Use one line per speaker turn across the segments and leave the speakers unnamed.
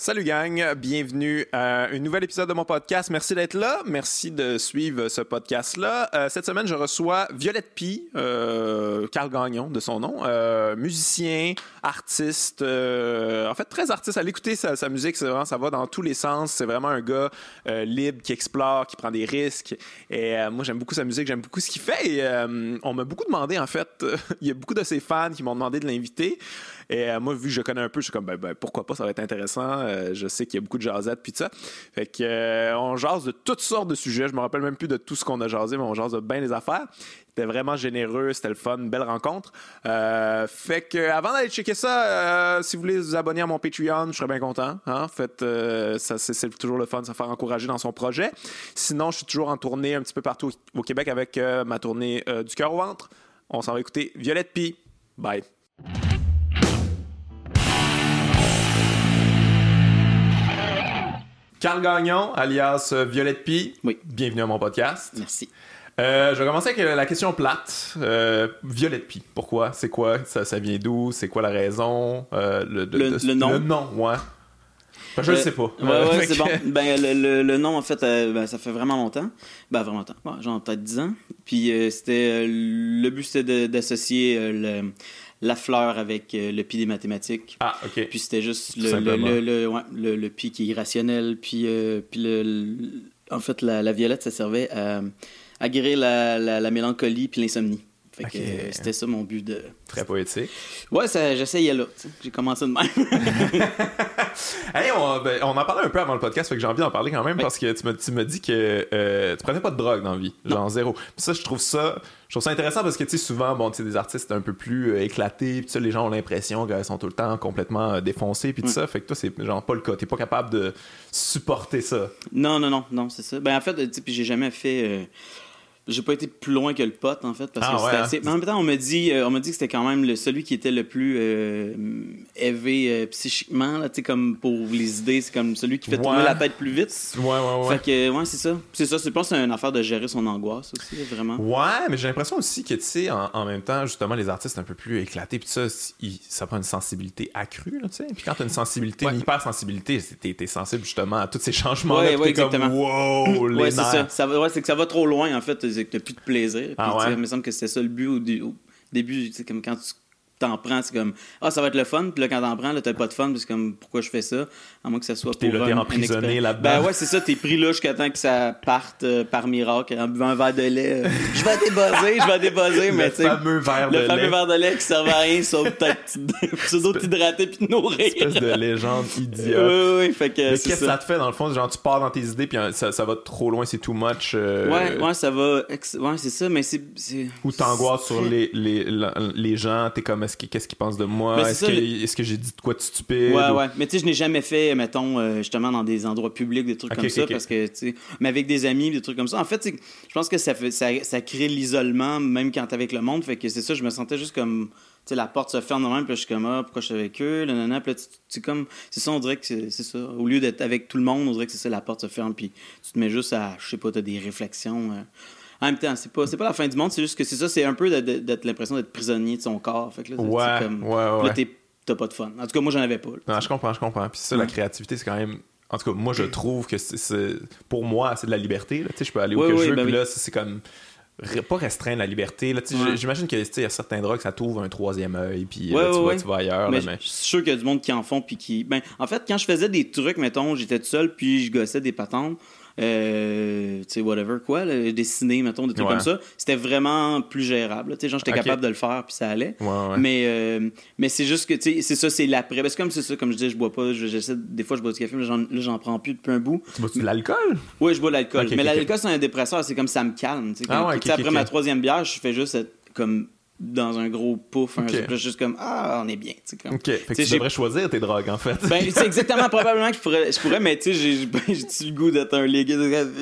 Salut gang, bienvenue à un nouvel épisode de mon podcast. Merci d'être là, merci de suivre ce podcast-là. Cette semaine, je reçois Violette Py, Carl Gagnon de son nom, musicien, artiste, en fait très artiste. Allez écouter sa musique, c'est vraiment, ça va dans tous les sens. C'est vraiment un gars libre, qui explore, qui prend des risques. Et moi, j'aime beaucoup sa musique, j'aime beaucoup ce qu'il fait. Et on m'a beaucoup demandé, en fait, il y a beaucoup de ses fans qui m'ont demandé de l'inviter. Et moi, vu que je connais un peu, je suis comme, ben pourquoi pas, ça va être intéressant. Je sais qu'il y a beaucoup de jasettes puis tout ça. Fait que on jase de toutes sortes de sujets. Je me rappelle même plus de tout ce qu'on a jasé, mais on jase de bien des affaires. C'était vraiment généreux, c'était le fun, une belle rencontre. Fait que avant d'aller checker ça, si vous voulez vous abonner à mon Patreon, je serais bien content. Hein? Faites, ça, c'est toujours le fun de se faire encourager dans son projet. Sinon, je suis toujours en tournée un petit peu partout au Québec avec ma tournée du cœur au ventre. On s'en va écouter Violette Py. Bye. Carl Gagnon, alias Violette Py.
Oui.
Bienvenue à mon podcast.
Merci.
Je vais commencer avec la question plate. Violette Py, pourquoi? C'est quoi? Ça vient d'où? C'est quoi la raison?
Le nom.
Le nom, ouais. Je ne sais pas.
Ouais, c'est bon. Ben, le nom, en fait, ça fait vraiment longtemps. Ben, vraiment longtemps. Ouais, genre peut-être 10 ans. Puis c'était le but, c'était d'associer la fleur avec le pi des mathématiques.
Ah, OK.
Puis c'était juste le pi qui est irrationnel. Puis en fait, la violette, ça servait à guérir la mélancolie puis l'insomnie. Fait que c'était ça mon but de...
Très poétique.
Ouais, j'essayais là. T'sais. J'ai commencé de même.
Hey, on en parlait un peu avant le podcast, fait que j'ai envie d'en parler quand même, parce que tu m'as dit que tu prenais pas de drogue dans la vie, genre zéro. Puis ça, je trouve ça intéressant parce que tu sais, souvent, bon, tu sais, des artistes un peu plus éclatés, puis ça, les gens ont l'impression qu'ils sont tout le temps complètement défoncés, puis tout ça. Fait que toi, c'est genre pas le cas. T'es pas capable de supporter ça.
Non, c'est ça. Ben en fait, tu sais, puis j'ai jamais fait... J'ai pas été plus loin que le pote, en fait, parce que c'était assez... Mais en même temps, on m'a dit que c'était quand même celui qui était le plus élevé psychiquement, là, tu sais, comme pour les idées, c'est comme celui qui fait tourner la tête plus vite.
Ouais.
Fait que, c'est ça. C'est ça, je pense que c'est une affaire de gérer son angoisse aussi, là, vraiment.
Ouais, mais j'ai l'impression aussi que, tu sais, en même temps, justement, les artistes un peu plus éclatés, puis ça, ça prend une sensibilité accrue, là, tu sais. Puis quand t'as une sensibilité, une hypersensibilité, t'es sensible, justement, à tous ces changements-là, puis t'es comme, wow, les nerfs.
C'est que ça va trop loin, en fait, c'est que t'as plus de plaisir. Puis, il me semble que c'était ça le but au début. C'est comme quand tu t'en prends, c'est comme ça va être le fun. Puis là, quand t'en prends, là, t'as pas de fun. Puis c'est comme pourquoi je fais ça? À moins que ça soit
pour t'es emprisonné là-dedans.
Ben ouais, c'est ça. T'es pris là jusqu'à temps que ça parte par miracle en buvant un verre de lait. Je vais débuzzer. Mais
le fameux verre
de lait qui servait à rien sauf peut-être pseudo-t'hydrater puis te nourrir.
Une espèce de légende idiote.
Oui, fait que
mais qu'est-ce que ça te fait dans le fond? Genre, tu pars dans tes idées puis ça va trop loin, c'est too much.
Ouais, ça va. Ouais, c'est ça, mais c'est...
Ou t'angoisses sur les gens, t'es comme, qu'est-ce qu'ils pensent de moi? Est-ce que j'ai dit de quoi de stupide?
Ouais. Mais tu sais, je n'ai jamais fait, mettons, justement, dans des endroits publics, des trucs comme ça, parce que, tu sais, mais avec des amis, des trucs comme ça. En fait, je pense que ça crée l'isolement, même quand t'es avec le monde. Fait que c'est ça, je me sentais juste comme, tu sais, la porte se ferme de même, puis je suis comme, pourquoi je suis avec eux? Nanana, puis là, c'est ça, on dirait que c'est ça. Au lieu d'être avec tout le monde, on dirait que c'est ça, la porte se ferme, puis tu te mets juste à, je sais pas, t'as des réflexions. En même temps, c'est pas la fin du monde, c'est juste que c'est ça, c'est un peu d'être l'impression d'être prisonnier de son corps. Fait que là, là, t'as pas de fun. En tout cas, moi, j'en avais pas.
Non, je comprends. Puis ça, la créativité, c'est quand même... En tout cas, moi, je trouve que pour moi, c'est de la liberté. Tu sais, je peux aller où que je veux, puis là, c'est comme... Pas restreindre la liberté. Là, j'imagine qu'il y a certains drogues, ça t'ouvre un troisième œil, puis tu vas ailleurs.
Mais je suis sûr qu'il y a du monde qui en font, puis qui... Ben, en fait, quand je faisais des trucs, mettons, j'étais tout seul, puis je gossais des patentes, tu sais, whatever, quoi, là, dessiner, mettons, des trucs comme ça, c'était vraiment plus gérable. Tu sais, genre, j'étais capable de le faire, puis ça allait. Mais c'est juste que, tu sais, c'est ça, c'est l'après. Parce que comme c'est ça, comme je disais, je bois pas, des fois, je bois du café, mais là, j'en prends plus depuis un bout.
Tu bois de l'alcool?
Oui, je bois de l'alcool. Mais l'alcool, c'est un dépresseur, c'est comme ça me calme. Tu sais, après ma troisième bière, je fais juste être comme dans un gros pouf, juste comme on est bien, tu sais, comme.
OK, fait que tu devrais choisir tes drogues en fait.
Ben c'est exactement probablement que je pourrais, mais tu sais, j'ai le goût d'être un légué,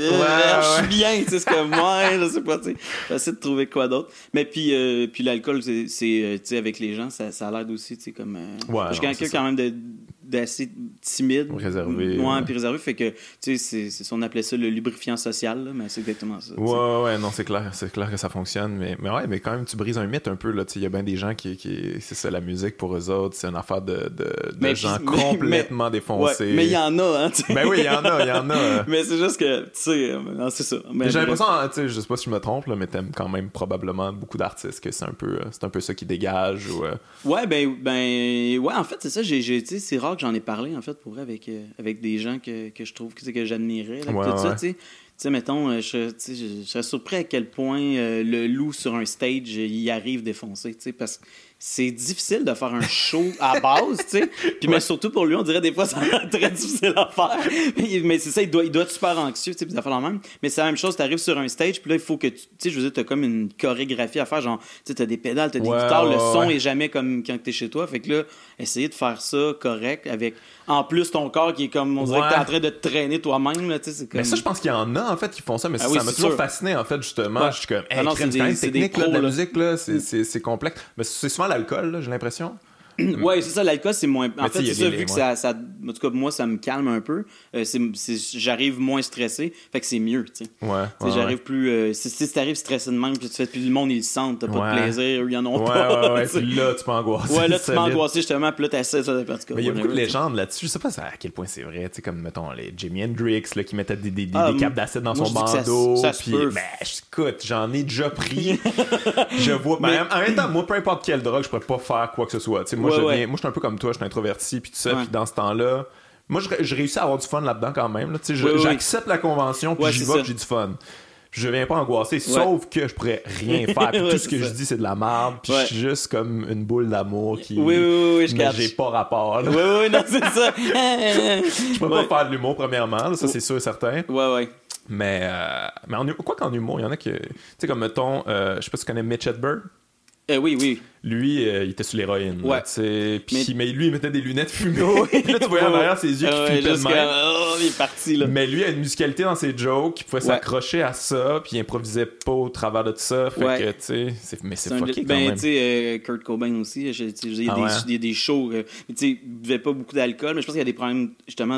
je suis bien, tu sais, c'est comme je sais pas, tu sais, j'essaie de trouver quoi d'autre. Mais puis l'alcool, c'est tu sais, avec les gens, ça l'aide aussi, tu sais, comme je suis quelqu'un quand même d'assez timide.
Réservé.
Ouais, puis réservé. Fait que, tu sais, on appelait ça le lubrifiant social, là, mais c'est exactement ça.
Ouais, non, c'est clair que ça fonctionne. Mais quand même, tu brises un mythe un peu, là. Il y a bien des gens qui c'est ça, la musique pour eux autres, c'est une affaire de gens complètement défoncés.
Ouais, mais il y en a, hein,
Ben oui, il y en a.
Mais c'est juste que, tu sais, c'est ça. Mais
j'ai l'impression, tu sais, je sais pas si je me trompe, là, mais t'aimes quand même probablement beaucoup d'artistes que c'est un peu ça qui dégage. Ou,
Ouais, ouais, en fait, c'est ça. C'est rare que j'en ai parlé, en fait, pour vrai, avec des gens que je trouve que j'admirais. Là, tout ça, tu sais, mettons, je serais surpris à quel point le loup sur un stage, il arrive défoncé, tu sais, parce que c'est difficile de faire un show à base, tu sais. Puis mais surtout pour lui, on dirait des fois ça va être très difficile à faire. Mais c'est ça, il doit être super anxieux, tu sais, puis ça fait la même. Mais c'est la même chose, tu arrives sur un stage, puis là il faut que tu sais, je veux dire, t'as comme une chorégraphie à faire, genre, tu sais, t'as des pédales, t'as des guitares, le son est jamais comme quand t'es chez toi. Fait que là, essayer de faire ça correct avec en plus ton corps qui est comme on dirait que t'es en train de te traîner toi-même, là, tu sais, c'est comme...
Mais ça, je pense qu'il y en a en fait qui font ça, mais ça m'a toujours fasciné en fait justement. Ouais. Je suis comme, c'est quand même technique là, de la musique là, c'est complexe. Mais c'est souvent l'alcool, là, j'ai l'impression.
Ouais, c'est ça, l'alcool, c'est moins. En fait, c'est ça, vu que ça. En tout cas, moi, ça me calme un peu. J'arrive moins stressé, fait que c'est mieux, tu sais.
Ouais.
J'arrive plus. Si t'arrives stressé de même, puis tu fais plus le monde, ils le sentent, t'as pas de plaisir, ils en ont pas.
Ouais, puis là, tu peux angoisser.
Ouais, là, tu peux angoisser, justement, puis là, t'essaies ça, en tout cas.
Mais il y a beaucoup de légendes là-dessus. Je sais pas à quel point c'est vrai, tu sais, comme, mettons, les Jimi Hendrix, là, qui mettaient des capes d'acide dans son bandeau. Puis, écoute, j'en ai déjà pris. Je vois. En même temps, moi, peu importe quelle drogue, je pourrais pas faire quoi que ce soit. Tu sais, moi, je suis un peu comme toi, je suis introverti, puis tout ça, puis dans ce temps-là, moi, je réussis à avoir du fun là-dedans quand même. Là, j'accepte la convention, puis j'y vais, puis j'ai du fun. Je viens pas angoissé, sauf que je pourrais rien faire. Puis tout ce que je dis, c'est de la merde, puis je suis juste comme une boule d'amour qui...
Oui,
mais j'ai pas rapport. Là.
Oui, non, c'est ça.
Je peux pas faire de l'humour, premièrement, là, ça, c'est sûr et certain.
Ouais.
Mais quoi qu'en humour, il y en a que... Tu sais, comme, mettons, je sais pas si tu connais Mitch Hedberg.
Oui.
Lui, il était sur l'héroïne.
Ouais.
Mais lui, il mettait des lunettes fumées. Puis là, tu voyais en arrière ses yeux qui flippaient de même.
Il est parti, là.
Mais lui, il a une musicalité dans ses jokes, il pouvait s'accrocher à ça, puis il improvisait pas au travers de tout ça. Fait que, tu sais, mais c'est fucké quand même.
Tu sais, Kurt Cobain aussi, il y a des shows. Tu sais, il buvait pas beaucoup d'alcool, mais je pense qu'il y a des problèmes, justement,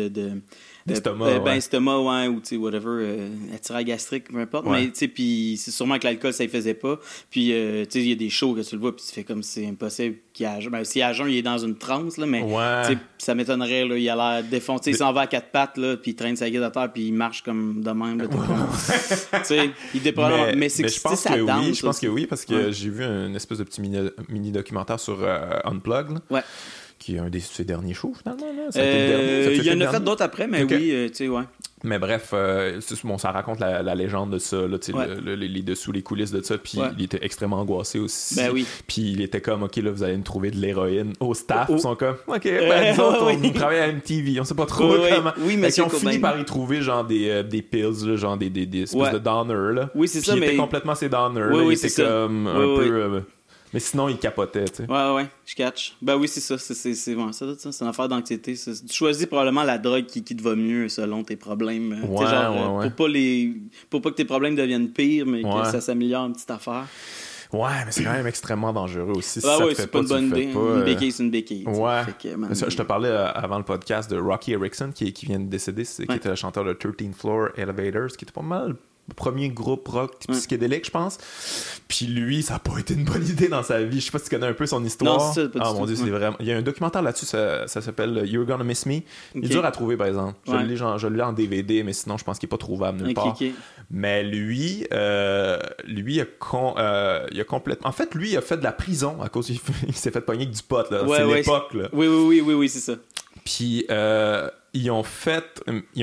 estomac, ou tu sais, whatever, attirant gastrique, peu importe. Mais tu sais, puis c'est sûrement que l'alcool, ça ne faisait pas. Puis, tu sais, il y a des shows que tu le vois, puis tu fais comme c'est impossible qu'il y ait. Si à jeun, il est dans une transe, là, mais tu sais, ça m'étonnerait, là, il a l'air défoncé. Il s'en va à quatre pattes, là, puis il traîne sa guide à terre, puis il marche comme de même. Tu sais, il dépend. Mais c'est que
je pense que oui, je pense que oui, parce que j'ai vu une espèce de petit mini-documentaire sur Unplugged. Là.
Ouais.
Qui est un de ses derniers shows, finalement.
Il y en a fait d'autres après, mais oui, tu sais, ouais.
Mais bref, ça raconte la légende de ça, là, les dessous, les coulisses de ça, puis il était extrêmement angoissé aussi.
Ben oui.
Puis il était comme, OK, là, vous allez me trouver de l'héroïne au staff. Ils sont comme, OK, nous autres, on travaille à MTV, on sait pas trop comment.
Oui, mais
ils ont fini par y trouver, genre, des pills, là, genre des espèces de downers, là.
Oui, c'est ça, mais...
il était complètement ces downers, là. Il était comme un peu... Mais sinon, il capotait, tu sais.
Ouais, je catch. Ben oui, c'est ça. C'est une affaire d'anxiété. Tu choisis probablement la drogue qui te va mieux selon tes problèmes. Pour pas que tes problèmes deviennent pires, mais que ça s'améliore une petite affaire.
Ouais, mais c'est quand même extrêmement dangereux aussi.
C'est pas une bonne idée. Une béquille, c'est une béquille.
Ouais. Je te parlais avant le podcast de Rocky Erickson qui vient de décéder, qui était le chanteur de 13th Floor Elevators, qui était pas mal le premier groupe rock psychédélique, je pense. Puis lui, ça n'a pas été une bonne idée dans sa vie. Je sais pas si tu connais un peu son histoire.
Non, c'est pas
mon Dieu, c'est vraiment... Il y a un documentaire là-dessus, ça s'appelle You're Gonna Miss Me. Il est dur à trouver, par exemple. Je l'ai en DVD, mais sinon, je pense qu'il n'est pas trouvable nulle part. Mais lui, il a complètement... En fait, lui, il a fait de la prison à cause il s'est fait pogner avec du pot, là. C'est l'époque, là.
Oui, c'est ça.
Puis ils ont fait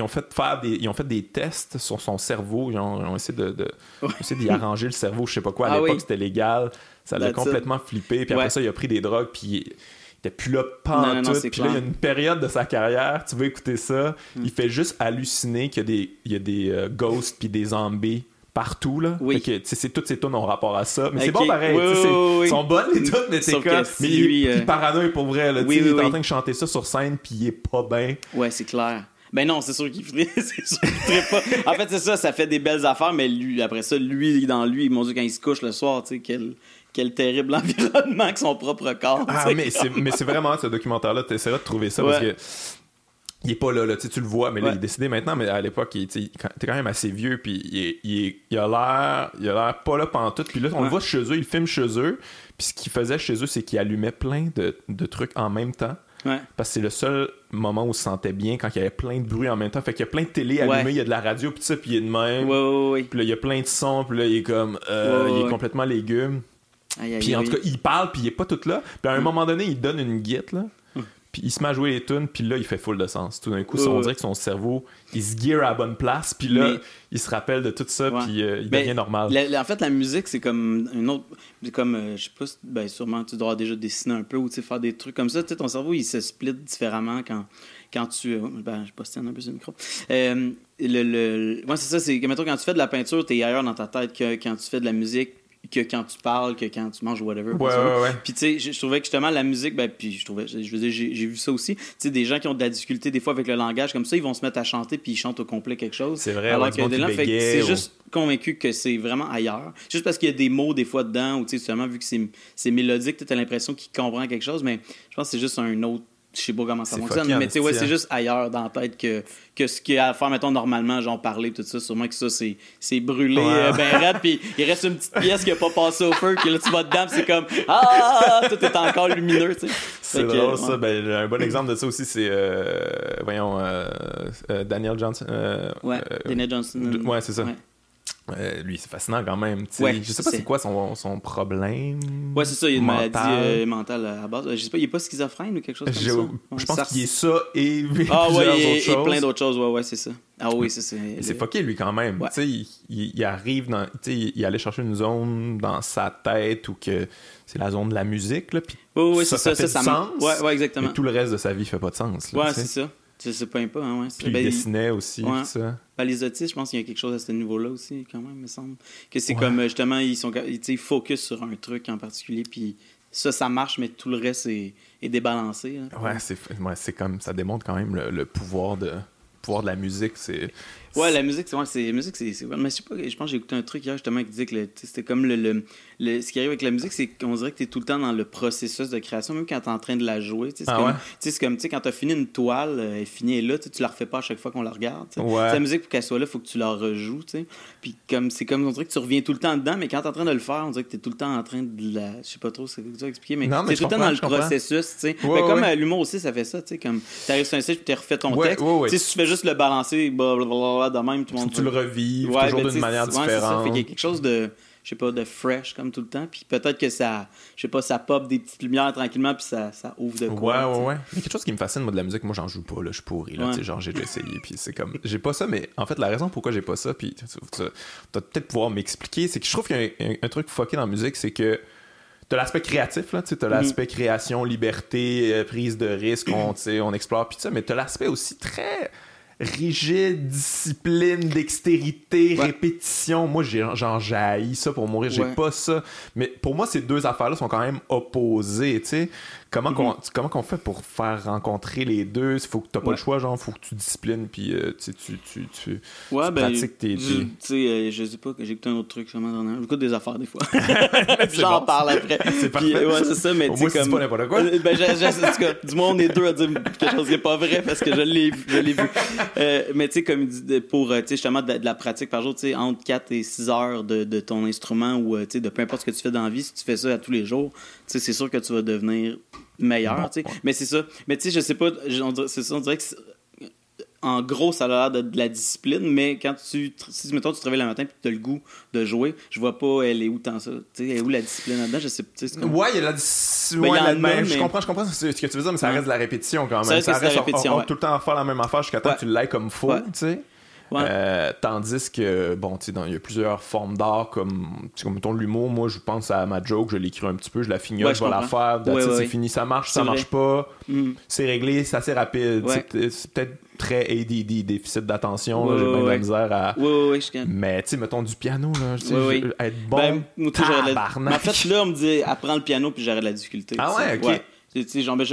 des tests sur son cerveau. Ils ont essayé d'y arranger le cerveau, je sais pas quoi. À l'époque, c'était légal. Ça l'a complètement flippé. Puis après ça, il a pris des drogues. Puis il était plus là pantoute. Puis là, il y a une période de sa carrière. Tu vas écouter ça. Il fait juste halluciner qu'il y a des ghosts puis des zombies partout, là. Oui. Fait que, toutes ces tunes ont rapport à ça. Mais c'est bon pareil. Ils sont bonnes, les tunes, mais c'est comme... Mais il est paranoïa pour vrai, là. Il est en train de chanter ça sur scène, puis il est pas bien.
Ouais, c'est clair. Ben non, c'est sûr qu'il ferait pas. En fait, c'est ça fait des belles affaires, mais lui, après ça, dans lui, mon Dieu, quand il se couche le soir, tu sais, quel terrible environnement que son propre corps.
Ah, mais c'est vraiment ce documentaire-là, tu essaieras de trouver ça parce que il est pas là, tu le vois, mais là, il est décédé maintenant, mais à l'époque, t'es quand même assez vieux, puis il a l'air pas là pantoute, puis là, on le voit chez eux, il filme chez eux, puis ce qu'il faisait chez eux, c'est qu'il allumait plein de trucs en même temps, parce que c'est le seul moment où il se sentait bien, quand il y avait plein de bruit en même temps, fait qu'il y a plein de télé allumées, il y a de la radio, puis ça, puis il est de même, puis là, il y a plein de sons, puis là, il est comme, il est complètement légume, puis en tout cas, il parle, puis il est pas tout là, puis à un moment donné, il donne une guite, là, puis il se met à jouer les tunes, puis là, il fait full de sens. Tout d'un coup, on dirait que son cerveau, il se gear à la bonne place, puis là, il se rappelle de tout ça, puis il devient normal.
En fait, la musique, c'est comme une autre... Comme, je sais pas, sûrement, tu dois déjà dessiner un peu ou faire des trucs comme ça. Tu sais, ton cerveau, il se split différemment quand tu... je postine un peu sur le micro. Moi, c'est ça, c'est que, mettons, quand tu fais de la peinture, t'es ailleurs dans ta tête que quand tu fais de la musique, que quand tu parles, que quand tu manges ou whatever. Puis tu sais, je trouvais que justement la musique, je veux dire, j'ai vu ça aussi. Tu sais, des gens qui ont de la difficulté des fois avec le langage comme ça, ils vont se mettre à chanter puis ils chantent au complet quelque chose.
C'est vrai.
Alors que des gens, c'est juste convaincu que c'est vraiment ailleurs. Juste parce qu'il y a des mots des fois dedans ou tu sais, justement vu que c'est mélodique, tu as l'impression qu'il comprend quelque chose, mais je pense que c'est juste un autre. Je sais pas comment ça fonctionne, mais tu sais, c'est juste ailleurs dans la tête que ce qu'il y a à faire, mettons, normalement, genre parler, tout ça. Sûrement que ça, c'est brûlé ben raide, puis il reste une petite pièce qui a pas passé au feu, puis là, tu vas dedans, puis c'est comme tout est encore lumineux, tu sais.
C'est drôle, ça. Ben, un bon exemple de ça aussi, c'est, Daniel Johnson.
Daniel Johnson.
Ouais, c'est ça. Ouais. Lui, c'est fascinant quand même. Je sais pas c'est quoi son problème.
Ouais, c'est ça, il y a une maladie mentale à base. Je sais pas, il est pas schizophrène ou quelque chose comme ça.
Je pense qu'il est ça et
et plein d'autres choses. Ouais, c'est ça. Ah oui,
c'est fucké lui quand même. Ouais. Il arrive dans. Il allait chercher une zone dans sa tête où que c'est la zone de la musique. Là, puis ça fait du sens.
Ouais, exactement.
Mais tout le reste de sa vie fait pas de sens.
Là, c'est ça. C'est pas un peu, hein,
Puis il dessinait aussi, ça.
Les autistes, je pense qu'il y a quelque chose à ce niveau-là aussi, quand même, me semble. Que c'est comme, justement, ils focus sur un truc en particulier, puis ça marche, mais tout le reste est débalancé. Hein.
C'est comme, ça démontre quand même le pouvoir de la musique, c'est...
Ouais, la musique, c'est mais je sais pas, je pense que j'ai écouté un truc hier justement qui disait que c'était comme ce qui arrive avec la musique, c'est qu'on dirait que t'es tout le temps dans le processus de création, même quand t'es en train de la jouer. C'est comme quand t'as fini une toile, elle est finie, elle est là, tu la refais pas à chaque fois qu'on la regarde. La musique, pour qu'elle soit là, il faut que tu la rejoues. Puis c'est comme on dirait que tu reviens tout le temps dedans, mais quand t'es en train de le faire, on dirait que t'es tout le temps en train de la... Je sais pas trop c'est ça expliquer, mais t'es tout le temps dans le processus. Mais comme l'humour aussi, ça fait ça. Comme t'arrives sur un stage puis t'as refait ton texte. Si tu fais juste le balancer, de même, tout le monde.
Tu le revives toujours d'une manière différente. C'est ça.
Fait qu'il y a quelque chose de, je sais pas, de fresh comme tout le temps. Puis peut-être que ça, je sais pas, ça pop des petites lumières tranquillement, puis ça ouvre de quoi.
Ouais. Il y a quelque chose qui me fascine, moi, de la musique. Moi, j'en joue pas, là. Je suis pourri, là. Genre, j'ai déjà essayé, puis c'est comme. J'ai pas ça, mais en fait, la raison pourquoi j'ai pas ça, puis tu vas peut-être pouvoir m'expliquer, c'est que je trouve qu'il y a un truc fucké dans la musique, c'est que t'as l'aspect créatif, là, t'as l'aspect création, liberté, prise de risque, on explore, puis ça, mais t'as l'aspect aussi très rigide, discipline, dextérité, répétition. Moi, j'en jaillis ça pour mourir. J'ai pas ça. Mais pour moi, ces deux affaires-là sont quand même opposées, tu sais. Comment qu'on fait pour faire rencontrer les deux? Faut que t'as pas le choix, genre, faut que tu disciplines, puis tu pratiques tes...
Tu sais, je sais pas, que j'écoute un autre truc, j'écoute des affaires, des fois. J'en parle après.
C'est parfait.
C'est ça, mais tu sais, comme...
pas n'importe quoi.
Du moins, on est deux à dire quelque chose qui est pas vrai, parce que je l'ai vu. Mais tu sais, comme pour justement de la pratique par jour, tu sais, entre 4 et 6 heures de ton instrument ou tu sais, de peu importe ce que tu fais dans la vie, si tu fais ça à tous les jours, tu sais, c'est sûr que tu vas devenir meilleur, tu sais. Mais c'est ça. Mais tu sais, je sais pas, on dirait que en gros, ça a l'air de la discipline, mais quand si mettons, tu travailles le matin et tu as le goût de jouer, je vois pas elle est où tant ça. Tu sais, elle est où la discipline là-dedans? Je sais pas.
Ouais, il y a la discipline. Je comprends ce que tu veux dire, mais ça reste de la répétition quand même.
Ça reste
tout le temps à faire la même affaire jusqu'à temps que tu l'aies comme faut, tu sais. Tandis que, bon, tu sais, il y a plusieurs formes d'art comme mettons l'humour. Moi, je pense à ma joke, je l'écris un petit peu, je la fignole, je vais la faire, c'est fini, ça marche, ça marche pas, c'est réglé, c'est assez rapide. C'est peut-être très ADD, déficit d'attention, là, j'ai bien de la misère à... Mais, tu sais, mettons du piano, là, être bon, tabarnak.
En fait, là, on me dit, apprends le piano, puis j'aurais de la difficulté.
Ah ouais, ok.
Tu sais, genre,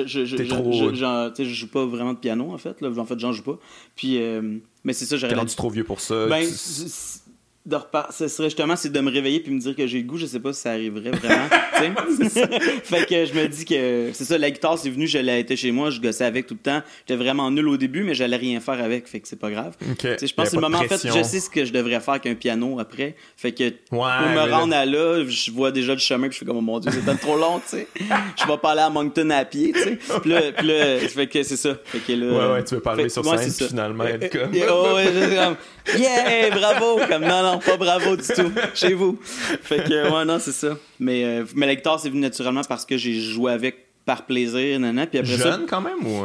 je joue pas vraiment de piano, en fait. Là. En fait, j'en joue pas. Puis, mais c'est ça, j'aurais...
T'es rendu trop vieux pour ça.
ce serait justement c'est de me réveiller puis me dire que j'ai le goût, je sais pas si ça arriverait vraiment. Fait que je me dis que c'est ça, la guitare c'est venu, je l'ai été chez moi, je gossais avec tout le temps. J'étais vraiment nul au début, mais j'allais rien faire avec, fait que c'est pas grave.
Okay.
Je pense que c'est le moment, en fait, je sais ce que je devrais faire qu'un piano après. Fait que pour me rendre à là, je vois déjà le chemin puis je fais comme oh mon Dieu, c'est trop long, tu sais. Je vais pas aller à Moncton à pied, tu sais. Puis là, fait que c'est ça. Fait que là,
tu veux parler sur scène puis finalement être comme
yeah, bravo, comme non, pas bravo du tout, chez vous. Fait que, ouais, non, c'est ça. Mais la guitare, c'est venu naturellement parce que j'ai joué avec par plaisir, nana. Puis après
jeune
ça,
quand même ou?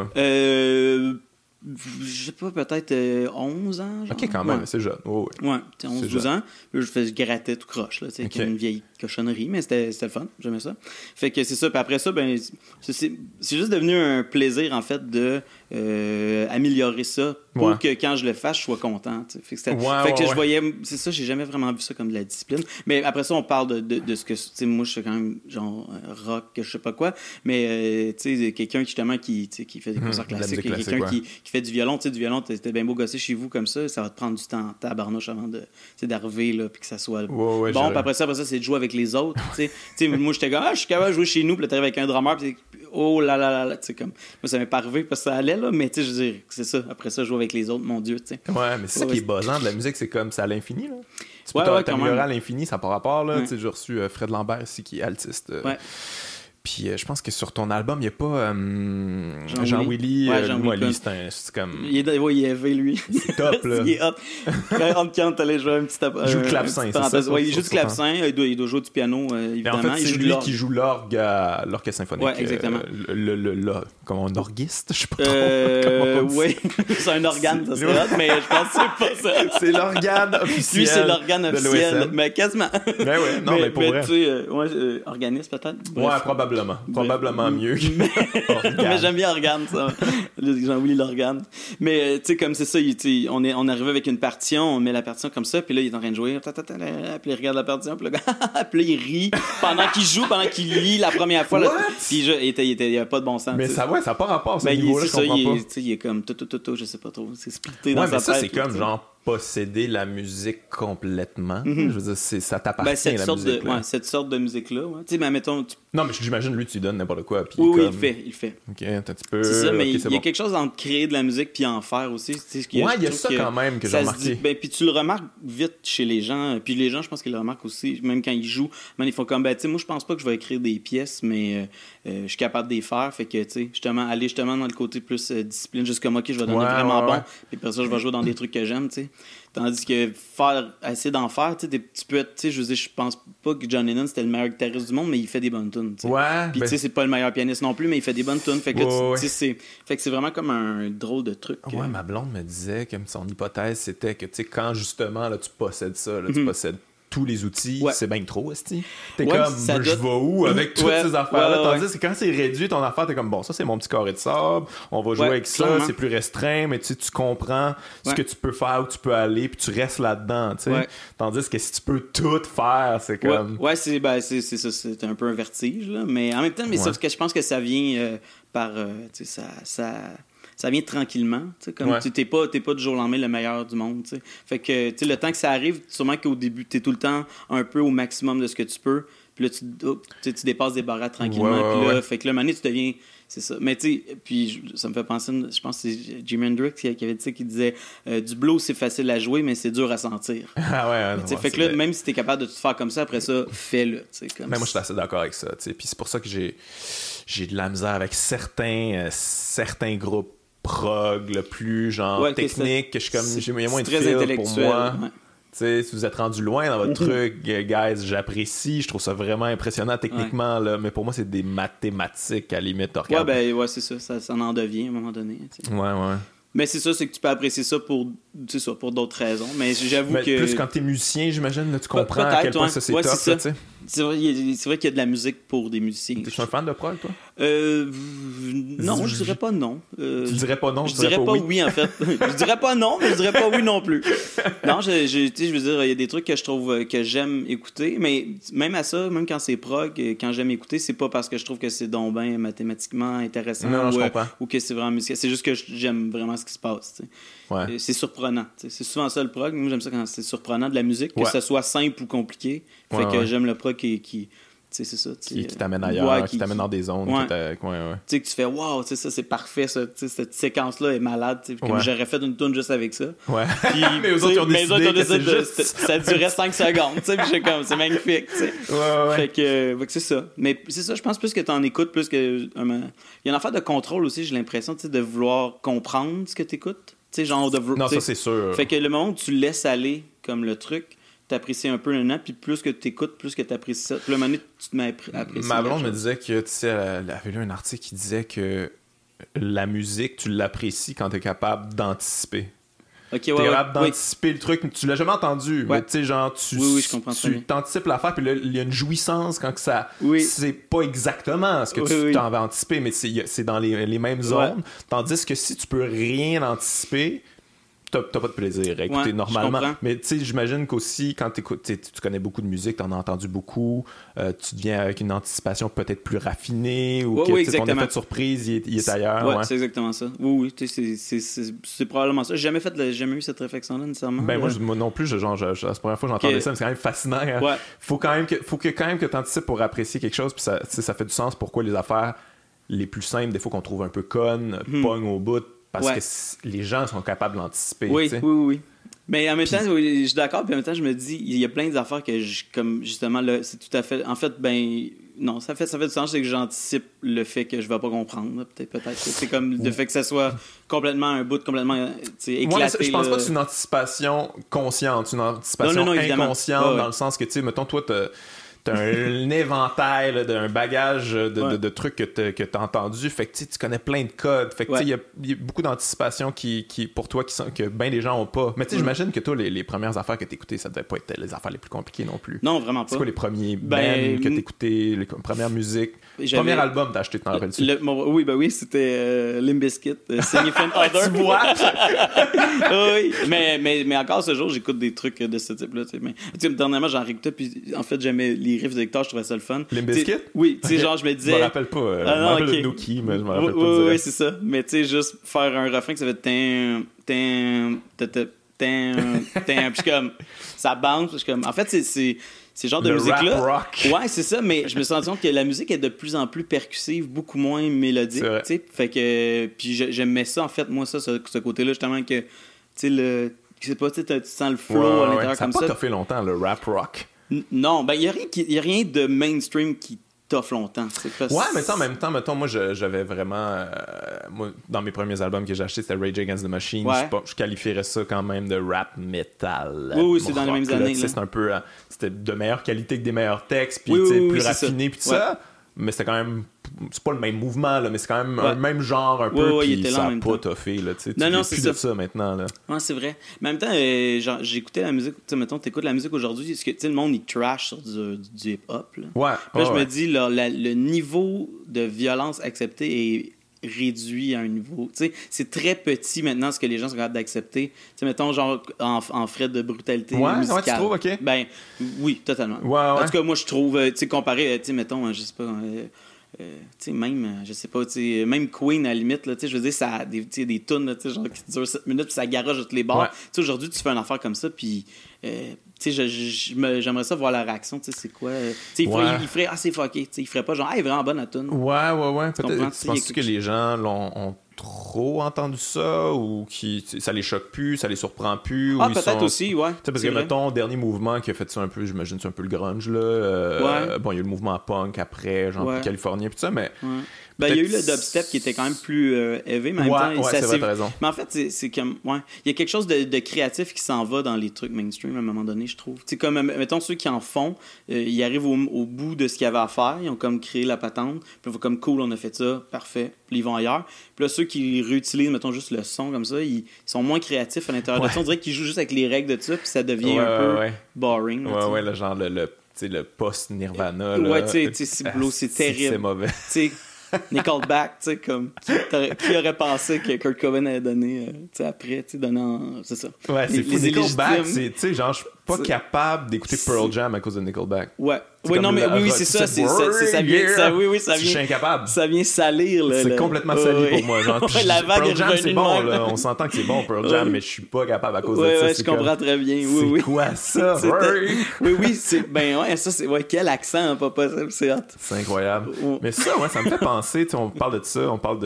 Je sais pas, peut-être 11 ans. Genre.
Ok, quand même, c'est jeune. Oh, oui.
Ouais, 11-12 ans. Je grattais tout croche, là, avec une vieille cochonnerie, mais c'était le fun, j'aimais ça. Fait que c'est ça, puis après ça, ben, c'est juste devenu un plaisir, en fait, de améliorer ça pour que quand je le fasse, je sois content. T'sais. Fait que je voyais, c'est ça, j'ai jamais vraiment vu ça comme de la discipline. Mais après ça, on parle de ce que, tu sais, moi, je suis quand même genre rock, je sais pas quoi, mais tu sais, quelqu'un justement qui fait des concerts classiques, quelqu'un qui fait du violon, tu sais, du violon, t'es bien beau gosser chez vous comme ça va te prendre du temps tabarnouche avant d'arriver, là, puis que ça soit bon. Puis après ça, c'est de jouer avec les autres, tu sais. Moi, j'étais comme, je suis capable de jouer chez nous, puis là, t'arrives avec un drummer, puis oh là là là, tu sais, comme, moi, ça m'est pas arrivé parce que ça allait, là, mais tu sais, je veux dire, c'est ça. Après ça, jouer avec les autres, mon Dieu, tu sais.
Ouais, mais c'est ça qui est buzzant de la musique, c'est comme, c'est à l'infini, là. Tu peux t'améliorer à l'infini, ça n'a pas rapport, là. Tu sais, j'ai reçu Fred Lambert ici, qui est altiste. Puis je pense que sur ton album, il n'y a pas Jean-Willy. Lui, c'est comme...
Il est élevé, lui.
C'est top, là.
Il est hot. Quand t'allais jouer un petit...
Il joue du clavecin, c'est ça?
Oui, il joue du clavecin. Il doit jouer du piano, évidemment.
Mais en fait, c'est lui qui joue l'orgue à l'orchestre symphonique.
Oui, exactement.
Comme un orguiste, je sais pas trop.
Oui, c'est un organe, ça, c'est hot, mais je pense que c'est pas ça.
C'est l'organe officiel.
Lui, c'est l'organe officiel, mais quasiment.
Ben ouais, non, mais pour vrai.
Tu sais, organiste, peut-être?
Ouais, probablement mieux.
Mais j'aime bien organe, ça. Jean-Willy l'organe. Mais tu sais, comme c'est ça, on arrive avec une partition, on met la partition comme ça, puis là, il est en train de jouer, puis il regarde la partition, puis là, il rit pendant qu'il joue, pendant qu'il lit la première fois. Là, puis il n'y avait pas de bon sens.
Mais ça n'a pas rapport à ce niveau-là, je comprends pas.
Il est comme je sais pas trop. C'est splitté
dans
sa tête.
Ouais, mais ça, c'est comme genre posséder la musique complètement. Je veux dire, ça t'appartient, la musique.
Cette sorte de musique-là. Ouais. Tu sais, mais mettons...
Non, mais j'imagine, lui, tu lui donnes n'importe quoi. Puis
oui, il le fait.
OK, un petit peu...
C'est ça, mais il y a quelque chose entre créer de la musique puis en faire aussi.
Il y a ça quand même que j'ai remarqué.
Puis tu le remarques vite chez les gens. Puis les gens, je pense qu'ils le remarquent aussi, même quand ils jouent. Ils font comme, tu sais, moi, je pense pas que je vais écrire des pièces, mais je suis capable de les faire. Fait que, tu sais, justement, aller justement dans le côté plus discipline, juste comme, OK, je vais donner vraiment bon. Puis après ça, je vais jouer dans des trucs que j'aime, tu sais. Tandis que essayer d'en faire, tu peux être, tu sais, je veux dire, je pense pas que John Lennon c'était le meilleur guitariste du monde, mais il fait des bonnes tunes.
Ouais.
Puis tu sais, c'est pas le meilleur pianiste non plus, mais il fait des bonnes tunes. Fait que tu sais, c'est vraiment comme un drôle de truc.
Ouais, ma blonde me disait que son hypothèse c'était que tu sais, quand justement là, tu possèdes ça, là, tu possèdes tous les outils, c'est bien trop, esti. T'es comme, je vais où avec toutes ces affaires-là? Tandis que quand c'est réduit, ton affaire, t'es comme, bon, ça, c'est mon petit carré de sable, on va jouer avec ça, c'est plus restreint, mais tu comprends ce que tu peux faire, où tu peux aller, puis tu restes là-dedans, tu sais. Tandis que si tu peux tout faire, c'est comme...
Ouais, c'est ça, c'est un peu un vertige, là, mais en même temps, mais sauf que je pense que ça vient par, tu sais, ça vient tranquillement, tu sais, comme t'es pas du jour au lendemain le meilleur du monde, tu sais. Fait que, tu sais, le temps que ça arrive, sûrement qu'au début, t'es tout le temps un peu au maximum de ce que tu peux, puis là, tu dépasses des barrettes tranquillement, puis là, fait que là, à un moment donné, tu deviens... C'est ça. Mais tu sais, puis ça me fait penser, je pense que c'est Jimi Hendrix qui avait dit ça, qui disait du blues, c'est facile à jouer, mais c'est dur à sentir.
Ah ouais,
fait que là, même si t'es capable de tout faire comme ça, après ça, fais-le. Comme
moi, je suis assez d'accord avec ça, tu sais. Puis c'est pour ça que j'ai de la misère avec certains groupes prog, le plus genre technique, que je suis comme, j'ai moins de feel pour moi. Tu sais, si vous êtes rendu loin dans votre truc, guys, j'apprécie, je trouve ça vraiment impressionnant techniquement, là, mais pour moi, c'est des mathématiques à la limite.
C'est ça en devient à un moment donné. T'sais.
Ouais.
Mais c'est ça, c'est que tu peux apprécier ça pour d'autres raisons. Mais j'avoue que...
Plus quand t'es musicien, j'imagine, là, tu comprends à quel point ça c'est top.
ça. C'est vrai qu'il y a de la musique pour des musiciens.
Tu es un fan de prog, toi?
Non, je dirais pas non.
Tu dirais pas non,
je dirais pas oui, en fait. Je dirais pas non, mais je dirais pas oui non plus. Non, je veux dire, il y a des trucs que je trouve que j'aime écouter, mais même à ça, même quand c'est prog, quand j'aime écouter, c'est pas parce que je trouve que c'est donc bien mathématiquement intéressant ou que c'est vraiment musical. C'est juste que j'aime vraiment ce qui se passe. T'sais. Ouais. C'est surprenant. T'sais. C'est souvent ça le prog. Moi, j'aime ça quand c'est surprenant de la musique, que ce soit simple ou compliqué. Fait que j'aime le prog qui c'est ça,
qui t'amène ailleurs, qui t'amène dans des zones.
Tu sais, que tu fais wow, ça c'est parfait, ça, cette séquence-là est malade. Comme j'aurais fait une tune juste avec ça.
Ouais. Puis, mais eux autres, ils ont décidé
ça durait 5 secondes. Puis j'ai comme, c'est magnifique.
Ouais.
Fait que c'est ça. Mais c'est ça, je pense plus que t'en écoutes, plus que. Il y a une affaire de contrôle aussi, j'ai l'impression, de vouloir comprendre ce que t'écoutes. Genre
non, ça c'est sûr.
Fait que le moment où tu laisses aller comme le truc, t'apprécies un peu le nom, puis plus que t'écoutes, plus que t'apprécies ça. Puis le moment où tu te mets à apprécier.
Ma blonde me disait que, tu sais, elle avait lu un article qui disait que la musique, tu l'apprécies quand t'es capable d'anticiper.
Okay,
t'es capable d'anticiper le truc. Tu l'as jamais entendu, mais tu sais, genre, tu t'anticipes l'affaire, puis là, il y a une jouissance quand que ça. C'est pas exactement ce que tu t'en vas anticiper, mais c'est dans les mêmes zones. Tandis que si tu peux rien anticiper, t'as pas de plaisir à écouter normalement. Mais tu sais, j'imagine qu'aussi, quand tu connais beaucoup de musique, t'en as entendu beaucoup, tu deviens avec une anticipation peut-être plus raffinée ou que ton effet de surprise il est ailleurs.
Ouais, c'est exactement ça. Oui, c'est probablement ça. J'ai jamais eu cette réflexion-là nécessairement.
Ben moi non plus, c'est la première fois que j'entendais ça, mais c'est quand même fascinant. Hein. Faut quand même que t'anticipes pour apprécier quelque chose, puis ça fait du sens pourquoi les affaires les plus simples, des fois qu'on trouve un peu connes, pognent au bout. Parce que les gens sont capables d'anticiper.
Oui. Mais en même temps, je suis d'accord, puis en même temps, je me dis, il y a plein d'affaires que comme justement, là, c'est tout à fait. En fait, non, ça fait du sens, c'est que j'anticipe le fait que je vais pas comprendre. Peut-être. C'est comme le fait que ça soit complètement un bout, complètement éclaté.
Moi, je pense pas que c'est une anticipation consciente, une anticipation inconsciente, dans le sens que, tu sais, mettons, toi, t'as un éventail là, d'un bagage de trucs que t'as entendu. Fait que tu connais plein de codes. Fait que il y a beaucoup d'anticipation qui pour toi que ben les gens ont pas. Mais tu sais, j'imagine que toi, les premières affaires que t'écoutais, ça devait pas être les affaires les plus compliquées non plus.
Non, vraiment pas.
C'est quoi les premiers bands que t'écoutais, les premières musiques? Premier album t'as acheté, t'en rappelles-tu?
Oui, c'était Limp Bizkit, Significant Other.
Tu vois?
Oui, mais encore ce jour, j'écoute des trucs de ce type-là. Mais dernièrement, j'en réécoutais, puis en fait, j'aimais les riffs de Hector, je trouvais ça le fun.
Limp Bizkit?
Oui, tu sais, genre, je me disais.
Je me rappelle pas. Je me rappelle de Nookie, mais je me rappelle pas.
Oui, c'est ça. Mais tu sais, juste faire un refrain que ça fait puis comme ça bounce, puis comme en fait c'est ce genre de musique-là.
Rock.
Ouais, c'est ça, mais je me suis rendu compte que la musique est de plus en plus percussive, beaucoup moins mélodique. Fait que. Puis j'aimais ça, en fait, moi, ce côté-là, justement, que. Tu sais, je sais pas, tu sens le flow à l'intérieur comme ça.
Ça n'a pas toffé longtemps, le rap rock.
Non, ben, il y a rien de mainstream qui toffe longtemps.
Ouais, mais en même temps, mettons, moi, j'avais vraiment. Moi, dans mes premiers albums que j'ai achetés, c'était Rage Against the Machine. Je qualifierais ça quand même de rap metal.
Oui, c'est dans les mêmes années.
C'est un peu. C'était de meilleure qualité que des meilleurs textes, puis plus raffiné, puis tout ça. Mais c'était quand même. C'est pas le même mouvement, là, mais c'est quand même un même genre un peu, puis ça n'a pas toffé. Là, tu
non,
c'est plus de ça maintenant. Là.
Ouais, c'est vrai. Mais en même temps, j'écoutais la musique. Tu sais, mettons, t'écoutes la musique aujourd'hui, parce que le monde, il trash sur du hip-hop. Là.
Là,
je me dis, là, le niveau de violence accepté est réduit à un niveau. Tu sais, c'est très petit maintenant ce que les gens sont capables d'accepter. Tu sais, mettons, genre, en frais de brutalité musicale.
Ouais, tu trouves, OK?
Ben, oui, totalement.
En
tout cas, moi, je trouve, tu sais, comparé, tu sais, mettons, je sais pas... tu sais, même, je sais pas, tu sais, même Queen à la limite, là, tu sais, je veux dire, ça a des tunes, là, tu sais, genre, qui durent 7 minutes, puis ça garage à tous les bords. Tu sais, aujourd'hui, tu fais une affaire comme ça, puis, tu sais, j'aimerais ça voir la réaction, tu sais, c'est quoi. Tu sais, il ferait, c'est fucké, tu sais, il ferait pas genre, vraiment bonne la tune.
Ouais, peut-être. Penses-tu que les gens ont trop entendu ça ou ça les choque plus, ça les surprend plus?
Peut-être aussi, ouais.
Parce que, mettons, dernier mouvement qui a fait ça un peu, j'imagine, c'est un peu le grunge, là. Bon, il y a eu le mouvement punk après, genre, plus californien, pis ça, mais.
Ben, il y a eu le dubstep qui était quand même plus élevé, mais en même temps,
c'est vrai, t'as raison.
Mais en fait, c'est comme, il y a quelque chose de créatif qui s'en va dans les trucs mainstream à un moment donné, je trouve. Tu sais, comme, mettons, ceux qui en font, ils arrivent au bout de ce qu'il y avait à faire, ils ont comme créé la patente, puis ils font comme, cool, on a fait ça, parfait, puis ils vont ailleurs. Puis là, ceux qui réutilisent, mettons, juste le son comme ça, ils sont moins créatifs à l'intérieur de ça. On dirait qu'ils jouent juste avec les règles de ça, puis ça devient un peu boring.
Là, le genre, le post-Nirvana. Là,
ouais, tu sais, Cibolo, c'est terrible.
C'est mauvais.
Tu sais, Nickelback, tu sais, comme qui aurait pensé que Kurt Cobain avait donné, tu sais, après, tu sais, donnant, c'est ça.
Ouais, c'est fou. Nickelback,
illégitimes.
tu sais, genre, je suis pas capable d'écouter Pearl Jam à cause de Nickelback.
Ouais. Oui, non, mais oui, c'est ça. Ça vient. Oui, ça vient.
Je suis incapable.
Ça vient salir.
C'est complètement sali pour moi. Genre,
la vague
Pearl Jam, c'est bon.
là.
On s'entend que c'est bon, Pearl Jam, mais je suis pas capable à cause de ça.
Ouais, je comprends très bien. Oui.
C'est quoi ça?
Oui, c'est. Ben ouais, ça, c'est. Ouais, quel accent, hein, pas possible. C'est hot.
C'est incroyable. Mais ça, ouais, ça me fait penser. On parle de ça, on parle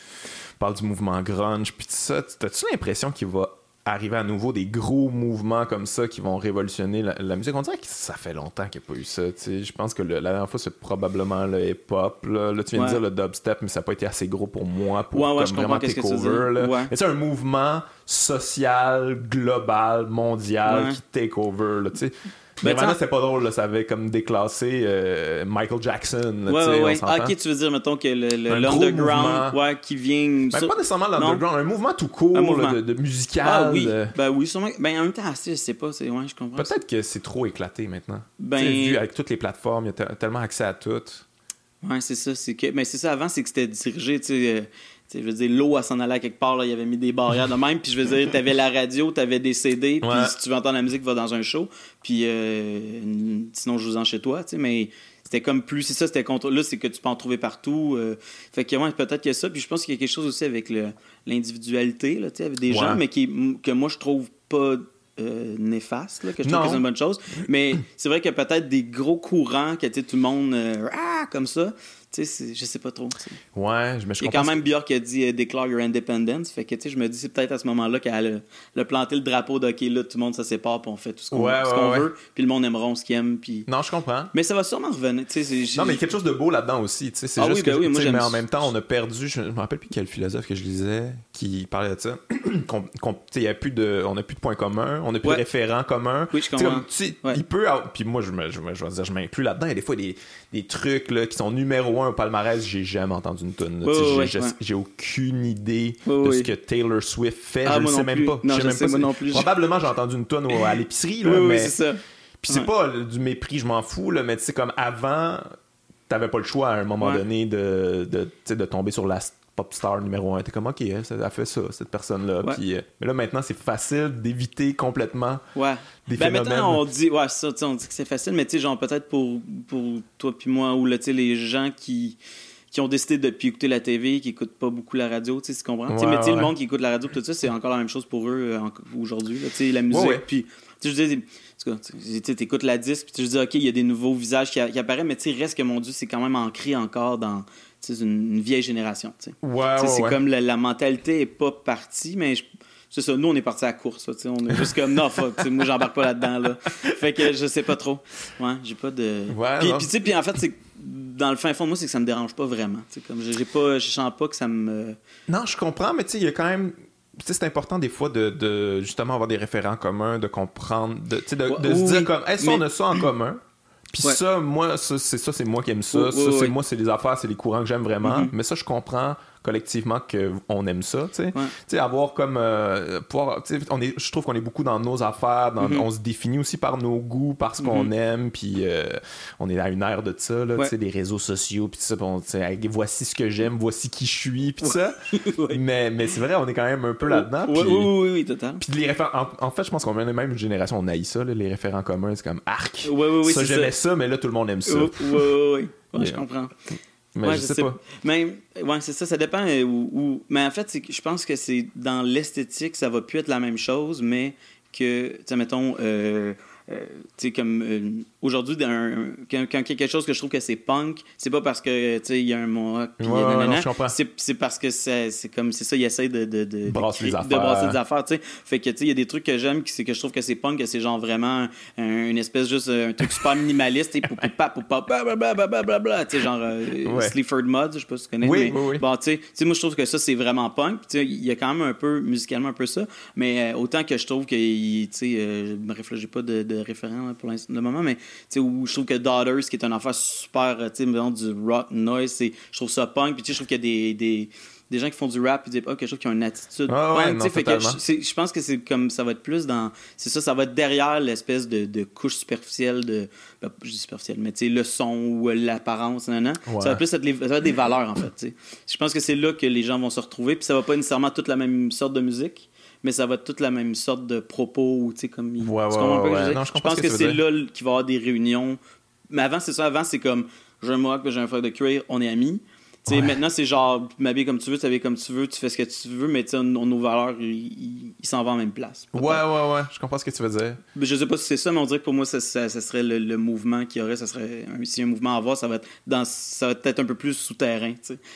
du mouvement grunge, puis tout ça. T'as-tu l'impression qu'il va arriver à nouveau des gros mouvements comme ça qui vont révolutionner la musique? On dirait que ça fait longtemps qu'il n'y a pas eu ça. T'sais. Je pense que la dernière fois, c'est probablement le hip-hop. Là, tu viens de dire le dubstep, mais ça n'a pas été assez gros pour moi pour comme vraiment take over. Là. Mais c'est un mouvement social, global, mondial qui take over. Là, mais vraiment, c'était pas drôle, là, ça avait comme déclassé Michael Jackson.
Ouais. Ok, tu veux dire, mettons, que l'underground qui vient.
Ben, pas nécessairement l'underground, un mouvement tout court de musical.
Ah oui, ben oui, sûrement. Ben en même temps, je sais pas, je comprends.
Peut-être que c'est trop éclaté maintenant. Vu avec toutes les plateformes, il y a tellement accès à tout.
Ouais, c'est ça. Mais c'est ça, avant, c'est que c'était dirigé, je veux dire, l'eau, elle s'en allait à quelque part, là, il avait mis des barrières de même, puis je veux dire, t'avais la radio, t'avais des CD, puis si tu veux entendre la musique, va dans un show, puis sinon, joue-en chez toi, tu sais, mais c'était comme plus, c'est ça, c'était contre, là, c'est que tu peux en trouver partout, fait que, peut-être qu'il y a ça, puis je pense qu'il y a quelque chose aussi avec l'individualité, là, tu sais, avec des gens, mais que moi, je trouve pas néfaste, là, que je trouve que c'est une bonne chose, mais c'est vrai qu'il y a peut-être des gros courants que, tu sais, tout le monde, comme ça. Tu sais, je sais pas trop. T'sais.
Ouais,
Il y a quand même Björk qui a dit Declare your independence. Fait que, tu sais, je me dis, c'est peut-être à ce moment-là qu'elle a planté le drapeau de OK, là, tout le monde, ça sépare, puis on fait tout ce qu'on veut, puis le monde aimera ce qu'il aime. Puis...
Non, je comprends.
Mais ça va sûrement revenir.
Non, mais il y a quelque chose de beau là-dedans aussi. C'est juste que, moi, mais en même temps, on a perdu. Je me rappelle plus quel philosophe que je lisais qui parlait de ça. On n'a plus de points communs, on n'a plus de référents communs.
Oui, je comprends.
Il peut. Puis moi, je m'inclus là-dedans. Il y a des fois des trucs là, qui sont numéro 1 au palmarès, j'ai jamais entendu une tonne. J'ai aucune idée de ce que Taylor Swift fait. Je ne sais même pas.
Non, je sais moi non plus.
Probablement, j'ai entendu une tonne à l'épicerie. Là, mais...
c'est ça.
Puis c'est pas du mépris, je m'en fous, là, mais tu sais, comme avant, t'avais pas le choix à un moment donné de tomber sur la pop star numéro 1. T'es comme, OK, elle fait ça, cette personne-là. Puis, mais là, maintenant, c'est facile d'éviter complètement des phénomènes.
Maintenant, on dit, on dit que c'est facile, mais tu sais, genre, peut-être pour toi puis moi, ou les gens qui ont décidé de plus écouter la TV, qui écoutent pas beaucoup la radio, tu sais, tu comprends? Mais tu sais, le monde qui écoute la radio, tout ça, c'est encore la même chose pour eux aujourd'hui, tu sais, la musique. Puis, tu sais, je dis, tu écoutes la disque, puis tu dis, OK, il y a des nouveaux visages qui apparaissent, mais tu sais, reste que, mon Dieu, c'est quand même ancré encore dans une vieille génération. C'est comme la mentalité est pas partie, mais c'est ça, nous on est partis à la course. Là, on est juste comme, non, fuck, moi j'embarque pas là-dedans. Là. Fait que je sais pas trop. Ouais, j'ai pas de. Puis en fait, c'est dans le fin fond de moi, c'est que ça me dérange pas vraiment. Comme je sens pas que ça me.
Non, je comprends, mais tu sais, il y a quand même. C'est important des fois de justement avoir des référents communs, de comprendre, de se dire comme, est-ce qu'on a ça en commun? Puis ça, moi, c'est moi qui aime ça. Moi, c'est les affaires, c'est les courants que j'aime vraiment. Mais ça, je comprends collectivement qu'on aime ça, tu sais. Tu sais, avoir comme... pouvoir, je trouve qu'on est beaucoup dans nos affaires, on se définit aussi par nos goûts, par ce qu'on aime, puis on est à une ère de ça, là, tu sais, des réseaux sociaux, puis tout ça, voici ce que j'aime, voici qui je suis, puis tout ça. Mais c'est vrai, on est quand même un peu là-dedans.
Oui, total.
Puis les référents... En fait, je pense qu'on vient de même une génération, on haït ça, là, les référents communs, c'est comme arc. Ça, j'aimais ça, mais là, tout le monde aime ça.
Oui, je comprends.
Mais je sais pas.
Mais c'est ça dépend où. Mais en fait, je pense que c'est dans l'esthétique, ça va plus être la même chose, mais que, tu sais, mettons, tu sais, comme aujourd'hui, quand quelque chose que je trouve que c'est punk, c'est pas parce que, tu sais, il y a un mohawk, puis c'est parce que c'est ça, il essaie de
brasser les
affaires, tu sais. Fait que, tu sais, il y a des trucs que j'aime, que je trouve que c'est punk, que c'est genre vraiment une espèce, juste un truc super minimaliste, tu sais, genre Sleaford Mods, je sais pas si tu connais, mais bon, tu sais, moi, je trouve que ça, c'est vraiment punk, tu sais, il y a quand même un peu, musicalement, un peu ça, mais autant que je trouve que, tu sais, je me réfléchis pas de référent là, pour le moment, mais où je trouve que Daughters, qui est un affaire super, du rock noise, je trouve ça punk, puis je trouve qu'il y a des gens qui font du rap et disent quelque chose qui a une attitude. Je pense que c'est comme ça va être plus dans. C'est ça va être derrière l'espèce de couche superficielle je dis superficielle, mais tu sais, le son ou l'apparence, Ça va plus être ça va être des valeurs, en fait. T'sais. Je pense que c'est là que les gens vont se retrouver, puis ça va pas nécessairement toute la même sorte de musique, mais ça va être toute la même sorte de propos, tu sais, comme. Je pense que c'est là qu'il va y avoir des réunions. Mais avant, c'est ça. Avant, c'est comme j'ai un mohawk, j'ai un frère de cuir, on est amis. Maintenant, c'est genre, m'habiller comme tu veux, t'habilles comme tu veux, tu fais ce que tu veux, mais nos valeurs, ils s'en vont en même place.
Ouais, je comprends ce que tu veux dire.
Je sais pas si c'est ça, mais on dirait que pour moi, ça serait le mouvement qu'il y aurait. Si un mouvement à avoir, ça va être peut-être un peu plus souterrain.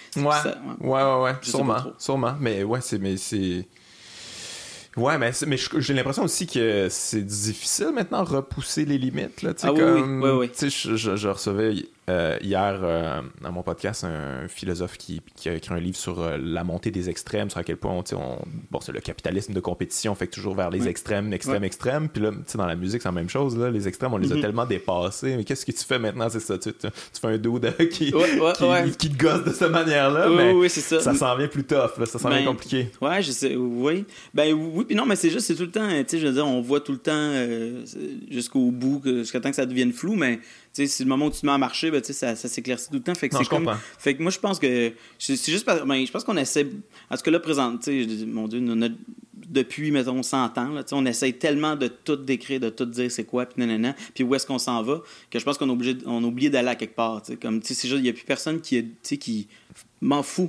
Ouais. Sûrement. Mais c'est. Ouais, mais j'ai l'impression aussi que c'est difficile maintenant de repousser les limites. Là,
oui.
Je recevais hier dans mon podcast un philosophe qui a écrit un livre sur la montée des extrêmes, sur à quel point c'est le capitalisme de compétition fait que toujours vers les extrêmes. Puis là, dans la musique, c'est la même chose. Là, les extrêmes, on les a tellement dépassés. Mais qu'est-ce que tu fais maintenant? C'est ça, tu fais un dude qui te gosse de cette manière-là. Mais
c'est ça.
Ça s'en vient plus tough. Là, ça s'en vient compliqué.
Ouais, je sais. Oui. Ben oui, puis non, mais c'est tout le temps. Je veux dire, on voit tout le temps jusqu'au bout, jusqu'à temps que ça devienne flou, mais c'est le moment où tu te mets à marcher, ça s'éclaircit tout le temps. Fait que fait que moi, je pense que c'est juste je pense qu'on essaie, en tout cas là, présent, mon Dieu, depuis, mettons, 100 ans, là, on essaie tellement de tout décrire, de tout dire c'est quoi, puis où est-ce qu'on s'en va, que je pense qu'on a oublié d'aller à quelque part. Comme, c'est juste, il n'y a plus personne qui m'en fout.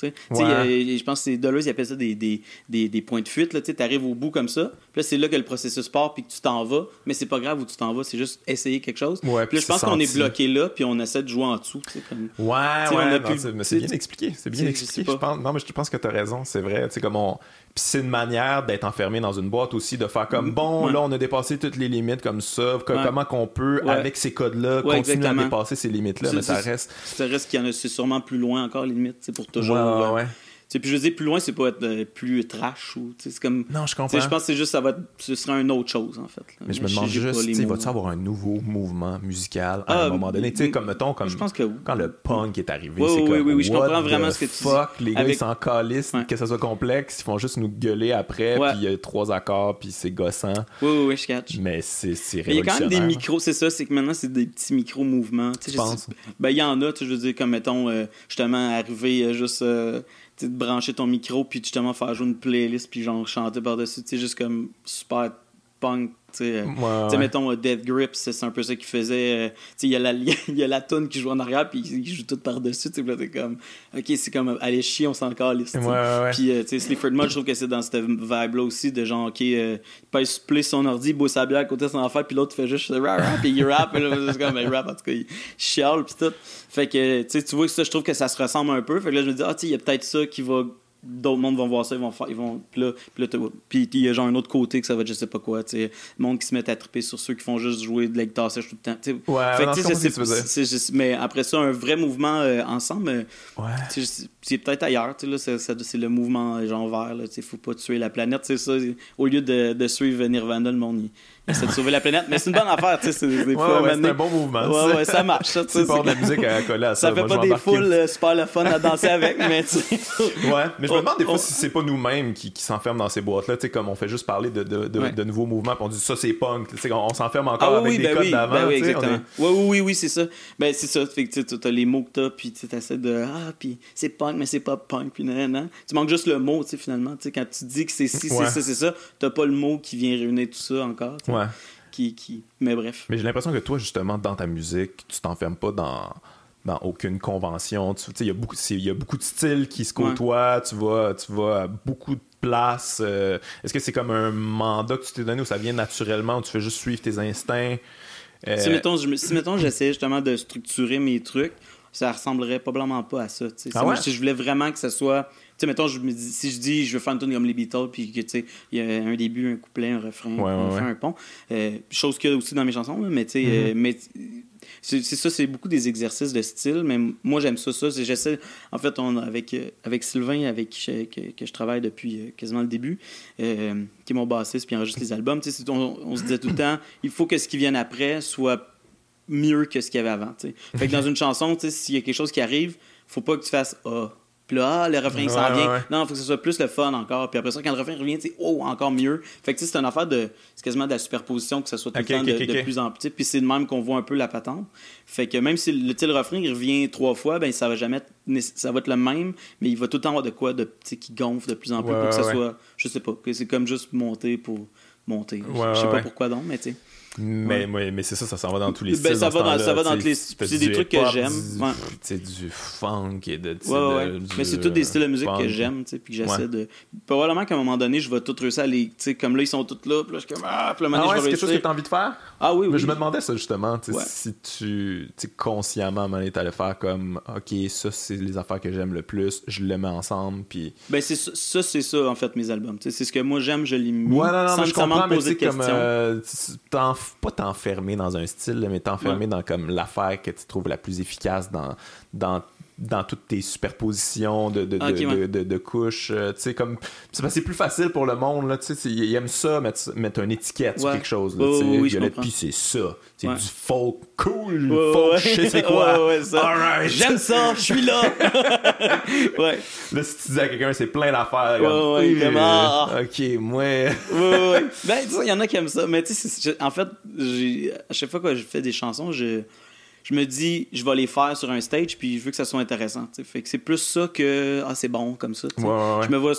Je pense que c'est Deleuze, il appelle ça des points de fuite. Tu arrives au bout comme ça, puis là, c'est là que le processus part, puis que tu t'en vas, mais c'est pas grave où tu t'en vas, c'est juste essayer quelque chose.
Ouais,
puis là, je pense qu'on est bloqué là, puis on essaie de jouer en dessous.
Mais c'est bien expliqué. Je pense que tu as raison, c'est vrai. Puis c'est une manière d'être enfermé dans une boîte aussi, de faire comme là, on a dépassé toutes les limites comme ça. Comment qu'on peut, avec ces codes-là, continuer à dépasser ces limites-là, mais ça reste.
Ça reste qu'il y en a, c'est sûrement plus loin encore, les limites, pour toujours. Puis je veux dire, plus loin, c'est pas être plus trash ou c'est comme.
Non, je comprends.
Je pense que c'est juste ce serait une autre chose en fait. Là.
Mais je me demande juste, va-tu avoir un nouveau mouvement musical à un moment donné, comme mettons je pense que quand le punk est arrivé, c'est comme
oui, je comprends vraiment ce que tu dis.
Les gars ils s'en calissent, que ça soit complexe, ils font juste nous gueuler après, puis il y a 3 accords, puis c'est gossant.
Oui, je catch.
Mais c'est révolutionnaire.
Il y a quand même des micros, c'est ça, c'est que maintenant c'est des petits micro mouvements.
Tu penses?
Ben il y en a, je veux dire comme mettons justement arriver juste de brancher ton micro puis justement faire jouer une playlist puis genre chanter par-dessus, juste comme super punk, mettons Death Grips, c'est un peu ça qu'il faisait, il y a la toune qui joue en arrière puis il joue tout par-dessus, là t'es comme ok, c'est comme allez chier, on s'en calisse, puis Sleaford Mods, je trouve que c'est dans cette vibe là aussi de genre ok, il pèse play son ordi, il boit sa bière à côté de son affaire puis l'autre fait juste rap puis il rap et là c'est comme rap, en tout cas il chiale puis tout, fait que tu vois que ça, je trouve que ça se ressemble un peu, fait que là je me dis il y a peut-être ça qui va, d'autres mondes vont voir ça, puis il y a genre un autre côté que ça va être je sais pas quoi, tu sais, le monde qui se met à triper sur ceux qui font juste jouer de la guitare sèche tout le temps, mais après ça un vrai mouvement ensemble, c'est peut-être ailleurs, tu sais, là c'est le mouvement genre vert, là, tu sais, faut pas tuer la planète, c'est ça, au lieu de suivre Nirvana, le monde il essaie de sauver la planète, mais c'est une bonne affaire, tu sais, des fois
c'est un bon mouvement,
ça marche, ça, tu sais,
c'est de la musique à coller à ça,
ça fait pas des foules super le fun à danser avec, mais tu sais
mais je me demande des fois si c'est pas nous-mêmes qui s'enferment dans ces boîtes-là, tu sais, comme on fait juste parler de nouveaux mouvements, puis on dit ça c'est punk, tu sais, on s'enferme encore avec des codes d'avant,
oui, exactement. Oui, c'est ça. Ben c'est ça, fait que tu as les mots que t'as, puis tu essaies de puis c'est punk, mais c'est pas punk, puis non. Tu manques juste le mot, tu sais, finalement, tu sais, quand tu dis que c'est c'est ça, t'as pas le mot qui vient réunir tout ça encore. Mais bref.
Mais j'ai l'impression que toi, justement, dans ta musique, tu t'enfermes pas dans aucune convention. Il y a beaucoup de styles qui se côtoient. Tu vas à beaucoup de places. Est-ce que c'est comme un mandat que tu t'es donné où ça vient naturellement, où tu fais juste suivre tes instincts?
Si, mettons, j'essaie justement de structurer mes trucs, ça ressemblerait probablement pas à ça. Moi, si je voulais vraiment que ça soit... Tu sais, mettons, si je dis je veux faire une tune comme les Beatles, puis que, tu sais, il y a un début, un couplet, un refrain, un pont. Chose qu'il y a aussi dans mes chansons, là, mais tu sais, mais c'est ça, c'est beaucoup des exercices de style, mais moi, j'aime ça. J'essaie, en fait, avec Sylvain, que je travaille depuis quasiment le début, qui est mon bassiste, puis il enregistre les albums, tu sais, on se disait tout le temps, il faut que ce qui vienne après soit mieux que ce qu'il y avait avant, tu sais. Fait que dans une chanson, tu sais, s'il y a quelque chose qui arrive, faut pas que tu fasses Puis là, le refrain il s'en vient.
Ouais.
Non, il faut que ce soit plus le fun encore. Puis après ça, quand le refrain revient, tu sais, encore mieux. Fait que tu sais, c'est une affaire c'est quasiment de la superposition, que ça soit tout le temps de plus en plus. Puis c'est de même qu'on voit un peu la patente. Fait que même si le refrain il revient 3 fois, ben ça va être le même, mais il va tout le temps avoir de quoi qui gonfle de plus en plus pour que ça soit, je sais pas, que c'est comme juste monter pour monter. Je sais pas pourquoi donc, mais tu sais.
Mais c'est ça s'en va dans tous les styles.
Ça va dans tous les styles. C'est des trucs que j'aime.
Du funk et de.
Mais c'est tous des styles de musique que j'aime, puis que j'essaie de. Probablement qu'à un moment donné, je vais tout réussir à les. Comme là, ils sont tous là, puis là, je suis comme. Puis là,
c'est quelque chose que tu as envie de faire?
Ah oui.
Mais je me demandais ça justement. Si tu consciemment, à un moment donné, t'allais faire comme, OK, ça, c'est les affaires que j'aime le plus, je les mets ensemble, puis.
Ben, c'est ça, en fait, mes albums. C'est ce que moi j'aime, je l'ai mis.
Sans
je comprends,
mais
poser de questions.
Pas t'enfermer dans un style, mais t'enfermer dans comme l'affaire que tu trouves la plus efficace dans toutes tes superpositions de couches. Tu sais, comme c'est plus facile pour le monde, là, tu sais, ils aiment ça, mettre une étiquette sur quelque chose. Là, Violette Pie, c'est ça. C'est du folk cool, folk, je sais c'est quoi.
Ça. Right. J'aime ça, je suis là.
Là, si tu dis à quelqu'un, c'est plein d'affaires. OK, moi.
Ben, tu sais, il y en a qui aiment ça. Mais tu sais, en fait, à chaque fois que je fais des chansons, je me dis, je vais les faire sur un stage, puis je veux que ça soit intéressant. T'sais. Fait que c'est plus ça que, c'est bon comme ça. Je me vois,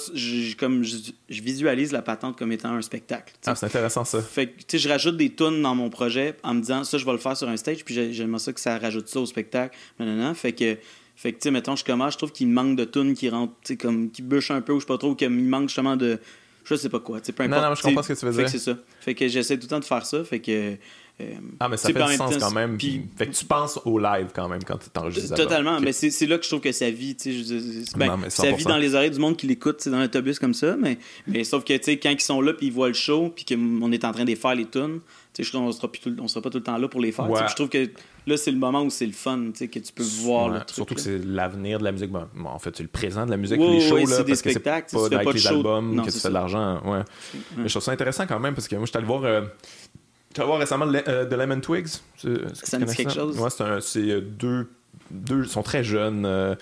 je visualise la patente comme étant un spectacle. T'sais.
C'est intéressant ça.
Fait que, tu sais, je rajoute des tunes dans mon projet en me disant, ça, je vais le faire sur un stage, puis j'aimerais ça que ça rajoute ça au spectacle. Fait que tu sais, mettons, je trouve qu'il manque de tunes qui rentrent, tu sais, comme, qui bûchent un peu, ou je sais pas trop, qu'il manque justement de, je sais pas quoi, tu sais, peu importe.
Non, je comprends ce que tu veux dire.
Fait que c'est ça. Fait que j'essaie tout le temps de faire ça, fait que.
Mais ça fait du sens quand même. Fait que tu penses au live quand même quand tu t'enregistres.
Totalement, mais c'est là que je trouve que ça vit. Ça vit dans les oreilles du monde qui l'écoute dans l'autobus comme ça, mais sauf que quand ils sont là puis ils voient le show puis qu'on est en train de faire les tunes, on sera pas tout le temps là pour les faire. Je trouve que là, c'est le moment où c'est le fun, que tu peux voir le truc.
Surtout que c'est l'avenir de la musique. En fait, c'est le présent de la musique, les shows.
C'est des
parce
spectacles.
Que c'est pas avec les albums que tu fais de l'argent. Mais je trouve ça intéressant quand même parce que moi, je suis allé voir... Tu vas voir récemment The Lemon Twigs.
Ça me dit quelque chose?
Ouais, c'est deux. Ils sont très jeunes.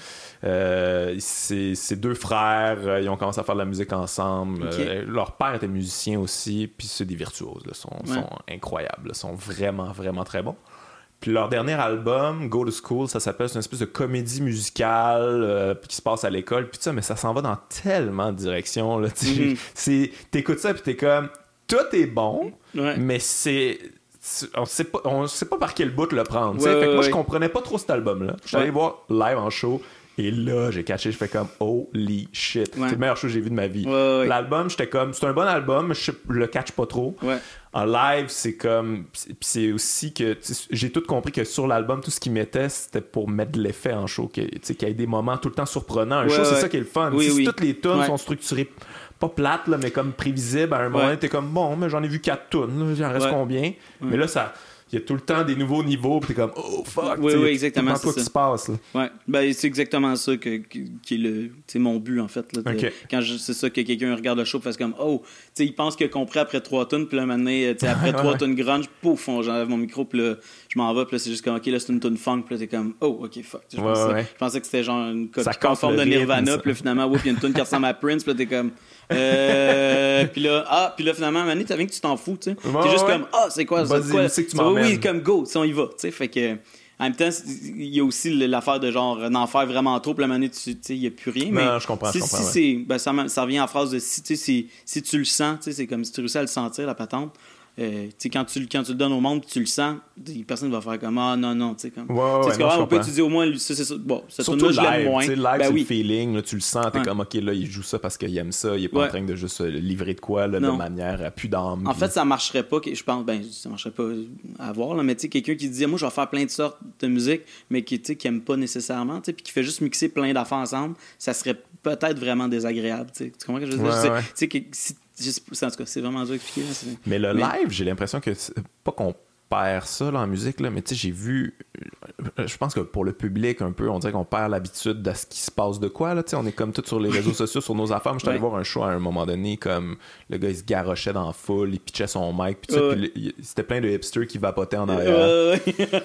C'est 2 frères. Ils ont commencé à faire de la musique ensemble. Leur père était musicien aussi. Puis c'est des virtuoses. Ils sont incroyables. Ils sont vraiment, vraiment très bons. Puis leur dernier album, Go to School, ça s'appelle, c'est une espèce de comédie musicale qui se passe à l'école. Puis mais ça s'en va dans tellement de directions. Là, t'écoutes ça, puis t'es comme... Tout est bon, mais on sait pas par quel bout le prendre. Fait que moi, je comprenais pas trop cet album-là. Je suis allé voir live en show, et là, j'ai catché, je fais comme holy shit. C'est le meilleur show que j'ai vu de ma vie. L'album, j'étais comme, c'est un bon album, mais je le catch pas trop. En live, c'est comme, c'est aussi que j'ai tout compris que sur l'album, tout ce qu'ils mettaient, c'était pour mettre de l'effet en show, qu'il y ait des moments tout le temps surprenants. Un show, c'est ça qui est le fun. Si toutes les tunes sont structurées pas plate, là, mais comme prévisible, à un moment, t'es comme, bon, mais j'en ai vu 4 tunes, il en reste combien? Mais là, il y a tout le temps des nouveaux niveaux, puis t'es comme, oh fuck,
exactement,
c'est quoi qui se passe, là.
Ben, c'est exactement ça qui est mon but, en fait. Là, quand c'est ça que quelqu'un regarde le show, fait comme, il pense qu'il a compris après 3 tunes, puis là, maintenant, après 3 tunes grunge, pouf, j'enlève mon micro, puis là, je m'en vais, puis là, c'est juste comme, OK, là, c'est une tune funk, puis là, t'es comme, OK, fuck. Je pensais que c'était genre une conforme de Nirvana, puis là, finalement, il y a une tune qui ressemble à Prince, puis là, t'es comme... puis là finalement, Mané, t'as vu que tu t'en fous, tu sais. T'es juste comme, c'est quoi ça? Oui, comme go, on y va, tu sais. Fait que, en même temps, il y a aussi l'affaire de genre, d'en faire vraiment trop, puis la Mané, tu sais, il n'y a plus rien.
Non, je comprends.
Ça revient en phrase de si tu le sens, tu sais, c'est comme si tu réussis à le sentir, la patente. Quand tu le donnes au monde puis tu le sens, personne va faire comme non, tu sais comme. On peut étudier au moins ça c'est ça. Bon, cette tune-là je l'aime moins.
Live, c'est le feeling, là, tu le sens, t'es comme OK, là il joue ça parce qu'il aime ça, il est pas en train de juste livrer de quoi là, de manière à plus d'âme.
En fait, ça marcherait pas, je pense, ça marcherait pas à voir là, mais tu sais quelqu'un qui dit moi je vais faire plein de sortes de musique, mais qui aime pas nécessairement, tu sais, puis qui fait juste mixer plein d'affaires ensemble, ça serait peut-être vraiment désagréable, tu sais. Tu comprends ce que je veux dire? Tu sais en tout cas, c'est vraiment dur à expliquer.
Mais live, j'ai l'impression que pas qu'on perd ça là, en musique, là, mais tu sais, j'ai vu je pense que pour le public, un peu, on dirait qu'on perd l'habitude de ce qui se passe de quoi, là, tu sais, on est comme tous sur les réseaux sociaux, sur nos affaires. Moi, je suis allé voir un show à un moment donné, comme le gars, il se garochait dans la foule, il pitchait son mic, puis c'était plein de hipsters qui vapotaient en arrière.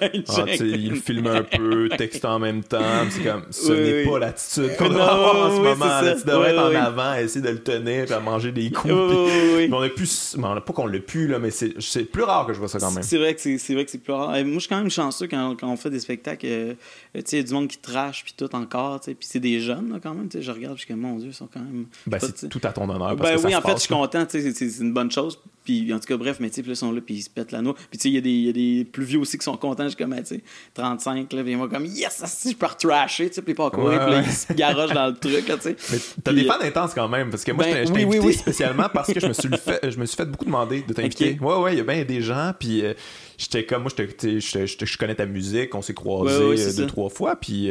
Il filmait un peu, textait en même temps, c'est comme, ce n'est pas l'attitude qu'on doit avoir en ce moment, là, tu devrais être en avant, essayer de le tenir, puis à manger des coups, mais on a plus, pas qu'on l'a pu, là, mais c'est plus rare que je vois ça quand même.
C'est vrai que c'est plus rare. Moi, je suis quand même chanceux quand on fait des spectacles. Tu sais, il y a du monde qui trash, puis tout encore. Puis c'est des jeunes, là, quand même. Je regarde, puis je suis comme, mon Dieu, ils sont quand même.
C'est tout à ton honneur. Parce que
oui,
ça
en fait, je suis
là.
content. C'est une bonne chose. Puis en tout cas, bref, mais tu sais, puis là, ils sont là, puis ils se pètent la noix. Puis tu sais, il y a des plus vieux aussi qui sont contents. Je suis comme, tu sais, 35, là, puis ils vont comme, yes, je peux retrasher, tu sais, puis pas courir, puis là, ils se garochent dans le truc, là, tu sais.
Mais t'as des fans intenses quand même, parce que moi, je t'ai invité spécialement parce que je me suis fait beaucoup demander de t'inviter. Ouais, il y a bien des gens, puis j'étais comme, moi, je connais ta musique, on s'est croisés 2-3 fois, puis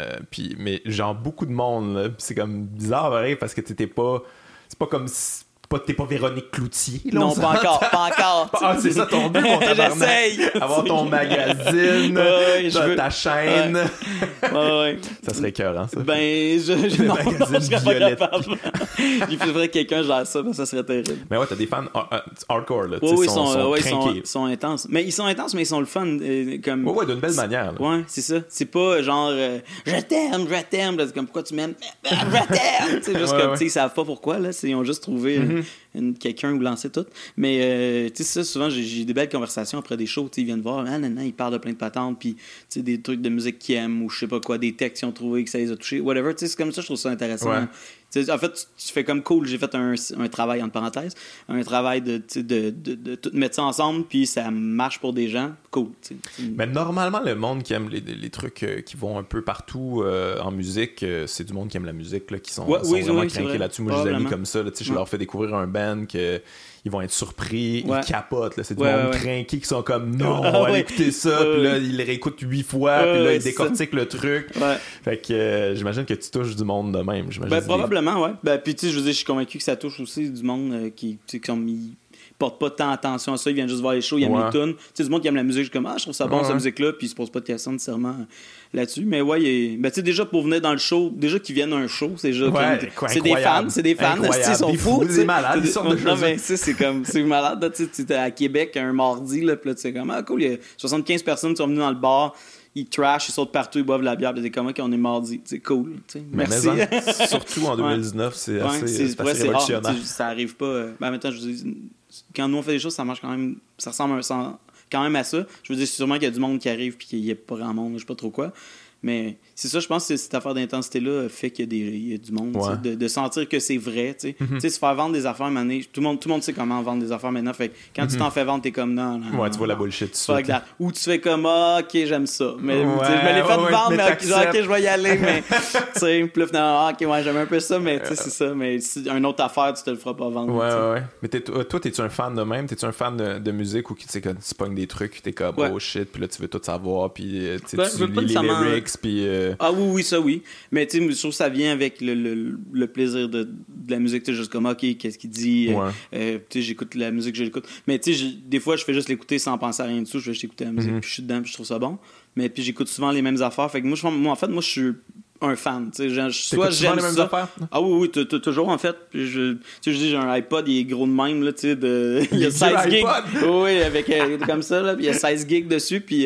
mais genre, beaucoup de monde, là, c'est comme bizarre, pareil, parce que c'est pas comme si t'es pas Véronique Cloutier. Là,
non, pas encore.
Ah, c'est ça ton but, mon tabarnak.
J'essaye.
Avoir ton magazine, ta chaîne.
Ouais.
Ça serait écœurant, ça.
Ben, je serais pas capable. Il faudrait que quelqu'un gère ça, ça serait terrible.
Mais ouais, t'as des fans hardcore, là.
Oui,
ils
sont intenses. Mais ils sont intenses, mais ils sont le fun. Comme...
Ouais, d'une belle manière. Là.
Ouais, c'est ça. C'est pas genre, je t'aime. C'est comme, pourquoi tu m'aimes? Je t'aime. C'est juste comme, tu sais, ils savent pas pourquoi, là. Ils ont juste trouvé quelqu'un où lancer tout. Mais, tu sais, ça, souvent, j'ai des belles conversations après des shows. Ils viennent voir, ils parlent de plein de patentes, puis, tu sais, des trucs de musique qu'ils aiment, ou je sais pas quoi, des textes qu'ils ont trouvé, que ça les a touchés, whatever. Tu sais, c'est comme ça, je trouve ça intéressant. Ouais. En fait, tu fais comme cool. J'ai fait un travail, entre parenthèses, un travail de tout mettre ça ensemble, puis ça marche pour des gens. Cool. T'sais.
Mais normalement, le monde qui aime les trucs qui vont un peu partout en musique, c'est du monde qui aime la musique, là, qui sont vraiment craqués là-dessus. Moi, je les ai mis comme ça. Là, je leur fais découvrir un band que... Ils vont être surpris, ils capotent. Là. C'est du monde crinqué qui sont comme non, on va écouter ça. Puis là, ils le réécoutent 8 fois. Puis là, ils décortiquent le truc. Fait que j'imagine que tu touches du monde de même.
Probablement, ouais. Puis tu sais, je veux dire, je suis convaincu que ça touche aussi du monde qui comme ils portent pas tant attention à ça. Ils viennent juste voir les shows, ils aiment les tunes. Tu sais, du monde qui aime la musique, je suis comme, je trouve ça bon, cette musique-là. Puis ils se posent pas de questions nécessairement là-dessus. Mais ouais, tu sais, déjà pour venir dans le show, déjà qu'ils viennent à un show, c'est déjà c'est des fans. Ils sont fous.
Des malades.
Non, mais tu sais, c'est comme, c'est malade. Tu sais, t'es à Québec un mardi, là, puis là, tu sais, comme, cool, il y a 75 personnes qui sont venues dans le bar. Ils trash, ils sautent partout, ils boivent de la bière, puis des comment qu'on est mardi. C'est cool. Merci.
Surtout en 2019, c'est assez révolutionnaire.
Ça arrive pas. Maintenant, je dis, quand nous on fait des choses, ça marche quand même. Ça ressemble quand même à ça. Je veux dire, sûrement qu'il y a du monde qui arrive, puis qu'il n'y a pas grand monde, je sais pas trop quoi. Mais c'est ça, je pense que cette affaire d'intensité-là fait qu'il y a du monde, de sentir que c'est vrai. Tu sais, se faire vendre des affaires, tout le monde sait comment vendre des affaires maintenant. Fait que quand tu t'en fais vendre, t'es comme non.
Tu vois la bullshit tout de suite.
Ou tu fais comme ok, j'aime ça. Mais je me l'ai fait vendre, mais ok, je vais y aller. Mais tu sais, puis là, finalement, ok, j'aime un peu ça, mais tu sais, c'est ça. Mais si une autre affaire, tu te le feras pas vendre.
Ouais. Mais toi, t'es-tu un fan de même? T'es-tu un fan de musique ou tu sais, quand tu pognes des trucs, t'es comme oh shit, puis là, tu veux tout savoir, puis tu lis les lyrics, puis.
Oui, ça oui. Mais tu sais, je trouve que ça vient avec le plaisir de la musique. Tu sais, juste comme, ok, qu'est-ce qu'il dit? Tu sais, j'écoute la musique, je l'écoute. Mais tu sais, des fois, je fais juste l'écouter sans penser à rien dessous. Je vais juste écouter la musique, puis je suis dedans, puis je trouve ça bon. Mais puis j'écoute souvent les mêmes affaires. Fait que moi, je suis un fan. Tu sais, soit j'aime les mêmes affaires? Oui, toujours, en fait. Puis je dis, j'ai un iPod, il est gros de même, là, tu sais, il y a 16 gigs. Oui, avec comme ça, là, puis il y a 16 gigs dessus, puis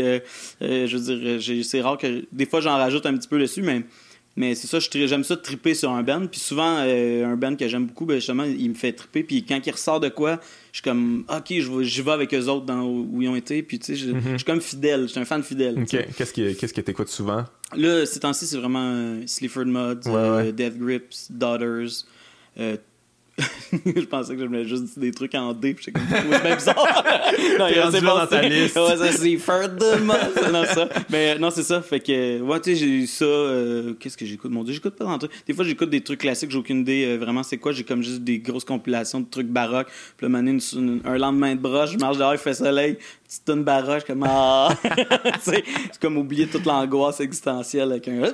je veux dire, c'est rare que... Des fois, j'en rajoute un petit peu dessus, mais c'est ça, j'aime ça de triper sur un band. Puis souvent, un band que j'aime beaucoup, ben justement, il me fait triper. Puis quand il ressort de quoi, je suis comme, ok, j'y vais avec eux autres où ils ont été. Puis tu sais, je suis comme fidèle, je suis un fan fidèle.
Ok, qu'est-ce que t'écoutes souvent?
Là, ces temps-ci, c'est vraiment Sleaford Mods, Death Grips, Daughters. Je pensais que j'aimais juste des trucs en D, puis j'étais comme, c'est bien bizarre. Non, il
rendu là dans ta liste.
Ça, c'est Further Mods. Non, ça. Mais non, c'est ça. Fait que, tu sais, j'ai eu ça. Qu'est-ce que j'écoute? Mon Dieu, j'écoute pas dans tout. Des fois, j'écoute des trucs classiques, j'ai aucune idée vraiment c'est quoi. J'ai comme juste des grosses compilations de trucs baroques. Puis là, un lendemain de broche, je marche dehors, il fait soleil. Petite tonne baroche, comme c'est comme oublier toute l'angoisse existentielle avec un.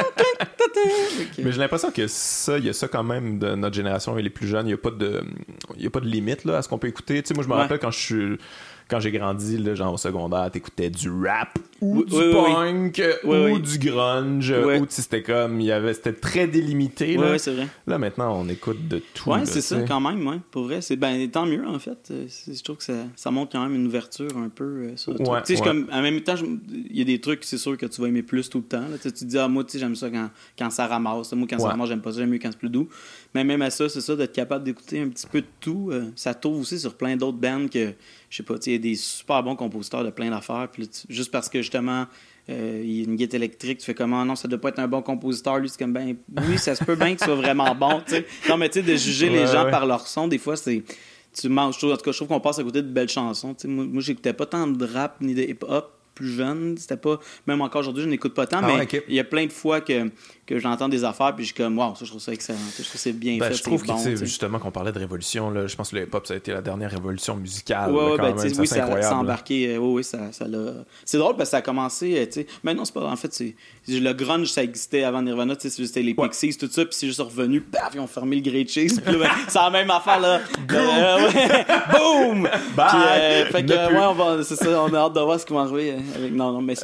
Mais j'ai l'impression que ça, il y a ça quand même de notre génération et les plus jeunes. Il y a pas de. y a pas de limite là, à ce qu'on peut écouter. Tu sais, moi, je me rappelle quand j'ai grandi, là, genre au secondaire, t'écoutais du rap ou du punk ou du grunge ou c'était comme, c'était très délimité. Là.
C'est vrai.
Là, maintenant, on écoute de tout.
Ouais,
là,
c'est ça, quand même, ouais. Pour vrai, c'est tant mieux, en fait. Je trouve que ça montre quand même une ouverture un peu sur le truc. Tu sais, comme, en même temps, il y a des trucs, c'est sûr que tu vas aimer plus tout le temps. Là. Tu te dis, moi, tu sais, j'aime ça quand ça ramasse. Moi, quand ça ramasse, j'aime pas ça, j'aime mieux quand c'est plus doux. Mais même à ça, c'est ça, d'être capable d'écouter un petit peu de tout. Ça tourne aussi sur plein d'autres bands que, je sais pas, tu sais, il y a des super bons compositeurs de plein d'affaires. Puis là, juste parce que, justement, il y a une guitare électrique, tu fais comment non, ça doit pas être un bon compositeur. Lui, c'est comme, ben, oui, ça se peut bien qu'il soit vraiment bon, tu sais. Non, mais tu sais, de juger les gens par leur son, des fois, c'est. Tu manges, en tout cas, je trouve qu'on passe à côté de belles chansons. Tu sais, moi, j'écoutais pas tant de rap ni de hip-hop plus jeune. C'était pas. Même encore aujourd'hui, je n'écoute pas tant, mais il y a plein de fois que j'entends des affaires, puis je suis comme, wow, ça, je trouve ça excellent. Je trouve que c'est bien fait.
Je trouve que,
bon,
justement, qu'on parlait de révolution, là, je pense que le hip-hop, ça a été la dernière révolution musicale.
Ouais,
là,
ben, oui, ça a embarqué. Oui, ça l'a. C'est drôle parce que ça a commencé, tu sais. Mais non, c'est pas. En fait, le grunge, ça existait avant Nirvana, tu sais, c'était les Pixies, tout ça, puis c'est juste revenu, paf, ils ont fermé le Great Cheese, puis là, c'est la même affaire, là. Boom! Bye! Fait que, c'est ça, on a hâte de voir ce qui va arriver avec. Non, mais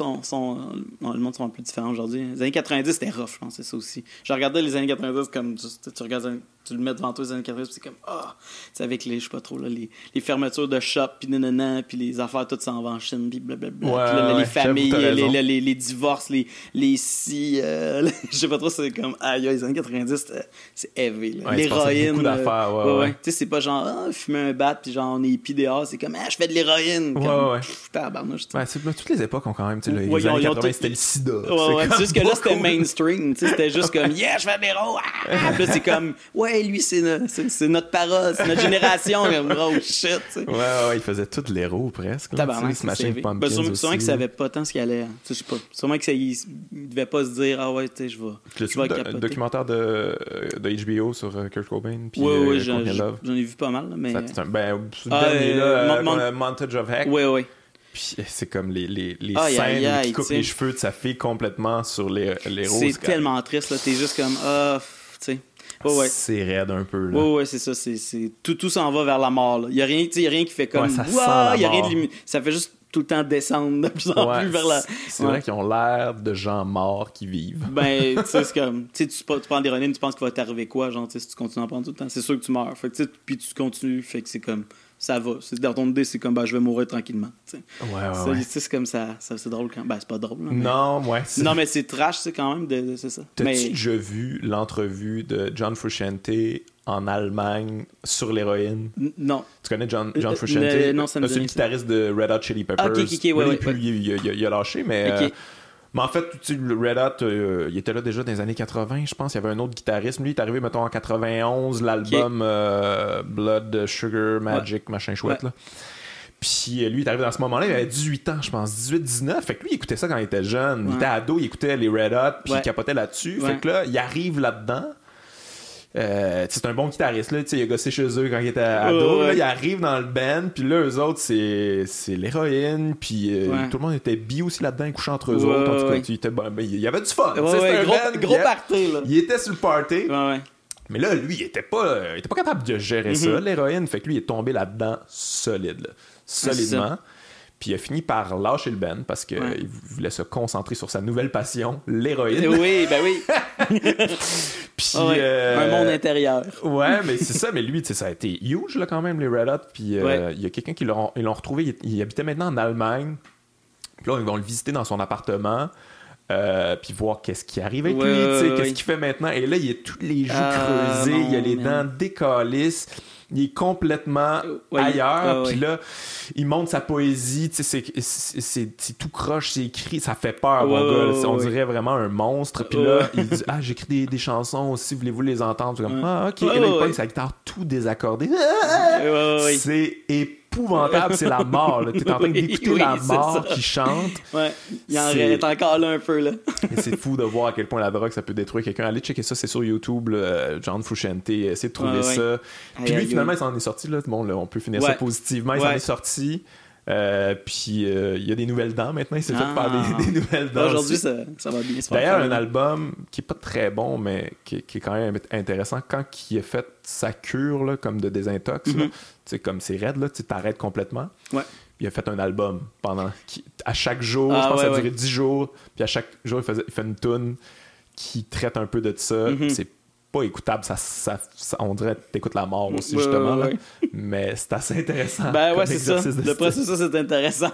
le monde sont un peu différents aujourd'hui. Les années 90, c'était rough, je pense, c'est ça aussi. Je regardais les années 90 comme tu regardes, tu le mets devant toi les années 90, c'est comme c'est avec les, je sais pas trop là, les fermetures de shop puis nanana, puis les affaires toutes s'en vont en Chine puis blablabla, les familles, les divorces, les si je sais pas trop, c'est comme les années 90 c'est heavy là. L'héroïne,
beaucoup d'affaires,
tu sais, c'est pas genre fumer un bat puis genre on est hippie dehors, c'est comme je fais de l'héroïne tabarnouche.
Toutes les époques ont quand même, tu sais, les années 80 c'était le sida.
C'est juste que là c'était mainstream, tu sais, c'était juste comme je fais de l'héros. Puis là c'est comme lui c'est notre parole, c'est notre génération, oh shit, tu sais.
Il faisait tout l'héros presque.
Tabarnak,
Smashing Pumpkins aussi.
Sûrement qu'il savait pas tant ce qu'il allait. Je sais pas. Sûrement qu'il devait pas se dire tu sais, je vais capoter.
Le documentaire de HBO sur Kurt Cobain puis
j'en ai vu pas mal là, mais
c'est le dernier là, Montage of Heck.
Oui.
Puis c'est comme les scènes où il coupe les cheveux de sa fille complètement sur les roses.
C'est tellement triste là, t'es juste comme tu sais.
C'est raide un peu là.
C'est ça, c'est tout s'en va vers la mort là. Il y a rien qui fait comme il y a rien de ça fait juste tout le temps descendre de plus en plus vers la.
C'est vrai qu'ils ont l'air de gens morts qui vivent.
Ben, tu sais, c'est comme. Tu prends des Ronin, tu penses qu'il va t'arriver quoi, genre, si tu continues à en prendre tout le temps, c'est sûr que tu meurs. Fait que, puis tu continues, fait que c'est comme. Ça va. Dans ton idée, c'est comme, je vais mourir tranquillement. T'sais. C'est comme ça. C'est drôle quand. C'est pas drôle. Là, mais... Non, mais c'est trash, c'est quand même. C'est ça.
T'as-tu déjà vu l'entrevue de John Frusciante en Allemagne sur l'héroïne?
Non.
Tu connais John Frusciante?
Non, ça me dit.
C'est le guitariste de Red Hot Chili Peppers. Il a lâché, mais. Mais en fait, tu sais, le Red Hot, il était là déjà dans les années 80, je pense. Il y avait un autre guitariste. Lui, il est arrivé, mettons, en 91, l'album Blood Sugar Magic, machin chouette, là. Puis lui, il est arrivé dans ce moment-là, il avait 18 ans, je pense, 18-19. Fait que lui, il écoutait ça quand il était jeune. Il était ado, il écoutait les Red Hot, puis il capotait là-dessus. Fait que là, il arrive là-dedans. C'est un bon guitariste, là, il a gossé chez eux quand il était ado. Là, il arrive dans le band, puis là, eux autres, c'est l'héroïne, puis tout le monde était bi aussi là-dedans, ils couchaient entre eux autres. En tout cas, il y avait du fun.
C'était un gros party. Là.
Il était sur le party. Mais là, lui, il était pas capable de gérer ça, l'héroïne. Fait que lui, il est tombé là-dedans solidement. Puis il a fini par lâcher le band parce qu'il voulait se concentrer sur sa nouvelle passion, l'héroïne.
Oui.
Puis,
un monde intérieur.
Ouais, mais c'est ça. Mais lui, ça a été huge là, quand même, les Red Hot. Puis il y a quelqu'un qui l'ont retrouvé. Il habitait maintenant en Allemagne. Puis là, ils vont le visiter dans son appartement. Puis voir qu'est-ce qui arrive avec lui, qu'est-ce qu'il fait maintenant. Et là, il a tous les joues creusées, il a les dents décalisses. Il est complètement ailleurs. Puis là, il montre sa poésie. C'est tout croche, c'est écrit. Ça fait peur, mon gars. On dirait vraiment un monstre. Puis là, il dit j'écris des chansons aussi. Voulez-vous les entendre? C'est comme OK. Et là, il pogne sa guitare tout désaccordée. C'est épouvantable. C'est la mort. T'es en train d'écouter la mort qui chante.
Il en reste encore là un peu. Là.
Et c'est fou de voir à quel point la drogue, ça peut détruire quelqu'un. Allez checker ça, c'est sur YouTube. John Frusciante, essayez de trouver ça. Puis lui, finalement, il s'en est sorti. Là. Bon, là, on peut finir ça positivement. Il s'en est sorti. Puis il y a des nouvelles dents maintenant. Il s'est fait faire des nouvelles dents.
Aujourd'hui, ça va bien.
D'ailleurs, un album qui est pas très bon, mais qui est quand même intéressant. Quand il a fait sa cure là, comme de désintox, comme c'est raide, tu t'arrêtes complètement.
Ouais.
Il a fait un album à chaque jour, je pense que ça a duré 10 jours. Puis à chaque jour, il fait une toune qui traite un peu de ça. C'est pas écoutable, on dirait que t'écoutes la mort aussi, justement. Là. Mais c'est assez intéressant.
Ben ouais, c'est ça. Le processus, c'est intéressant.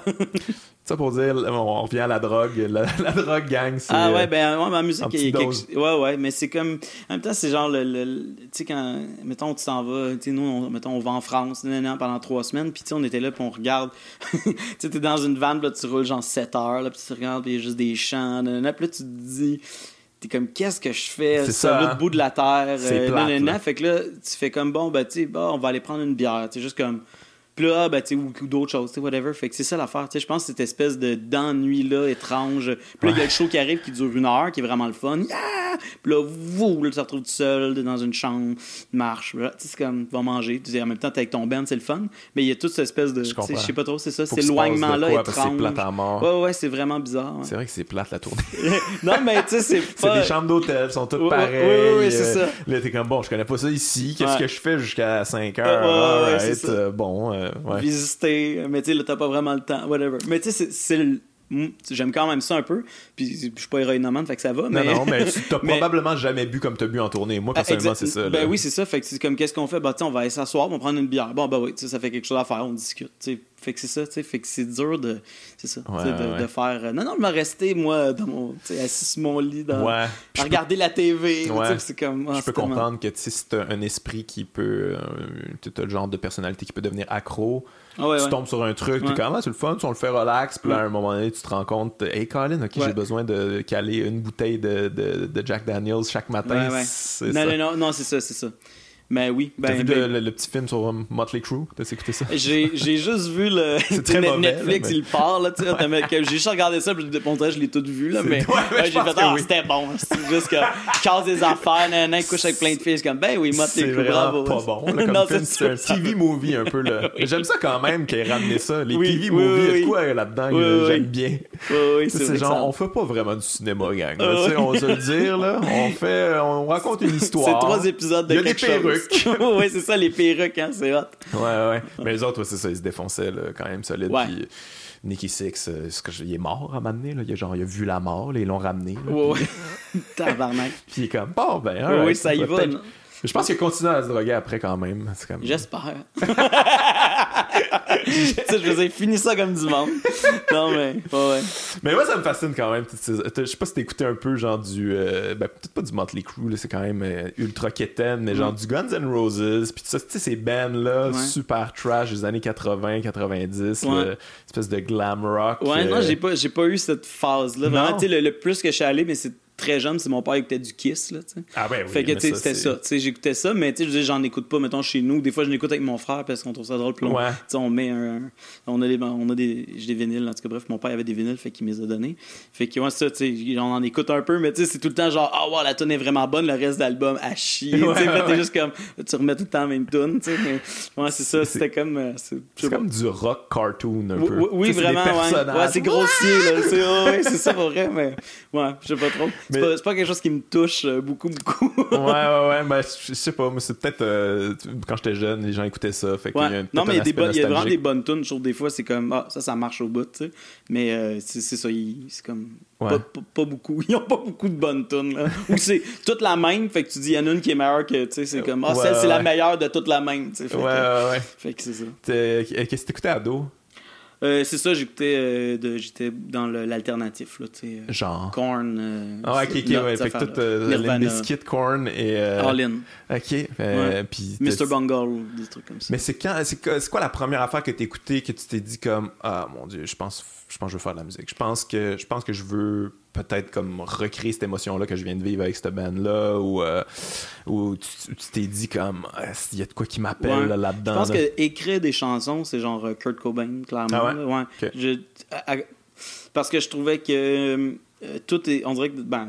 Ça pour dire, on revient à la drogue. La drogue gang, c'est.
Ah ouais, ma musique, ouais, mais c'est comme. En même temps, c'est genre tu sais, quand, mettons, tu t'en vas, tu sais, nous, on va en France pendant 3 semaines, puis tu sais, on était là, puis on regarde. Tu sais, t'es dans une van, là, tu roules genre 7 heures, là, puis tu regardes, puis il y a juste des champs, puis là, tu te dis. T'es comme, qu'est-ce que je fais sur l'autre bout de la terre?
C'est plate,
fait que là, tu fais comme, bon, tu sais, on va aller prendre une bière. Tu sais, juste comme, puis là, tu sais, ou d'autres choses, tu sais, whatever. Fait que c'est ça l'affaire. Tu sais, je pense que cette espèce d'ennui-là étrange. Puis là, il y a le show qui arrive qui dure 1 heure, qui est vraiment le fun. Yeah! Puis là, tu te retrouves tout seul dans une chambre, marche. Tu sais, c'est comme, tu vas manger. Tu sais, en même temps, t'es avec ton band, c'est le fun. Mais il y a toute cette espèce de. Je sais pas trop, c'est ça. Cet éloignement-là étrange.
C'est plate à mort.
Ouais, c'est vraiment bizarre. Ouais.
C'est vrai que c'est plate la tournée.
Non, mais tu sais, c'est pas.
C'est des chambres d'hôtel, sont toutes pareilles.
Oui, c'est ça.
Là, t'es comme, bon, je connais pas ça ici. Qu'est-ce que je fais jusqu'à 5 heures?
Ouais. Visiter, mais tu sais, là, t'as pas vraiment le temps, whatever. Mais tu sais, j'aime quand même ça un peu, puis je suis pas héroïnomane, fait que ça va. Mais...
Non, mais t'as probablement jamais bu comme t'as bu en tournée. Moi, personnellement, c'est ça.
Ben oui, c'est ça. Fait que c'est comme, qu'est-ce qu'on fait? On va aller s'asseoir, on va prendre une bière. Bon, oui, ça fait quelque chose à faire, on discute. T'sais. Fait que c'est ça, fait que c'est dur de. C'est ça, de faire. Non, je me restais, moi, assis sur mon lit, à regarder la TV. C'est comme.
Je peux comprendre que si t'as un esprit qui peut. T'as le genre de personnalité qui peut devenir accro. Tu tombes sur un truc, t'es comme, c'est le fun, on le fait relax, puis là, à un moment donné, tu te rends compte, hey Colin, j'ai besoin de caler une bouteille de Jack Daniels chaque matin.
Non, c'est ça. Mais oui.
T'as vu le petit film sur Motley Crue? T'as écouté ça?
J'ai juste vu le Netflix, il part, là, tu sais. J'ai juste regardé ça, puis je l'ai tout vu, là, mais j'ai fait, c'était bon. C'est juste que casse des affaires, couche avec plein de filles, c'est comme, ben oui, Motley Crue, bravo.
C'est pas bon, là, comme film, c'est un TV movie un peu, là. J'aime ça quand même qu'il ait ramené ça. Les TV movies, il y a de quoi là-dedans, j'aime bien.
Oui,
c'est genre, on fait pas vraiment du cinéma, gang. On va se le dire, là. On raconte une histoire.
C'est 3 épisodes de quelque chose. Oui, c'est ça, les perruques, hein, c'est hot.
Ouais. Mais les autres, c'est ça, ils se défonçaient là, quand même solide. Puis Nicky Six, il est mort à un moment donné. Là. Il a vu la mort, là, ils l'ont ramené. Là,
ouais. Tabarnak.
Puis il est comme, bon, ben,
oui, ça y va.
Je pense qu'il a continué à se droguer après quand même. C'est comme...
J'espère. Je vous ai fini ça comme du monde. Non, mais ouais.
Mais moi, ça me fascine quand même. Je sais pas si t'as écouté un peu genre du... peut-être pas du Motley Crue, là, c'est quand même ultra quétaine, mais genre du Guns N' Roses, puis tout ça, tu sais, ces bands-là, super trash des années 80, 90, espèce de glam rock.
Ouais, non, j'ai pas eu cette phase-là. Vraiment, tu sais, le plus que je suis allé, mais c'est très jeune, c'est mon père qui écoutait du Kiss, là, tu sais.
Ah ouais, oui.
Fait que, tu sais, c'était ça. Tu sais, j'écoutais ça, mais tu sais, j'en écoute pas, mettons, chez nous. Des fois, je l'écoute avec mon frère parce qu'on trouve ça drôle. Puis tu sais, on met j'ai des vinyles, en tout cas, bref, mon père avait des vinyles, fait qu'il me les a donnés. Fait que, ça, tu sais, on en écoute un peu, mais tu sais, c'est tout le temps genre, la tune est vraiment bonne, le reste de l'album à chier. Tu sais, t'es juste comme, tu remets tout le temps la même tune, tu sais. Mais, c'est ça, c'était comme.
C'est comme du rock cartoon, un peu.
Oui, vraiment, ouais, c'est grossier, là. C'est ça, pour vrai, mais, je sais pas trop. C'est pas quelque chose qui me touche beaucoup.
ouais, ben, je sais pas, mais c'est peut-être quand j'étais jeune, les gens écoutaient ça. Fait qu'il y a
non, mais il y a vraiment des bonnes tunes. Je trouve des fois, c'est comme, ça marche au bout, tu sais. Mais c'est ça, c'est comme. Pas beaucoup. Ils ont pas beaucoup de bonnes tunes, là. Ou c'est toute la même, fait que tu dis, il y en a une qui est meilleure que, tu sais, c'est comme, celle, c'est la meilleure de toute la même, tu sais. Fait que c'est ça.
Qu'est-ce que t'écoutais ado?
C'est ça, j'étais dans l'alternatif, là, tu sais.
Genre.
Korn.
Ok, fait que tout Limp Bizkit, Korn et.
All In.
Ok. Puis.
Mr. Bungle, des trucs comme ça.
Mais c'est quoi la première affaire que t'as écoutée que tu t'es dit comme, ah mon Dieu, je pense que je veux faire de la musique. Je pense que je veux peut-être comme recréer cette émotion-là que je viens de vivre avec cette band-là, ou tu t'es dit comme, il y a de quoi qui m'appelle là-dedans.
Je pense que écrire des chansons, c'est genre Kurt Cobain, clairement.
Ah ouais?
Okay. Parce que je trouvais que tout est, on dirait que,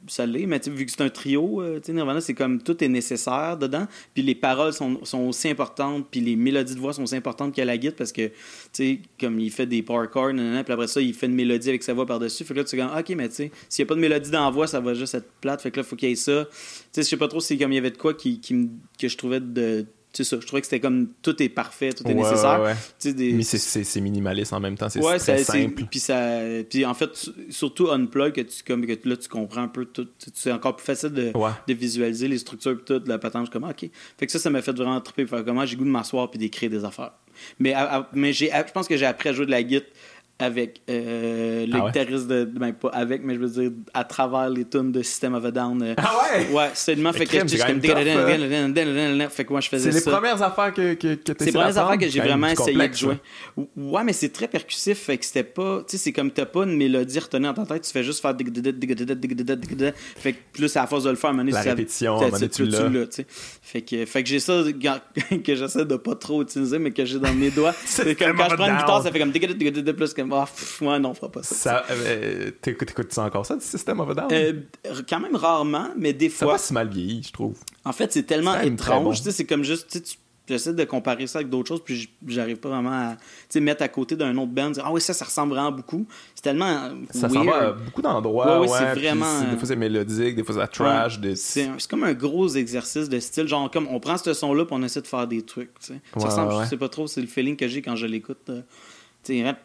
ça l'est, mais vu que c'est un trio, Nirvana, c'est comme tout est nécessaire dedans, puis les paroles sont aussi importantes, puis les mélodies de voix sont aussi importantes que la guitare, parce que, tu sais, comme il fait des power chords, puis après ça, il fait une mélodie avec sa voix par-dessus, fait que là, tu es comme, ok, mais tu sais, s'il n'y a pas de mélodie dans la voix, ça va juste être plate, fait que là, faut qu'il y ait ça. Tu sais, je sais pas trop si comme il y avait de quoi que je trouvais de... C'est ça, je trouvais que c'était comme tout est parfait, tout est nécessaire.
Mais c'est minimaliste en même temps, c'est très simple.
Puis en fait, surtout Unplug, que là tu comprends un peu tout. C'est encore plus facile de visualiser les structures et tout, de la patente. Je suis comme, ok. Fait que ça m'a fait vraiment triper. Faire comment j'ai goût de m'asseoir puis d'écrire des affaires. Mais je pense que j'ai appris à jouer de la guitare avec le guitariste ben pas avec, mais je veux dire à travers les tunes de System of a Down. Ouais, seulement fait que j'étais comme fait que moi je faisais ça.
C'est les premières affaires que tu
C'est les premières affaires que j'ai vraiment essayé de jouer. Ouais, mais c'est très percussif, fait que c'était pas, tu sais, c'est comme t'as pas une mélodie retenue dans ta tête, tu fais juste faire fait que plus à force de le faire, à un moment donné,
la répétition, à un moment donné, tu l'as,
tu sais. Fait que j'ai ça que j'essaie de pas trop utiliser, mais que j'ai dans mes doigts. C'est comme quand je prends une guitare, ça fait comme plus comme ouais, non, on fera pas ça.
T'écoutes-tu encore ça, du System of a Down?
Quand même rarement, mais des fois.
Ça va si mal vieilli, je trouve.
En fait, c'est tellement étrange. Bon. C'est comme juste, j'essaie de comparer ça avec d'autres choses, puis j'arrive pas vraiment à mettre à côté d'un autre band, dire, ah oui, ça ressemble vraiment beaucoup. C'est tellement.
Ça ressemble à beaucoup d'endroits.
Ouais, c'est vraiment.
Des fois, c'est mélodique, des fois, c'est trash.
C'est comme un gros exercice de style. Genre, comme on prend ce son-là, puis on essaie de faire des trucs. Ça ressemble, je sais pas trop, c'est le feeling que j'ai quand je l'écoute. What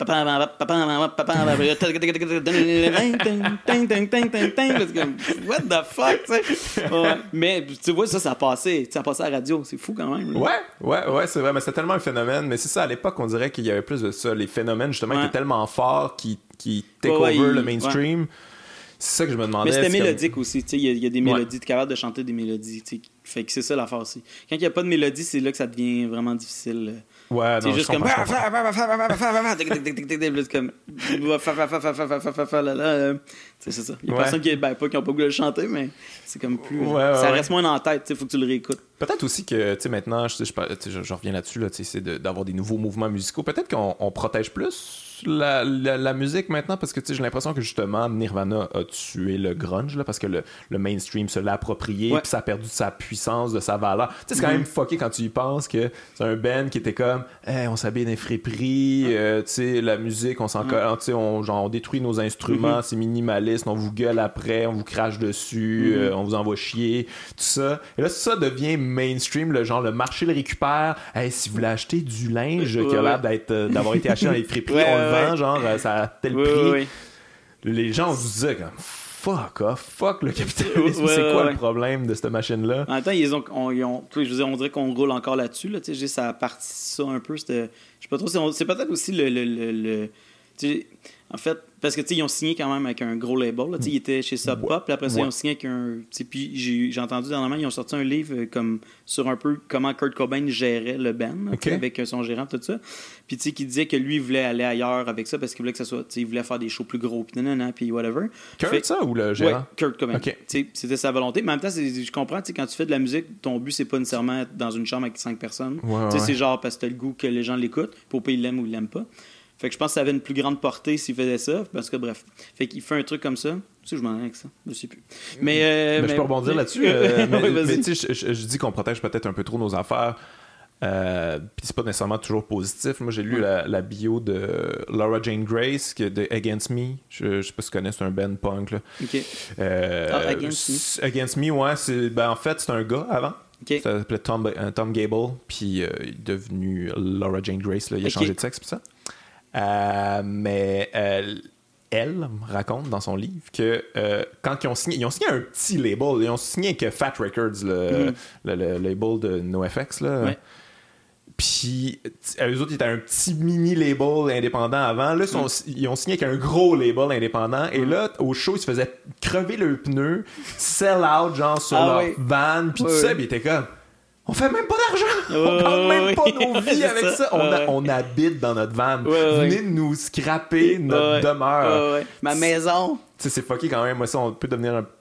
the fuck, tu sais. Mais tu vois, ça passait à la radio, c'est fou quand même.
Ouais, c'est vrai, mais c'est tellement un phénomène. Mais c'est ça, à l'époque, on dirait qu'il y avait plus de ça. Les phénomènes, justement, étaient tellement forts qui take over le mainstream. C'est ça que je me demandais.
Mais c'était mélodique aussi, tu sais, il y a des mélodies, t'es capable de chanter des mélodies, tu sais. Fait que c'est ça l'affaire aussi. Quand il n'y a pas de mélodie, c'est là que ça devient vraiment difficile.
Ouais,
c'est
non,
juste comme c'est ça. Il y a personne qui n'a pas goût de le chanter, mais c'est comme plus ça reste moins dans la tête, il faut que tu le réécoutes.
Peut-être aussi que tu sais maintenant je reviens là-dessus là, c'est d'avoir des nouveaux mouvements musicaux. Peut-être qu'on protège plus la musique maintenant, parce que j'ai l'impression que justement Nirvana a tué le grunge là, parce que le mainstream se l'a approprié, puis ça a perdu de sa puissance, de sa valeur. C'est quand même fucké quand tu y penses que c'est un band qui était comme on s'habille dans les friperies, la musique, on s'en on détruit nos instruments, c'est minimaliste, on vous gueule après, on vous crache dessus, on vous envoie chier, tout ça. Et là, ça devient mainstream, le marché le récupère. Si vous voulez acheter du linge qui a l'air d'avoir été acheté dans les friperies, on le vend, ça a tel prix. Les gens se disaient comme fuck le capitalisme, c'est quoi le problème de cette machine-là?
En même temps, je veux dire, on dirait qu'on roule encore là-dessus, là, ça a parti ça un peu, je sais pas trop, c'est peut-être aussi le en fait, parce que ils ont signé quand même avec un gros label, là, ils étaient chez Sub Pop, puis après ça ils ont signé avec un, puis j'ai entendu dernièrement, ils ont sorti un livre comme sur un peu comment Kurt Cobain gérait le band, avec son gérant, tout ça, puis qui disait que lui il voulait aller ailleurs avec ça parce qu'il voulait que ça soit, il voulait faire des shows plus gros, puis whatever.
Kurt, ça, ou le gérant?
Ouais, Kurt Cobain. C'était sa volonté, mais en même temps je comprends, quand tu fais de la musique, ton but c'est pas nécessairement être dans une chambre avec 5 personnes, c'est genre parce que t'as le goût que les gens l'écoutent, pour pas ils l'aiment ou ils l'aiment pas. Fait que je pense que ça avait une plus grande portée s'il faisait ça, parce que bref. Fait qu'il fait un truc comme ça. Tu sais, je m'en vais avec ça. Je sais plus. Mais
je peux rebondir là-dessus. mais tu sais, je dis qu'on protège peut-être un peu trop nos affaires. Puis c'est pas nécessairement toujours positif. Moi, j'ai lu la bio de Laura Jane Grace de Against Me. Je sais pas si tu connais, c'est un band punk. Là. Against Me, ouais. En fait, c'est un gars avant. Ça s'appelait Tom Gable. Puis il est devenu Laura Jane Grace. Là. Il a changé de sexe, puis ça. Mais elle raconte dans son livre que quand ils ont signé un petit label, ils ont signé avec Fat Records, le label de NoFX là. Puis eux autres ils étaient un petit mini label indépendant avant. Là ils ont signé avec un gros label indépendant, et là au show ils se faisaient crever le pneu, sell out genre sur leur van, puis tout ça, puis ils étaient comme on fait même pas d'argent! On gagne même pas nos vies avec ça! On habite dans notre van. Venez nous scraper notre demeure.
Ma maison!
Tu sais, c'est fucké quand même. Moi, ça, on peut devenir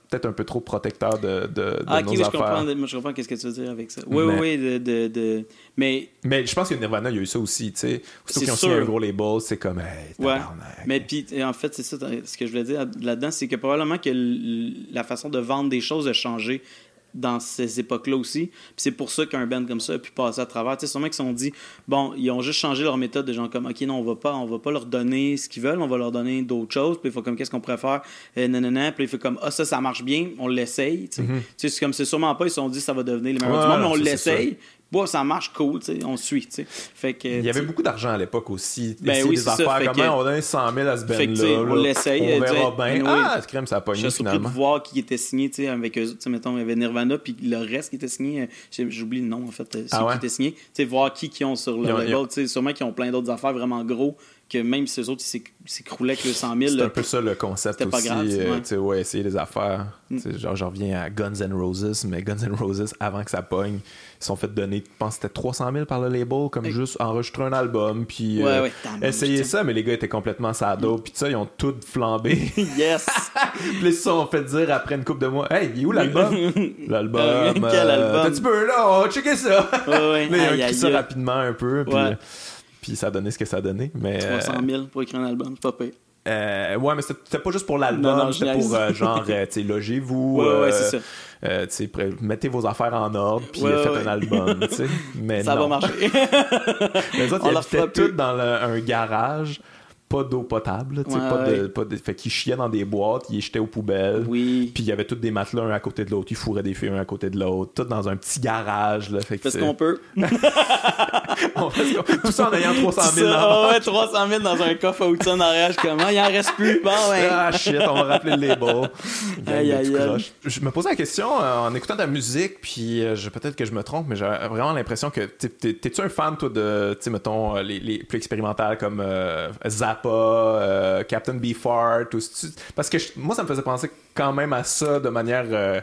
peut-être un peu trop protecteur de nos
oui,
affaires.
Je comprends qu'est-ce que tu veux dire avec ça. Oui, mais
je pense que Nirvana, il y a eu ça aussi, tu sais. Surtout qu'ils ont
sûr.
signé un gros label, c'est comme, hey, tabarnak.
Mais puis, en fait, c'est ça, ce que je voulais dire là-dedans, c'est que probablement que la façon de vendre des choses a changé dans ces époques-là aussi. Puis c'est pour ça qu'un band comme ça a pu passer à travers. Tu sais, sûrement qu'ils se sont dit, bon, ils ont juste changé leur méthode de gens comme, OK, non, on va pas leur donner ce qu'ils veulent, on va leur donner d'autres choses. Puis il faut comme, qu'est-ce qu'on pourrait faire? Nanana. Puis il fait comme, ça marche bien, on l'essaye. Tu sais, c'est comme, c'est sûrement pas, ils se sont dit, ça va devenir les meilleurs du monde, mais on l'essaye. Bon, ça marche, cool, tu sais, on suit, tu sais. Fait que, il
y avait beaucoup d'argent à l'époque aussi.
Oui,
des affaires, comment on donne 100 000 à ce band-là.
On l'essaye.
On verra bien. Ce crème, ça a pogné finalement. Je suis surpris
de voir qui était signé, tu sais, avec eux. Tu sais, mettons, il y avait Nirvana, puis le reste qui était signé, j'oublie le nom, en fait, qui était signé. Tu sais, voir qui ont sur le label, tu sais, sûrement qui ont plein d'autres affaires vraiment gros, que même si eux autres, ils s'écroulaient avec le 100 000.
C'est un peu ça le concept aussi. C'était pas grave, tu sais, essayer des affaires. Genre, je reviens à Guns N' Roses, mais Guns N' Roses, avant que ça pogne, ils sont fait donner, je pense que c'était 300 000 par le label, comme juste enregistrer un album, puis essayer ça, mais les gars étaient complètement sado, puis ça, ils ont tout flambé.
Yes!
Puis ils se sont fait dire après une couple de mois, hey, il est où l'album? L'album.
Quel album?
T'as-tu peu là, on va checker ça.
Là,
ils ont écrit ça rapidement un peu, puis ça a donné ce que ça a donné. Mais,
300 000 pour écrire un album, c'est pas pire.
Mais c'était pas juste pour l'album, c'était pour genre, tu sais, logez-vous.
C'est ça.
Mettez vos affaires en ordre, puis faites un album, tu sais. Mais
ça va marcher.
Les autres, ils habitaient tous dans un garage. Pas d'eau potable, tu sais, fait qu'ils chiaient dans des boîtes, ils les jetaient aux poubelles.
Oui.
Puis il y avait tous des matelas un à côté de l'autre, ils fourraient des filles un à côté de l'autre, tout dans un petit garage. Là, fait
que ce qu'on peut.
Tout ça en ayant 300 000 dans
300 000 dans un coffre à outils en arrière, comment il en reste plus. Bon,
Ah shit, on va rappeler le label.
Aïe.
Je me posais la question en écoutant ta musique, puis peut-être que je me trompe, mais j'avais vraiment l'impression que t'es-tu un fan, toi, de, tu sais, mettons, les plus expérimentales comme Zappa, Captain Beefheart, parce que moi ça me faisait penser quand même à ça de manière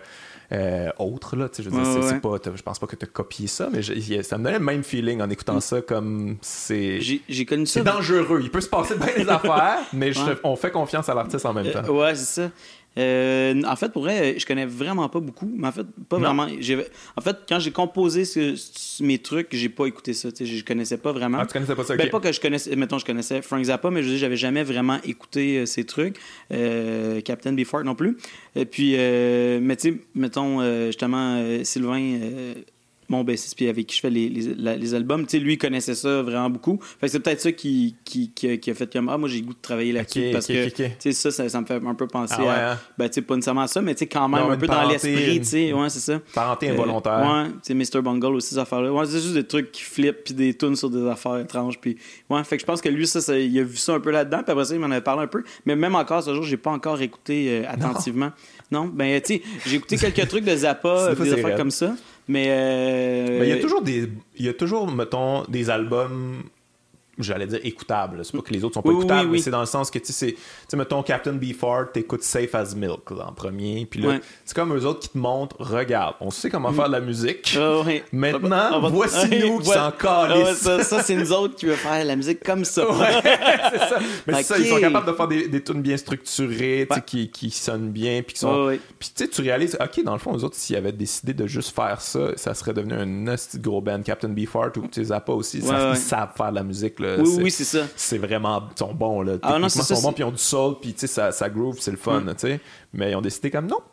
autre là, tu sais, je veux dire, c'est pas, je pense pas que t'as copié ça, mais ça me donnait le même feeling en écoutant ça, comme
j'ai connu ça,
c'est dangereux, il peut se passer bien des affaires, mais on fait confiance à l'artiste en même temps.
C'est ça. En fait, pour vrai, je connais vraiment pas beaucoup, mais en fait, pas vraiment. En fait, quand j'ai composé mes trucs, j'ai pas écouté ça. Je connaissais pas vraiment.
Ah, tu connaissais pas ça? Okay.
Pas que je connaissais, mettons, je connaissais Frank Zappa, mais je veux dire, j'avais jamais vraiment écouté ces trucs. Captain Beefheart non plus. Et puis, mais tu sais, mettons, justement, Sylvain. Mon bassiste, puis avec qui je fais les albums, tu sais, lui, il connaissait ça vraiment beaucoup. Fait que c'est peut-être ça qui a fait comme, moi, j'ai le goût de travailler là-dessus, parce que, tu sais, ça me fait un peu penser à, tu sais, pas nécessairement à ça, mais tu sais, quand même, un peu dans l'esprit, tu sais, c'est ça.
Parenté involontaire.
Tu sais, Mr. Bungle aussi, ces affaires-là. C'est juste des trucs qui flippent, puis des tunes sur des affaires étranges, puis fait que je pense que lui, il a vu ça un peu là-dedans, puis après ça, il m'en avait parlé un peu, mais même encore, ce jour, j'ai pas encore écouté attentivement. Non, tu sais, j'ai écouté quelques trucs de Zappa, des affaires comme ça. Mais
il y a toujours, mettons, des albums, j'allais dire écoutables. C'est pas que les autres sont pas écoutables, mais c'est dans le sens que, tu sais, mettons, Captain Beefheart, t'écoutes Safe as Milk là, en premier, puis là, c'est comme eux autres qui te montrent, regarde, on sait comment faire de la musique. Maintenant, voici nous qui s'en calissent.
Ça, c'est nous autres qui veulent faire la musique comme ça.
C'est ça. Mais c'est ça, ils sont capables de faire des tunes bien structurées, qui sonnent bien, puis qui sont... Puis tu sais, tu réalises, OK, dans le fond, eux autres, s'ils avaient décidé de juste faire ça, ça serait devenu un hostie de gros band. Captain Beefheart ou Zappa aussi, ils savent faire de la musique, là.
Oui, c'est ça.
C'est vraiment... Ils sont bons, là. Techniquement, ils sont bons, puis ils ont du soul, puis tu sais, ça groove, c'est le fun, tu sais. Mais ils ont décidé comme non.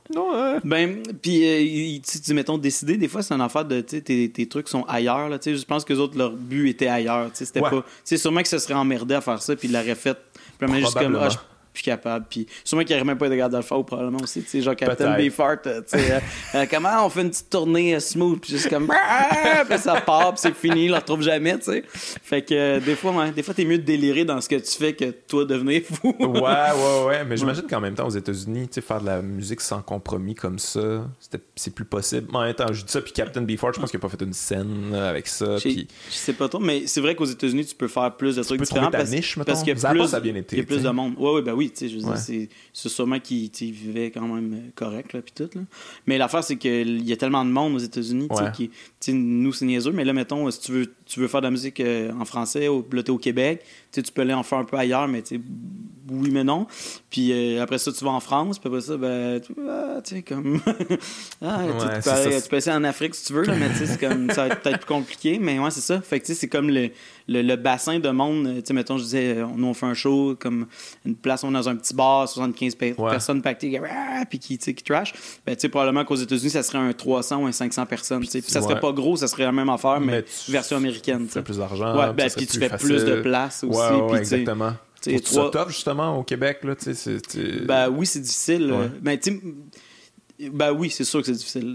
Puis, tu mettons, décider, des fois, c'est une affaire de, tu sais, tes trucs sont ailleurs, là, tu sais. Je pense que les autres, leur but était ailleurs, tu sais. C'était pas... Tu sais, sûrement que ça serait emmerdé à faire ça, puis ils l'auraient fait. Puis juste comme, plus capable, puis sûrement qu'il n'y aurait même pas de garde alpha probablement aussi, tu sais, genre Captain Beefheart, tu sais, comment on fait une petite tournée smooth, puis juste comme puis ça part, puis c'est fini, on le retrouve jamais, tu sais. Fait que des fois t'es mieux de délirer dans ce que tu fais que toi devenir fou.
ouais, mais j'imagine qu'en même temps aux États-Unis, tu sais, faire de la musique sans compromis comme ça, c'est plus possible. Mais en même temps, je dis ça, puis Captain Beefheart, je pense qu'il n'a pas fait une scène avec ça. Je
sais pas trop, mais c'est vrai qu'aux États-Unis, tu peux faire plus de trucs différents
ta niche,
parce qu'il y a
Zappa, ça a bien été,
il y a plus de monde. Oui, oui, tu sais, je veux dire, c'est sûrement qu'ils vivaient quand même correct, là, puis tout, là. Mais l'affaire, c'est qu'il y a tellement de monde aux États-Unis, tu sais, nous, c'est niaiseux, mais là, mettons, si tu veux faire de la musique en français, là, t'es au Québec, tu peux aller en faire un peu ailleurs, mais tu sais, oui, mais non. Puis après ça, tu vas en France, puis après ça, ben, tu sais, comme... tu peux essayer en Afrique si tu veux, là, mais tu sais, c'est comme, ça va être peut-être plus compliqué, mais ouais, c'est ça. Fait que, tu sais, c'est comme le bassin de monde, tu sais, mettons, je disais, nous, on fait un show, comme une place, on est dans un petit bar, 75 personnes pactées, puis qui trash. Ben, tu sais, probablement qu'aux États-Unis, ça serait un 300 ou un 500 personnes, tu sais. Puis ça serait pas gros, ça serait la même affaire, mais version américaine, tu
fais plus d'argent.
Ouais, ben, puis tu fais plus de place aussi.
Ouais, exactement. Tu top justement au Québec là, tu sais,
ben oui, c'est difficile. Ben tu sais, ben oui, c'est sûr que c'est difficile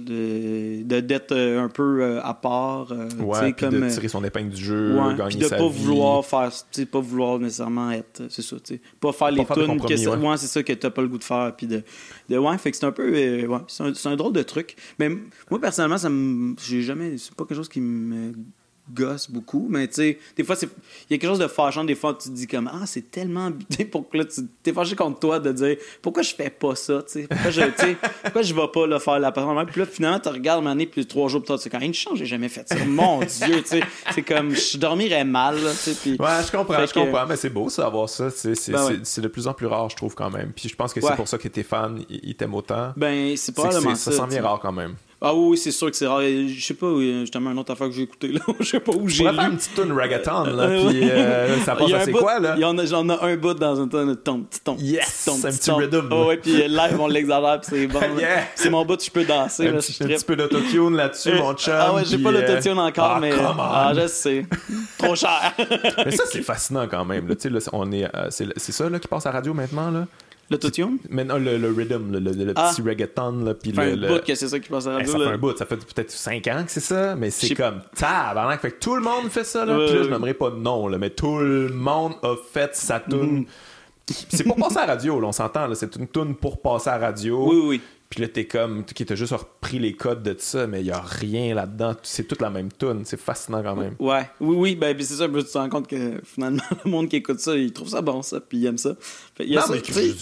d'être un peu à part.
Puis comme, de tirer son épingle du jeu, gagner
puis de
sa
pas
vie.
Vouloir faire, pas vouloir nécessairement être, c'est ça, tu sais, pas faire les tunes que c'est ça que t'as pas le goût de faire, puis de fait que c'est un peu, c'est un drôle de truc. Mais moi personnellement, j'ai jamais, c'est pas quelque chose qui me gosse beaucoup, mais tu sais, des fois, il y a quelque chose de fâchant, des fois, tu te dis comme, c'est tellement, pourquoi là, tu t'es fâché contre toi de dire, pourquoi je fais pas ça, tu sais, pourquoi je vais pas le faire la personne, puis là, finalement, tu regardes une année, puis 3 jours plus tard, tu sais, quand rien ne change, j'ai jamais fait ça, mon Dieu, tu sais, c'est comme, je dormirais mal, là, tu sais, puis...
Ouais, je comprends, mais c'est beau, ça, avoir ça, c'est de plus en plus rare, je trouve, quand même, puis je pense que c'est pour ça que tes fans, ils t'aiment autant.
Ben, c'est probablement
ça s'en vient rare, quand même.
Ah oui, c'est sûr que c'est rare. Je sais pas, justement, une autre affaire que j'ai écoutée, là. Je sais pas où j'ai lu.
On va faire une petite tune reggaeton, là, puis ça passe à c'est quoi, là?
J'en ai un bout dans un ton,
yes! C'est un petit rhythm.
Oh, ouais, puis live, on l'exagère, puis c'est bon.
Yeah.
C'est mon bout, je peux danser, là.
Un petit peu d'autotune là-dessus, mon chum.
Ah ouais, j'ai pas l'autotune encore, mais... je sais. Trop cher.
Mais ça, c'est fascinant, quand même, là. Tu sais, là, on est... c'est ça, là, qui passe à la radio, maintenant, là?
L'autotune?
Maintenant, le rhythm, le petit reggaeton, là, puis
un bout que c'est ça qui passe à la radio,
ça fait un bout, ça fait peut-être 5 ans que c'est ça, mais c'est comme tabarnak, fait que tout le monde fait ça, là, puis là, je nommerai pas de nom, là, mais tout le monde a fait sa tune. C'est pour passer à la radio, là, on s'entend, là, c'est une tune pour passer à la radio.
Oui.
Puis là, t'es comme, qui t'a juste repris les codes de tout ça, mais il y a rien là-dedans. C'est toute la même tune. C'est fascinant quand même.
Ouais. Oui. Ben, c'est ça. Tu te rends compte que finalement, le monde qui écoute ça, il trouve ça bon, ça. Puis il aime ça.
Non, mais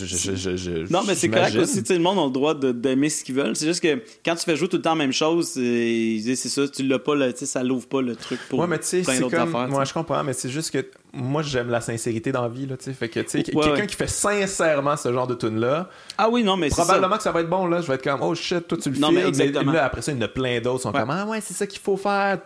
non, mais c'est correct aussi. Le monde a le droit d'aimer ce qu'ils veulent. C'est juste que quand tu fais jouer tout le temps la même chose, c'est ça. Tu l'as pas, ça l'ouvre pas le truc pour
mais tu sais,
plein d'autres affaires.
Moi, je comprends, mais c'est juste que moi, j'aime la sincérité dans la vie. Là, fait que, tu sais, quelqu'un qui fait sincèrement ce genre de tune-là.
Ah oui, non, mais c'est
probablement que ça va être bon. Là, je vais être comme, oh shit, toi tu le fais. Mais là, après ça, il y en a plein d'autres qui sont comme, ah ouais, c'est ça qu'il faut faire.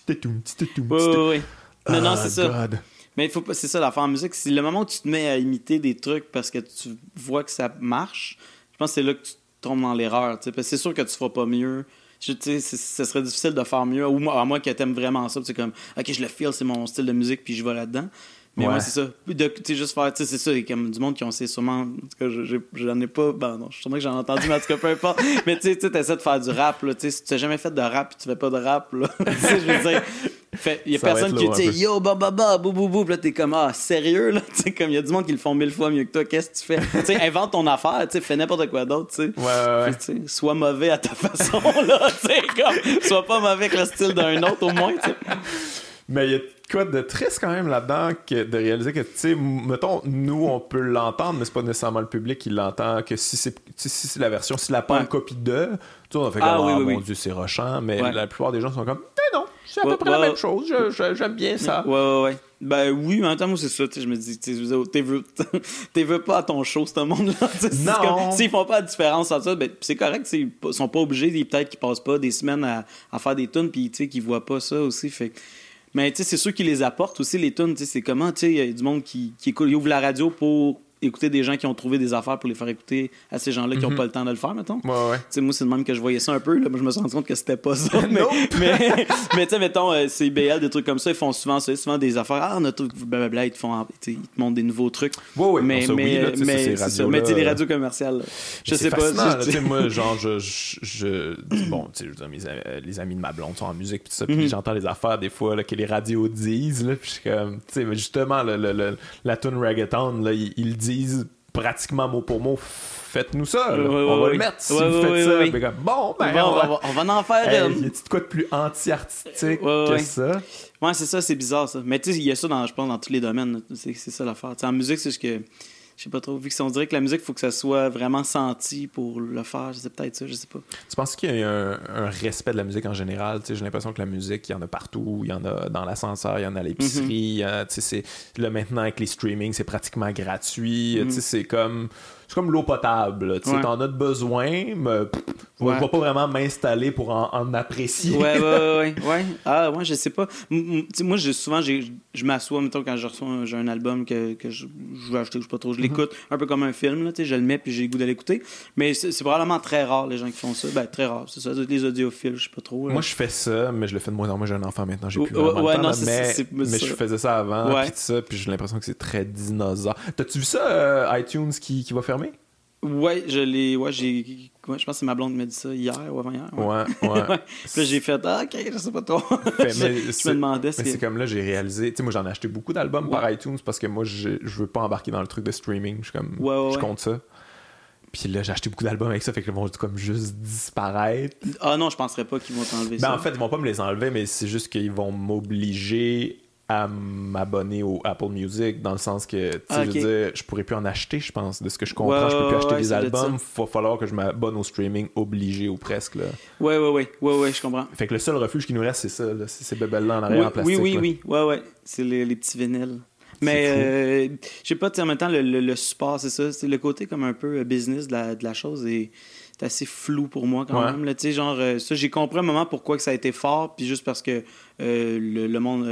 Oui. Non, c'est ça. Mais c'est ça, l'affaire en musique. C'est le moment où tu te mets à imiter des trucs parce que tu vois que ça marche, je pense que c'est là que tu tombes dans l'erreur. Parce que c'est sûr que tu feras pas mieux. Ce serait difficile de faire mieux. Ou à moi que t'aimes vraiment ça. C'est comme, ok, je le feel, c'est mon style de musique, puis je vais là-dedans. Mais ouais, c'est ça. Juste faire, c'est ça, il y a comme du monde qui ont essayé sûrement. En tout cas, j'en ai pas. Ben non, je suis sûr que j'en ai entendu, mais en tout cas, peu importe. Mais tu sais, t'essaies de faire du rap, là. Si tu n'as jamais fait de rap et tu fais pas de rap, là. Tu sais, je veux dire. Il y a personne qui dit yo, ba, bou, bou, bou. Puis là, t'es comme, sérieux, là. Tu sais, comme il y a du monde qui le font 1000 fois mieux que toi. Qu'est-ce que tu fais? Tu sais, invente ton affaire, tu sais, fais n'importe quoi d'autre, tu sais.
Ouais.
Puis, sois mauvais à ta façon, là. Tu sais, comme, sois pas mauvais avec le style d'un autre, au moins, tu sais.
Mais il y a quoi de triste quand même là-dedans de réaliser que, tu sais, mettons, nous, on peut l'entendre, mais c'est pas nécessairement le public qui l'entend, que si c'est la version, si la pas copie de, tu sais, on fait comme, mon Dieu, c'est rochant, mais la plupart des gens sont comme, non, c'est à peu près la même chose, j'aime bien ça.
Ouais. Ben oui, mais en même temps, moi, c'est ça, je me dis, t'es veux pas à ton show, ce monde-là.
Non.
S'ils font pas la différence entre ça, ben c'est correct, ils sont pas obligés, peut-être qu'ils passent pas des semaines à faire des tunes, puis qu'ils voient pas ça aussi, fait. Mais tu sais, c'est sûr qu'ils les apportent aussi, les tunes. C'est comment, tu sais, il y a du monde qui écoute, ils ouvrent la radio pour écouter des gens qui ont trouvé des affaires pour les faire écouter à ces gens-là qui n'ont pas le temps de le faire, mettons.
Ouais.
Tu sais, moi, c'est le même que je voyais ça un peu. Là. Moi, je me suis rendu compte que c'était pas ça. mais tu sais, mettons, c'est BL, des trucs comme ça, ils font souvent des affaires. On a tout, blablabla, ils te montrent des nouveaux trucs.
Ouais,
mais
c'est ça.
Mais tu sais, les radios commerciales, je sais pas.
Tu sais, moi, genre, bon, tu sais, les amis de ma blonde sont en musique, puis ça, puis j'entends les affaires des fois là, que les radios disent, là, puis je suis comme, tu sais, justement, la tune reggaeton, là, ils disent pratiquement mot pour mot, faites-nous ça, on va le mettre si vous faites ça. Mais comme, bon, ben,
on va en faire une.
Y a-t-il de quoi de plus anti-artistique que ça?
Ouais, c'est ça, c'est bizarre ça. Mais tu sais, il y a ça, je pense, dans tous les domaines. C'est ça l'affaire. T'sais, en musique, c'est juste que Je sais pas trop. Vu qu'on dirait que la musique, il faut que ça soit vraiment senti pour le faire. C'est peut-être ça, je sais pas.
Tu penses qu'il y a un respect de la musique en général? T'sais, j'ai l'impression que la musique, il y en a partout. Il y en a dans l'ascenseur, il y en a à l'épicerie. Là, maintenant, avec les streamings, c'est pratiquement gratuit. C'est comme l'eau potable. Tu t'en as besoin, mais je vais pas vraiment m'installer pour en apprécier.
Ouais. Ah, ouais, je sais pas. Moi, souvent, je m'assois, mettons, quand j'ai un album que je veux acheter, je sais pas trop, je l'écoute un peu comme un film, là, je le mets puis j'ai le goût de l'écouter. Mais c'est probablement très rare, les gens qui font ça. Ben, très rare, c'est ça. Les audiophiles, je sais pas trop.
Moi, je fais ça, mais je le fais de moins en moins. J'ai un enfant maintenant, j'ai plus vraiment le temps. Mais je faisais ça avant, puis j'ai l'impression que c'est très dinosaure. T'as-tu vu ça, iTunes qui va fermer?
Ouais, je pense que c'est ma blonde qui m'a dit ça hier ou avant-hier.
Ouais.
Puis là, j'ai fait, OK, je sais pas trop. Je me demandais
c'est comme là, j'ai réalisé. Tu sais, moi, j'en ai acheté beaucoup d'albums par iTunes parce que moi, je veux pas embarquer dans le truc de streaming. Je suis comme, je compte ça. Puis là, j'ai acheté beaucoup d'albums avec ça, fait qu'ils vont comme juste disparaître.
Ah non, je penserais pas qu'ils vont t'enlever ça.
En fait, ils vont pas me les enlever, mais c'est juste qu'ils vont m'obliger à m'abonner au Apple Music, dans le sens que, je veux dire, je pourrais plus en acheter, je pense, de ce que je comprends. Je peux plus acheter des albums. Il va falloir que je m'abonne au streaming obligé ou presque. Là.
Ouais, je comprends.
Fait que le seul refuge qui nous reste, c'est ça, là, c'est ces bébelles-là en arrière en plastique.
Oui. Ouais. C'est les petits vinyles. Mais je sais pas, en même temps, le support, c'est ça. C'est le côté comme un peu business de la chose est assez flou pour moi quand même. Là, genre, ça, j'ai compris un moment pourquoi que ça a été fort, puis juste parce que le monde,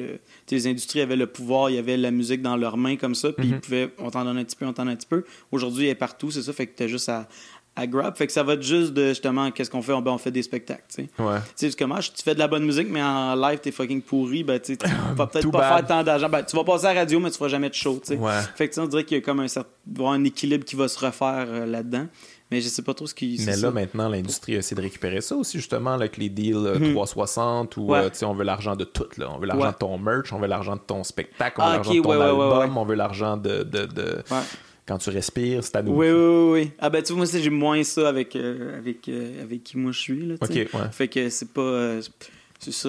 les industries avaient le pouvoir, il y avait la musique dans leurs mains comme ça, puis ils pouvaient, on t'en donne un petit peu. Aujourd'hui, elle est partout, c'est ça, fait que t'as juste à grab. Fait que ça va être juste de, justement, qu'est-ce qu'on fait? On fait des spectacles, tu sais.
Ouais.
Tu sais, comment tu fais de la bonne musique, mais en live, t'es fucking pourri, ben, tu vas peut-être pas faire tant d'argent. Ben, tu vas passer à la radio, mais tu feras jamais de show, tu sais.
Ouais.
Fait que, on dirait qu'il y a comme un équilibre qui va se refaire là-dedans. Mais je sais pas trop ce qui...
Mais là, maintenant, l'industrie a essayé de récupérer ça aussi, justement, là, avec les deals 360, où on veut l'argent de tout. Là. On veut l'argent de ton merch, on veut l'argent de ton spectacle, on veut l'argent de ton album, on veut l'argent de... Quand tu respires, c'est à nous.
Oui. Ah ben tu vois, moi, j'ai moins ça avec qui moi je suis. Là, fait que c'est pas... c'est ça,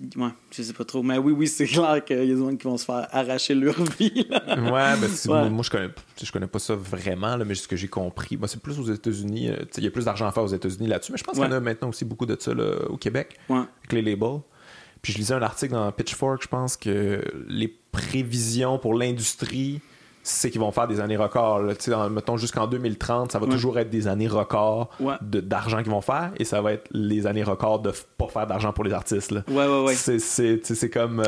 je sais pas trop. Mais oui, c'est clair qu'il y a des gens qui vont se faire arracher leur vie. Là.
Moi, je connais pas ça vraiment, là, mais ce que j'ai compris, c'est plus aux États-Unis. Il y a plus d'argent à faire aux États-Unis là-dessus, mais je pense qu'il y en a maintenant aussi beaucoup de ça là, au Québec, avec les labels. Puis je lisais un article dans Pitchfork, je pense que les prévisions pour l'industrie, c'est qu'ils vont faire des années records. Là. Mettons, jusqu'en 2030, ça va toujours être des années records d'argent qu'ils vont faire, et ça va être les années records de pas faire d'argent pour les artistes. Là. C'est comme...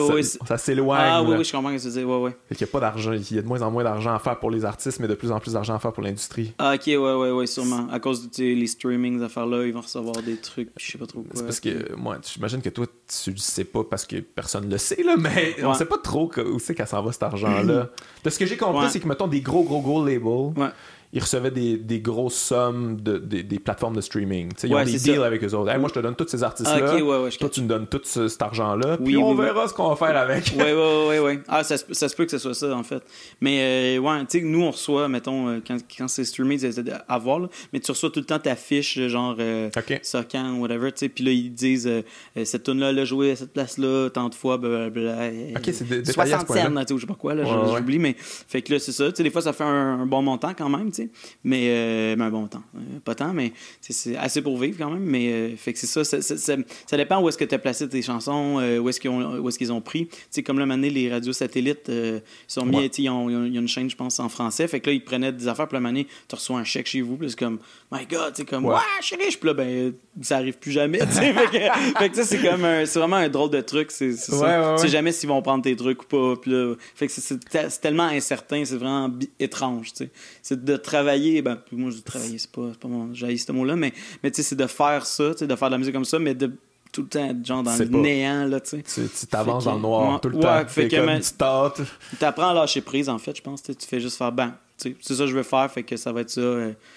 ça s'éloigne.
Ah oui, je comprends ce que tu dis.
Fait qu'il y a pas d'argent. Il y a de moins en moins d'argent à faire pour les artistes, mais de plus en plus d'argent à faire pour l'industrie.
Ah ok, ouais, sûrement. À cause de les streamings, affaires-là, ils vont recevoir des trucs, je sais pas trop quoi.
C'est parce que, moi, j'imagine que toi, tu le sais pas parce que personne le sait, là, mais on sait pas trop où c'est qu'elle s'en va cet argent-là. De ce que j'ai compris, c'est que, mettons, des gros labels, ils recevaient des grosses sommes des plateformes de streaming. T'sais, ils ont des deals avec eux autres. Hey, moi, je te donne tous ces artistes-là. Toi, tu me donnes tout cet argent-là. Puis on verra ce qu'on va faire avec.
Oui. Ah, ça se peut que ce soit ça, en fait. Mais, tu sais, nous, on reçoit, mettons, quand c'est streamé, c'est à voir, là, mais tu reçois tout le temps ta fiche, genre, Socan, whatever, tu sais. Puis là, ils disent, cette tune-là, elle a joué à cette place-là, tant de fois, blablabla.
OK, c'est détaillé
60 cents, tu sais, je sais pas quoi, là, j'oublie, mais, fait que là, c'est ça. Tu sais, des fois, ça fait un bon montant quand même, tu sais. Mais un bon temps. Pas tant, mais c'est assez pour vivre quand même. Mais fait que c'est ça. Ça dépend où est-ce que tu as placé tes chansons, où est-ce qu'ils ont pris. Tu sais, comme là, maintenant, les radios satellites sont mis, ils ont une chaîne, je pense, en français. Fait que là, ils prenaient des affaires. Puis là, année, tu reçois un chèque chez vous. Puis c'est comme, my God, tu sais, comme, je suis riche. Puis là, ben, ça arrive plus jamais. Fait que ça, c'est comme c'est vraiment un drôle de truc. C'est ça. Tu sais jamais s'ils vont prendre tes trucs ou pas. Puis là, fait que c'est tellement incertain. C'est vraiment étrange, tu sais. C'est de travailler, moi je dis travailler, c'est pas mon, j'ai ce mot-là, mais tu sais, c'est de faire ça, tu sais, de faire de la musique comme ça, mais de tout le temps, genre dans le néant, là, tu sais.
Tu t'avances dans le noir tout le temps, fait comme tu tâtes.
Tu apprends à lâcher prise, en fait, je pense, tu fais juste faire, tu sais, c'est ça que je veux faire, fait que ça va être ça,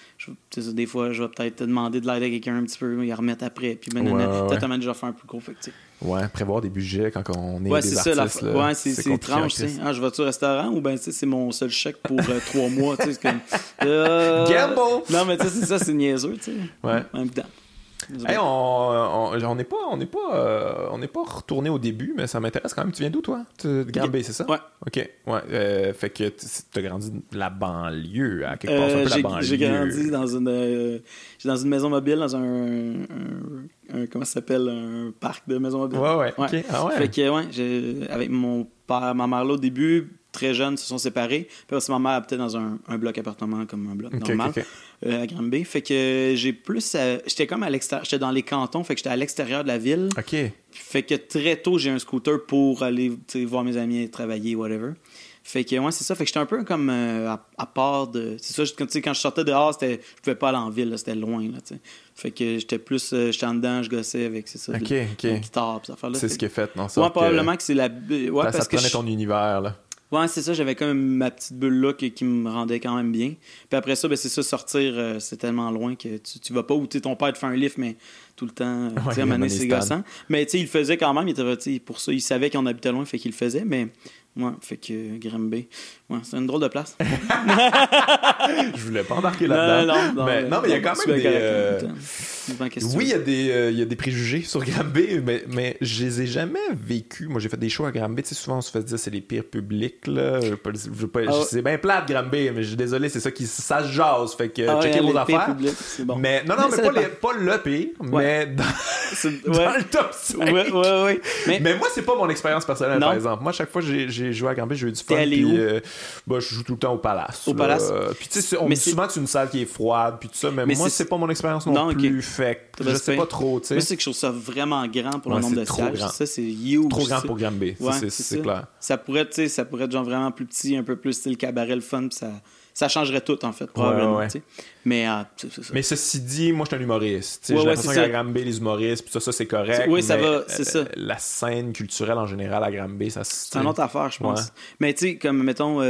ça, des fois, je vais peut-être te demander de l'aide à quelqu'un un petit peu, y remettre après, puis peut-être un manager faire un peu gros, fait que tu sais.
Ouais, prévoir des budgets quand on est des artistes.
Ouais, c'est étrange, tu sais. Je vais-tu au restaurant ou c'est mon seul chèque pour 3 mois, tu sais, c'est comme...
Gamble!
Non, mais tu sais, c'est ça, c'est niaiseux, tu sais.
Ouais.
En même temps.
Hey, on n'est pas retourné au début, mais ça m'intéresse quand même. Tu viens d'où, toi? De Granby, c'est ça?
Ouais.
OK. Ouais. Fait que t'as grandi de la banlieue, à quelque part. Un peu la banlieue.
J'ai grandi dans une maison mobile, dans un comment ça s'appelle? Un parc de maisons mobiles.
Ouais. OK. Ah ouais.
Fait que, avec mon père, ma mère, là, au début, très jeunes, se sont séparés. Puis aussi, ma mère habitait dans un bloc appartement, comme un bloc normal, à Granby. Fait que j'ai plus... j'étais comme à l'extérieur. J'étais dans les cantons, fait que j'étais à l'extérieur de la ville.
OK.
Fait que très tôt, j'ai un scooter pour aller voir mes amis, travailler, whatever. Fait que, ouais, c'est ça. Fait que j'étais un peu comme à part de... C'est ça, quand je sortais dehors, je pouvais pas aller en ville, là, c'était loin, là, t'sais. Fait que j'étais plus... j'étais en dedans, je gossais avec, c'est ça,
la
guitare, pis ça affaire-là.
C'est ce qui est fait, non?
Ouais, probablement que c'est la... Ouais, parce
ça te prenait ton univers, là.
Ouais, c'est ça, j'avais comme ma petite bulle là qui me rendait quand même bien. Puis après ça, c'est ça, sortir, c'est tellement loin que tu vas pas où ton père te fait un lift, mais tout le temps, à un moment donné, c'est gossant. Mais il le faisait quand même, pour ça, il savait qu'on habitait loin, fait qu'il le faisait, mais ouais, fait que Granby, ouais, c'est une drôle de place.
Je voulais pas embarquer là-dedans. Mais il y a quand même des... Oui, il y a des préjugés sur Granby, mais je les ai jamais vécus. Moi, j'ai fait des shows à Granby. Souvent, on se fait dire que c'est les pires publics. Là. C'est bien plate, Granby, mais je suis désolé, c'est ça ça se jase. Fait que checkez vos affaires.
Publics, c'est bon.
Mais non, mais pas le pire, mais dans le top 5.
Ouais.
Mais moi, c'est pas mon expérience personnelle, par exemple. Moi, chaque fois que j'ai joué à Granby, j'ai eu du fun.
T'es allé où?
Je joue tout le temps au Palace.
Au Palace?
Puis on me dit souvent que c'est une salle qui est froide, puis tout ça, mais moi, c'est pas mon expérience non plus. Fait je sais pas trop, tu sais.
Moi, c'est que je trouve ça vraiment grand pour le nombre de sièges. Ça, c'est huge.
Trop grand pour Granby, c'est clair.
Ça pourrait être genre vraiment plus petit, un peu plus style cabaret, le fun, puis ça changerait tout, en fait, probablement.
Ouais. Mais ceci dit, moi, je suis un humoriste. J'ai l'impression qu'à Granby, les humoristes, puis ça, c'est correct.
Oui, ça va, c'est ça.
La scène culturelle en général à Granby,
c'est une autre affaire, je pense. Mais tu sais, comme, mettons,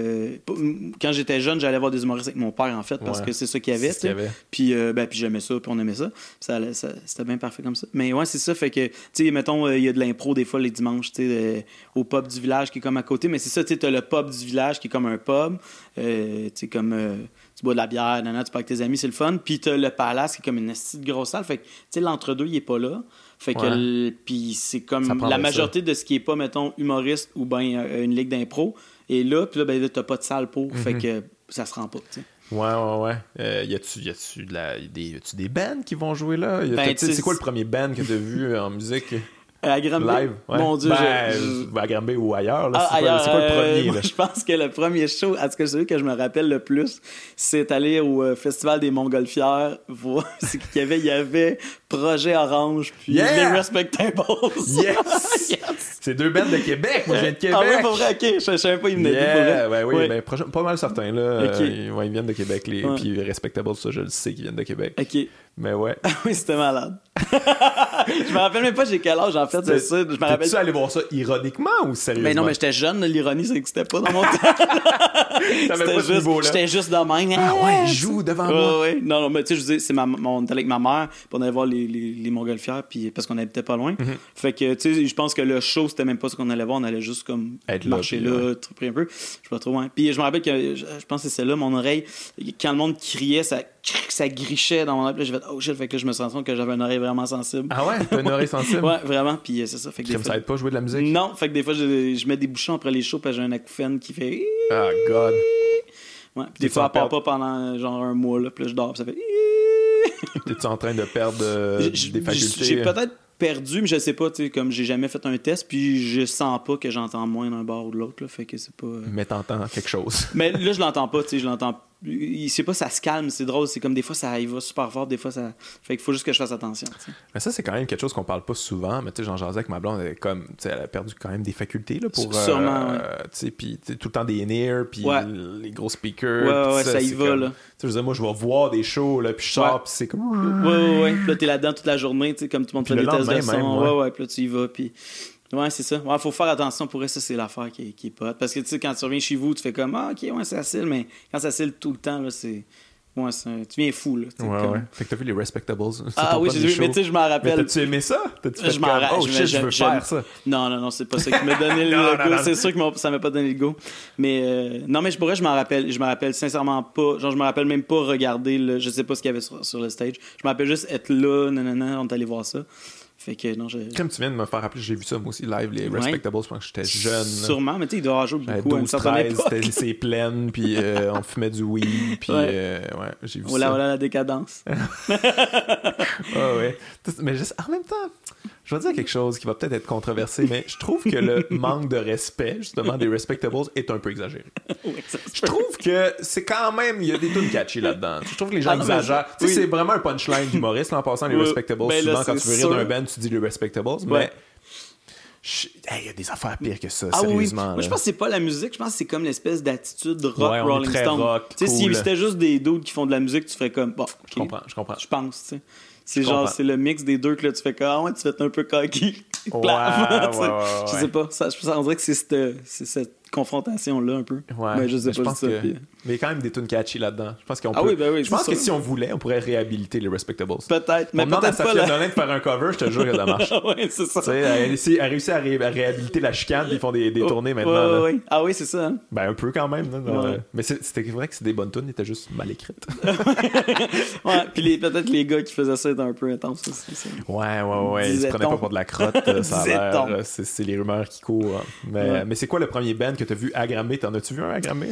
quand j'étais jeune, j'allais voir des humoristes avec mon père, en fait, parce que c'est ça qu'il y avait. Puis j'aimais ça, puis on aimait ça. C'était bien parfait comme ça. Mais ouais, c'est ça, fait que, tu sais, mettons, il y a de l'impro des fois les dimanches, tu sais, au pub du village qui est comme à côté. Mais c'est ça, tu sais, t'as le pub du village qui est comme un pub. Tu sais, comme tu bois de la bière, tu pars avec tes amis, c'est le fun. Puis t'as le Palace qui est comme une petite grosse salle. Fait que, tu sais, l'entre-deux, il est pas là. Fait que, puis c'est comme la majorité de ce qui est pas, mettons, humoriste ou bien une ligue d'impro. Et là, puis là, t'as pas de salle pour. Fait que ça se rend pas, tu sais.
Ouais. Y a-tu des bands qui vont jouer là? C'est quoi le premier band que t'as vu en musique?
À Granby?
Live, ouais.
Mon Dieu,
à Granby ou ailleurs. Là,
ailleurs,
c'est quoi le premier?
Moi, je pense que le premier show, en tout cas celui que je me rappelle le plus, c'est aller au Festival des Montgolfières voir il y avait Projet Orange puis les Respectables.
Yes! C'est deux bands de Québec. Moi, je viens de Québec.
Ah oui, pour vrai, ok. Je savais pas, ils venaient
de oui. Ben, pas mal certains, là.
Okay.
Ils viennent de Québec. Puis les Respectables, ça, je le sais qu'ils viennent de Québec.
OK.
Mais ouais.
Oui, c'était malade. Je me rappelle même pas j'ai quel âge, en fait. C'est ça. Je me rappelle.
Tu allé voir ça ironiquement ou sérieusement?
Mais non, mais j'étais jeune, l'ironie, ça n'existait pas dans mon temps.
T'avais pas ce niveau-là.
J'étais juste de même.
Ah ouais, il joue devant moi.
Ouais. Non, mais tu sais, je vous dis, on était avec ma mère, puis on allait voir les Montgolfières, puis parce qu'on habitait pas loin. Fait que, tu sais, je pense que le show, c'était même pas ce qu'on allait voir, on allait juste comme marcher là, triper un peu. Je sais pas trop, hein. Puis je me rappelle que, je pense que c'est là, mon oreille, quand le monde criait, ça grichait dans mon oreille. Puis là, j'ai fait, oh shit, fait que là, je me sens compte que j'avais une oreille vraiment sensible.
Ah ouais, t'as une oreille sensible?
Ouais, vraiment. Puis c'est ça. Fait que
ça aide pas jouer de la musique?
Non, fait que des fois, je mets des bouchons après les shows, puis j'ai un acouphène qui fait.
Ah, God.
Ouais, puis des fois, elle part pas pendant genre un mois, là, puis là, je dors, puis ça fait.
T'es-tu en train de perdre des facultés?
J'ai peut-être perdu, mais je sais pas, tu sais, comme j'ai jamais fait un test, puis je sens pas que j'entends moins d'un bord ou de l'autre, là, fait que c'est pas...
Mais t'entends quelque chose.
Mais là, je l'entends pas, tu sais, je l'entends... Je sais pas, ça se calme, c'est drôle, c'est comme des fois, ça y va super fort, des fois, ça... Fait qu'il faut juste que je fasse attention, t'sais.
Mais ça, c'est quand même quelque chose qu'on parle pas souvent, mais tu sais, Jean jasais avec ma blonde, elle a perdu quand même des facultés, là, pour...
Sûrement, ouais.
Tu sais, puis tout le temps des in-ear, puis les gros speakers.
Ouais, ça y va, là.
Tu sais, je veux dire, moi, je vais voir des shows, là, puis je sors, puis c'est comme...
Ouais. Puis là, t'es là-dedans toute la journée, tu sais, comme tout le monde fait des tests de son. Ouais, puis là, tu y vas, puis... Ouais, c'est ça. Ouais, faut faire attention pour ça, c'est l'affaire qui est pas hot. Parce que, tu sais, quand tu reviens chez vous, tu fais comme, ah, ok, ouais, c'est facile, mais quand ça cille tout le temps, là, c'est Ouais, tu viens fou, là.
Ouais. Fait que t'as vu les Respectables.
Ah oui, j'ai vu, mais tu sais, je m'en rappelle.
Mais t'as-tu aimé ça? T'as-tu fait je veux faire ça?
Non, c'est pas ça qui m'a donné le go. Non. C'est sûr que ça m'a pas donné le go. Mais non, mais je m'en rappelle. Je me rappelle sincèrement pas. Genre, je me rappelle même pas regarder, je sais pas ce qu'il y avait sur le stage. Je me rappelle juste être là, on est allé voir ça. Fait que non,
comme tu viens de me faire rappeler, j'ai vu ça moi aussi live, les Respectables, je pense que j'étais jeune.
Sûrement, mais tu sais, il doit avoir joué beaucoup.
12-13, c'était plein, puis on fumait du weed, puis j'ai vu ça.
Voilà la décadence.
Ouais. Mais juste, en même temps, je vais dire quelque chose qui va peut-être être controversé, mais je trouve que le manque de respect, justement, des Respectables est un peu exagéré. Je trouve que c'est quand même, il y a des tunes catchy là-dedans. Je trouve que les gens exagèrent. Tu sais, c'est vraiment un punchline d'humoriste, là, en passant les Respectables. Souvent, quand tu veux rire d'un band, tu dis les Respectables, mais il y a des affaires pires que ça, sérieusement.
Moi, je pense que c'est pas la musique, je pense que c'est comme l'espèce d'attitude rock Rolling Stone. Tu sais,
cool.
si c'était juste des dudes qui font de la musique, tu ferais comme, bon,
je comprends.
Je pense, tu sais. C'est genre, c'est le mix des deux que là, tu fais comme, tu fais un peu cocky. Je sais pas, on dirait que c'est cette confrontation-là un peu. Mais je sais pas ça.
Mais il y a quand même des tunes catchy là-dedans. Je pense qu'on
je
pense que si on voulait, on pourrait réhabiliter les Respectables.
Peut-être, mais
on demande à Safia Nolin de faire un cover, je te jure que ça marche.
Ouais, c'est ça.
Elle a réussi à réhabiliter la chicane, ils font des tournées maintenant.
Ouais. Ah oui, c'est ça. Hein?
Ben un peu quand même. Mais c'était vrai que c'est des bonnes tunes, ils étaient juste mal écrites.
Ouais, puis peut-être les gars qui faisaient ça étaient un peu intenses aussi.
Ouais. Ils se prenaient pas pour de la crotte, ça a l'air. C'est les rumeurs qui courent. Mais c'est quoi le premier band que t'as vu à Granby? T'en as-tu vu un à Granby?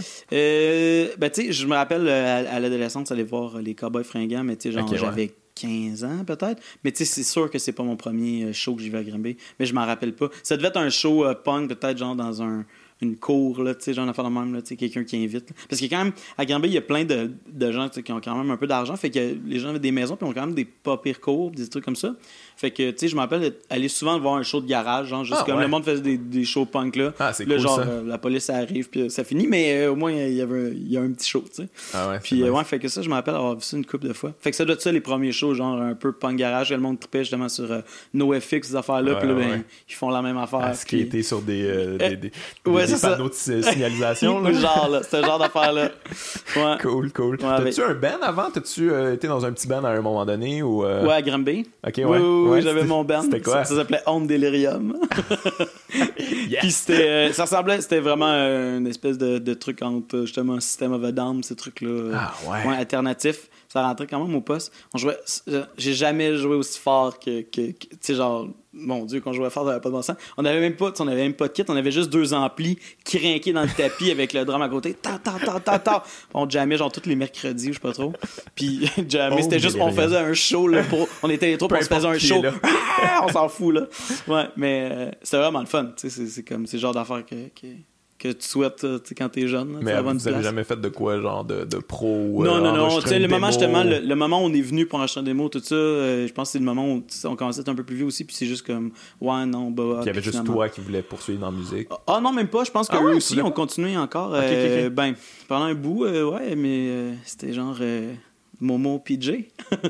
Ben tu sais, je me rappelle à l'adolescence aller voir les Cowboys Fringants, mais tu sais, genre j'avais 15 ans peut-être, mais tu sais, c'est sûr que c'est pas mon premier show que j'y vais à Granby, mais je m'en rappelle pas. Ça devait être un show punk, peut-être genre dans une cour, là, tu sais, genre d'affaire de même, là, tu sais, quelqu'un qui invite. Là. Parce que quand même, à Granby, il y a plein de gens qui ont quand même un peu d'argent, fait que les gens avaient des maisons, puis ont quand même des pas pires cours, des trucs comme ça. Fait que, tu sais, je me rappelle aller souvent voir un show de garage, genre, juste comme le monde faisait des shows punk, là.
Ah, c'est
là,
cool,
genre,
ça.
la police, ça arrive, puis ça finit, mais au moins, il y a un petit show, tu sais.
Ah ouais,
puis, fait que ça, je me rappelle avoir vu ça une couple de fois. Fait que ça doit être ça, les premiers shows, genre, un peu punk garage, le monde tripait justement sur NoFX, ces affaires-là, puis là, ils font la même affaire.
Ce qui était sur des panneaux de signalisation,
là. Genre, là, ce genre d'affaire-là. Ouais.
Cool. Ouais, t'as-tu un band avant? T'as-tu été dans un petit band à un moment donné? Ou
Ouais, à Granby.
Ok, ouais.
Oui, j'avais mon band.
C'était quoi?
Ça s'appelait Honte Delirium. Yes. Puis c'était vraiment une espèce de truc entre justement System of a Down, ces trucs-là. Alternatifs. Ça rentrait quand même au poste. J'ai jamais joué aussi fort que tu sais, genre, mon Dieu, quand on jouait fort, ça n'avait pas de bon sens. On n'avait même pas de kit, on avait juste 2 amplis crinqués dans le tapis avec le drum à côté. Ta. On jammait genre tous les mercredis, je sais pas trop. Puis jammait, c'était juste, on faisait un show, là, on était les troupes, on se faisait un show. On s'en fout, là. Ouais, mais c'était vraiment le fun. Tu sais, c'est comme, c'est le genre d'affaires que tu souhaites quand t'es jeune.
Mais vous avez jamais fait de quoi, genre de pro?
Non. Tu sais, le moment, justement, le moment où on est venu pour enregistrer un démo, tout ça, je pense que c'est le moment où on commençait à être un peu plus vieux aussi, puis c'est juste comme,
Puis il y avait juste toi qui voulais poursuivre dans la musique.
Ah non, même pas. Je pense qu'eux aussi ont continué encore.
Okay.
Ben, pendant un bout, mais c'était genre... Momo PJ.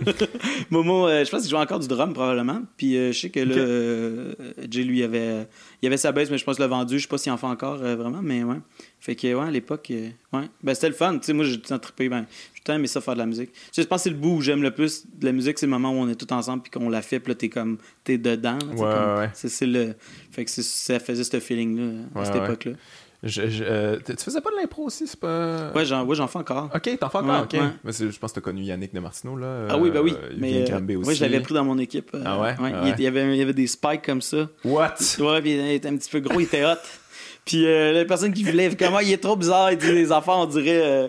Momo, je pense qu'il jouait encore du drum probablement. Puis je sais que là, Jay lui il avait sa baisse, mais je pense qu'il l'a vendu. Je sais pas s'il en fait encore vraiment, mais ouais. Fait que à l'époque, ben c'était le fun. Tu sais, moi j'ai tout le temps trippé. Ben, j'ai tout le temps aimé ça faire de la musique. Tu sais, je pense que c'est le bout où j'aime le plus de la musique, c'est le moment où on est tous ensemble puis qu'on la fait, puis là t'es dedans. Là,
ouais.
C'est le. Fait que ça faisait ce feeling là à cette époque-là.
Tu faisais pas de l'impro aussi, c'est pas...
Ouais, j'en fais encore.
Ok, t'en fais encore, ok.
Ouais.
Mais je pense que t'as connu Yannick Demartino, là.
Ah oui, ben oui.
Mais aussi.
Oui, je l'avais pris dans mon équipe.
Ah ouais?
Il y avait des spikes comme ça.
What?
Ouais, puis il était un petit peu gros, il était hot. Puis la personne qui voulait, comment il est trop bizarre, il dit des affaires, on dirait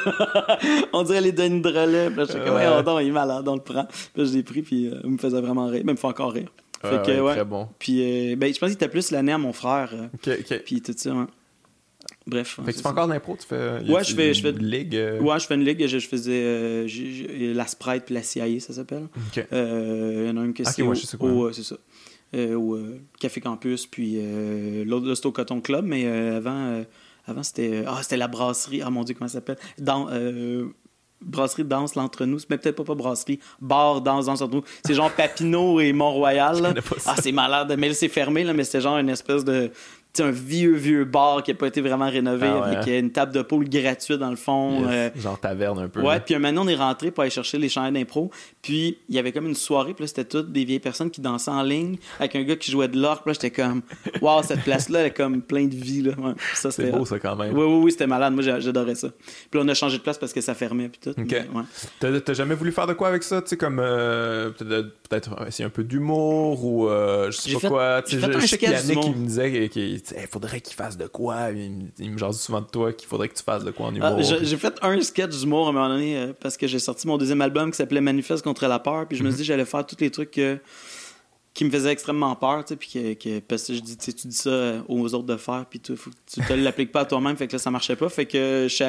les Denis Drolet. Puis là, je sais comment il est malade, on le prend. Puis là, je l'ai pris, puis il me faisait vraiment rire. Mais il me fait encore rire. Fait que,
très bon.
Puis ben, je pense qu'il était plus l'année à mon frère.
Ok.
Puis tout ça, ouais. Bref.
Fait que tu fais encore de l'impro? Tu fais...
je fais
une ligue?
Ouais, je fais une ligue. Je faisais la Sprite puis la CIA, ça s'appelle.
Ok.
Il y en a une que c'est c'est ça. Au Café Campus, puis l'autre, là, c'était au Coton Club, mais avant c'était la brasserie. Ah mon Dieu, comment ça s'appelle? Brasserie Danse l'Entre-nous, mais peut-être pas brasserie, bar Danse l'Entre-nous. C'est genre Papineau et Mont-Royal. C'est malade, mais là c'est fermé, là, mais c'était genre une espèce de un vieux bar qui n'a pas été vraiment rénové avec une table de poule gratuite dans le fond.
Genre taverne un peu.
Ouais, puis maintenant on est rentré pour aller chercher les chandails d'impro. Puis il y avait comme une soirée, puis là c'était toutes des vieilles personnes qui dansaient en ligne avec un gars qui jouait de l'orgue. Puis là j'étais comme, waouh, cette place-là elle est comme plein de vie. Là. Ouais, ça,
c'est beau ça quand même.
Oui, c'était malade. Moi j'adorais ça. Puis là on a changé de place parce que ça fermait. Puis tout.
Okay. Mais, ouais. T'as jamais voulu faire de quoi avec ça? Tu sais, comme peut-être essayer un peu d'humour ou je sais pas quoi. Je sais qu'il y a Yannick qui me disait qu'il faudrait qu'il fasse de quoi. Il me jase souvent de toi qu'il faudrait que tu fasses de quoi en humour.
J'ai fait un sketch d'humour à un moment donné parce que j'ai sorti mon deuxième album qui s'appelait Manifeste contre la peur. Puis je me suis dit que j'allais faire tous les trucs qui me faisaient extrêmement peur. Puis parce que je dis, tu dis ça aux autres de faire. Puis tu te l'appliques pas à toi-même. Fait que là, ça marchait pas. Fait que je suis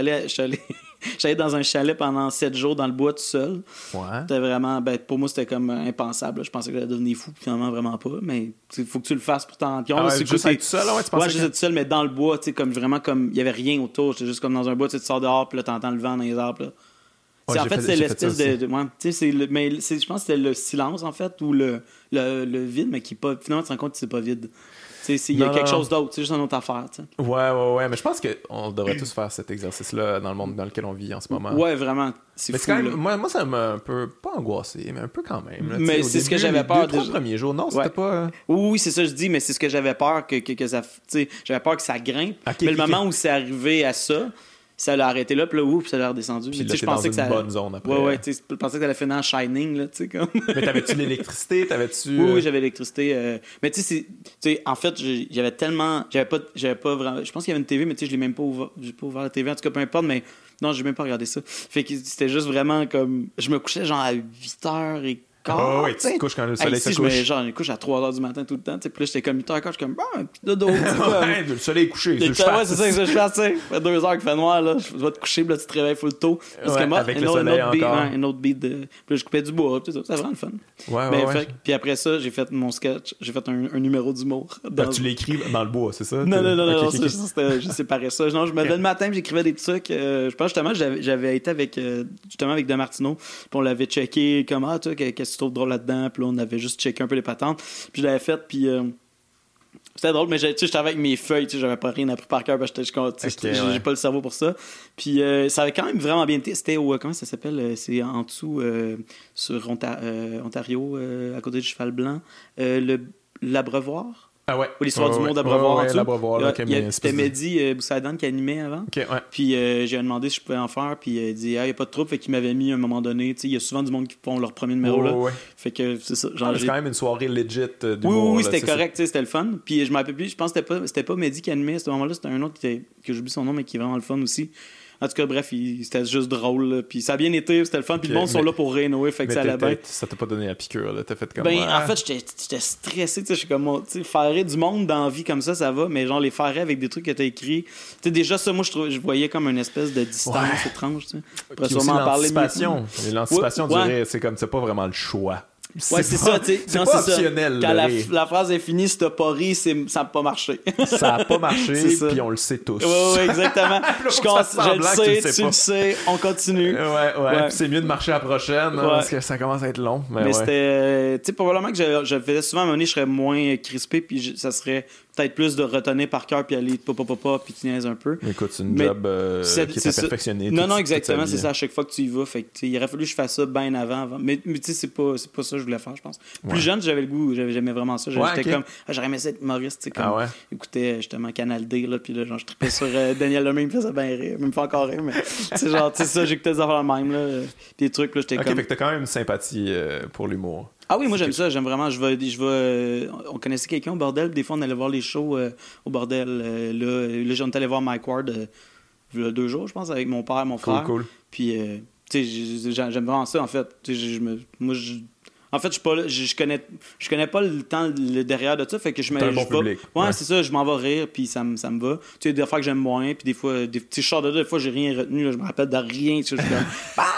allé dans un chalet pendant 7 jours dans le bois tout seul.
Ouais.
C'était vraiment, pour moi, c'était comme impensable. Là. Je pensais que j'allais devenir fou. Finalement, vraiment pas. Mais il faut que tu le fasses pour t'en rendre compte.
Juste être tout seul, tu pensais
juste être tout seul, mais dans le bois, vraiment comme il y avait rien autour. C'était juste comme dans un bois, tu sors dehors, puis là, t'entends le vent dans les arbres. Là. Ouais, en fait, c'est l'espèce de je pense que c'était le silence, en fait, ou le vide, mais qui pas. Finalement, tu te rends compte que c'est pas vide. Il y a quelque chose d'autre, c'est juste une autre affaire. T'sais.
Ouais, mais je pense qu'on devrait tous faire cet exercice-là dans le monde dans lequel on vit en ce moment.
Ouais, vraiment. C'est fou.
Quand même, moi, ça m'a un peu, pas angoissé, mais un peu quand même. Là,
mais c'est ce que j'avais peur.
Les 3 premiers jours, non, c'était pas.
Oui, c'est ça, je dis, mais c'est ce que j'avais peur que ça. J'avais peur que ça grimpe. Mais le moment où c'est arrivé à ça, ça l'a arrêté là, puis là, ça l'a redescendu.
Puis là, je pensais que ça bonne zone après.
Ouais, je pensais que ça allait finir en Shining, là, tu sais, comme.
Mais t'avais-tu l'électricité?
Oui, j'avais l'électricité. Mais tu sais, en fait, j'avais tellement. J'avais pas vraiment. Je pense qu'il y avait une TV, mais tu sais, je l'ai même pas ouvert. J'ai pas ouvert la TV, en tout cas, peu importe, mais non, j'ai même pas regardé ça. Fait que c'était juste vraiment comme. Je me couchais genre à 8h15.
Oh, oui, tu te couches quand le soleil se couche.
Je me couche à 3h du matin tout le temps. Puis là, j'étais comme 8h15, je suis comme, un petit dodo.
Ouais, le soleil est couché.
Ouais, c'est ça que je fais, tu sais. Ça fait 2 heures qu'il fait noir, là. Je vais te coucher, puis là, tu te réveilles full tôt. Parce que moi,
avec le soleil encore.
Un autre beat de. Puis là, je coupais du bois, puis ça. C'était vraiment le fun.
Ouais.
Puis après ça, j'ai fait mon sketch. J'ai fait un numéro d'humour.
Tu l'écris dans le bois, c'est ça?
Non, j'ai séparé ça. Non, je me levais le matin, puis j'écrivais des petits trucs. Je pense justement, j'avais été avec De Martino, puis on l'avait checké, comme, toi, qu'est-ce que tu trouves drôle là-dedans? Puis là, on avait juste checké un peu les patentes. Puis je l'avais fait, puis c'était drôle, mais j'étais avec mes feuilles, j'avais pas rien appris par cœur, parce que j'ai pas le cerveau pour ça. Puis ça avait quand même vraiment bien été. C'était au, comment ça s'appelle? C'est en dessous, sur Ontario, à côté du Cheval Blanc. L'Abreuvoir.
Ah ouais.
Ou l'histoire du monde d'Abreuvoir en dessous.
L'Abreuvoir,
c'était Mehdi Boussaïdan qui animait avant.
Okay, ouais.
Puis j'ai demandé si je pouvais en faire. Puis il dit, il n'y a pas de trouble. Fait qu'il m'avait mis à un moment donné. Il y a souvent du monde qui font leur premier numéro là. Fait que c'est ça.
C'est quand même une soirée legit
d'humour. Oui, c'était correct. C'était le fun. Puis je m'en rappelle plus. Je pense que c'était pas Mehdi qui animait à ce moment-là. C'était un autre que j'oublie son nom, mais qui est vraiment le fun aussi. En tout cas, bref, c'était juste drôle. Là. Puis ça a bien été, c'était le fun. Puis le monde sont là pour rénover, fait que ça allait bien.
Ça t'a pas donné la piqûre, là. T'as fait comme.
En fait, j'étais stressé. Je suis comme, faire du monde dans la vie comme ça va. Mais genre, les faire avec des trucs que t'as écrits. Déjà, ça, moi, je voyais comme une espèce de distance étrange.
Puis aussi l'anticipation. L'anticipation, c'est comme, c'est pas vraiment le choix.
C'est ça, tu sais.
C'est pas optionnel.
Quand la phrase est finie, si t'as pas ri, ça n'a pas marché.
Ça a pas marché, puis on le sait tous.
Oui, exactement. Je le sais, tu le sais, on continue.
Ouais. Puis c'est mieux de marcher à la prochaine, parce que ça commence à être long. Mais
c'était. Tu sais, probablement que je faisais souvent à un moment donné, je serais moins crispé, puis ça serait peut-être plus de retenir par cœur, puis aller puis tu niaises un peu.
Écoute, c'est une job qui est perfectionnée.
Non, exactement, c'est ça à chaque fois que tu y vas. Fait que, il aurait fallu que je fasse ça bien avant. Mais tu sais, c'est pas ça que je voulais faire, je pense. Plus jeune, j'avais le goût, j'aimais vraiment ça. J'étais comme, j'aurais aimé ça être humoriste, tu sais, comme, écoutais justement Canal D, là, puis là, genre, je trippais sur Daniel Lemay, il me faisait bien rire, il me fait encore rire, mais c'est genre, tu sais, ça, j'écoutais des affaires même, là, des trucs, là, j'étais comme.
Ok, fait que t'as quand même une sympathie pour l'humour.
Ah oui, moi j'aime ça, j'aime vraiment. On connaissait quelqu'un au bordel, des fois on allait voir les shows au bordel. Là, j'en allé voir Mike Ward il y a 2 jours, je pense, avec mon père, mon frère.
Cool.
Puis, tu sais, j'aime vraiment ça, en fait. En fait, je connais pas le temps le derrière de ça, fait que je
un bon public.
Ouais, c'est ça, je m'en vais rire, puis ça me va. Tu sais, des fois que j'aime moins, puis des fois, des chars de deux, des fois, j'ai rien retenu, là, je me rappelle de rien, tu sais, je suis comme,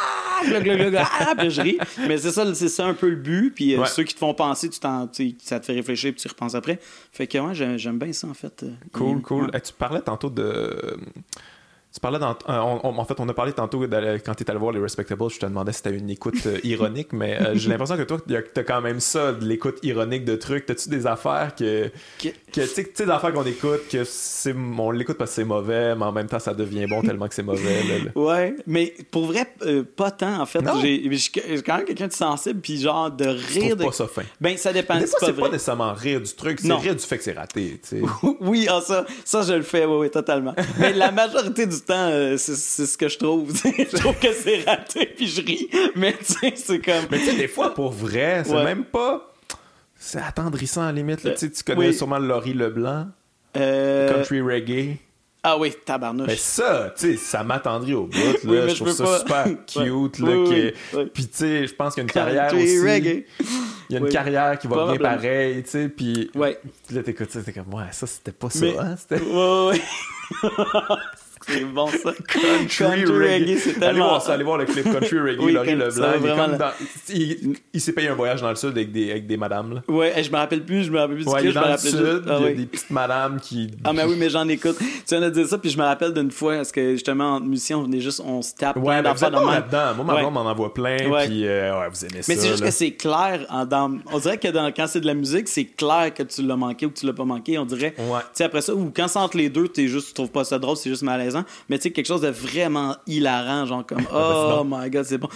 puis je ris. Mais c'est ça un peu le but, puis ceux qui te font penser, ça te fait réfléchir, puis tu repenses après. Fait que, ouais, j'aime bien ça, en fait.
Cool. Tu parlais tantôt de Tu parlais en fait, on a parlé tantôt quand tu étais allé voir les Respectables, je te demandais si c'était une écoute ironique, mais j'ai l'impression que toi, t'as quand même ça, de l'écoute ironique de trucs. T'as-tu des affaires que tu sais, des affaires qu'on écoute, on l'écoute parce que c'est mauvais, mais en même temps, ça devient bon tellement que c'est mauvais.
Ouais, mais pour vrai, pas tant, en fait. Je suis quand même quelqu'un de sensible, puis genre de rire.
Je trouve pas ça fin.
Ben, ça dépend.
Des fois, c'est pas nécessairement rire du truc, c'est rire du fait que c'est raté. T'sais.
Oui, ça, je le fais, oui, totalement. Mais la majorité du temps, c'est ce que je trouve. Je trouve que c'est raté, puis je ris. Mais tu sais, c'est comme.
Mais tu sais, des fois, pour vrai, c'est même pas. C'est attendrissant à la limite. Là. Tu connais sûrement Laurie Leblanc, country reggae.
Ah oui, tabarnouche.
Mais ça, tu sais, ça m'attendrit au bout. Là. Oui, je trouve ça super cute. Là, Puis tu sais, je pense qu'il y a une carrière aussi. Reggae. Il y a une carrière qui va bien pareil, tu sais. Puis là, t'écoutes ça, t'es comme, ouais, ça, c'était pas ça. Hein?
Ouais. C'est bon ça. Country reggae, c'est tellement...
Allez voir le clip Country Reggae, Laurie Leblanc. Il s'est payé un voyage dans le sud avec des madames. Là.
Ouais, je me rappelle plus du
clip. Ouais, dans le sud, il y a des petites madames qui...
Ah mais oui, mais j'en écoute. Tu viens de dire ça, puis je me rappelle d'une fois, parce que justement, entre musiciens, on se tape
plein d'affaires dans là-dedans. Moi, ma blonde m'en envoie plein, puis vous aimez ça.
Mais c'est juste que c'est clair. On dirait que quand c'est de la musique, c'est clair que tu l'as manqué ou que tu l'as pas manqué. On dirait, tu sais, après ça, ou quand c'est entre les deux, tu trouves pas ça drôle, c'est juste malaisant. Mais tu sais, quelque chose de vraiment hilarant, genre comme oh my god, c'est bon.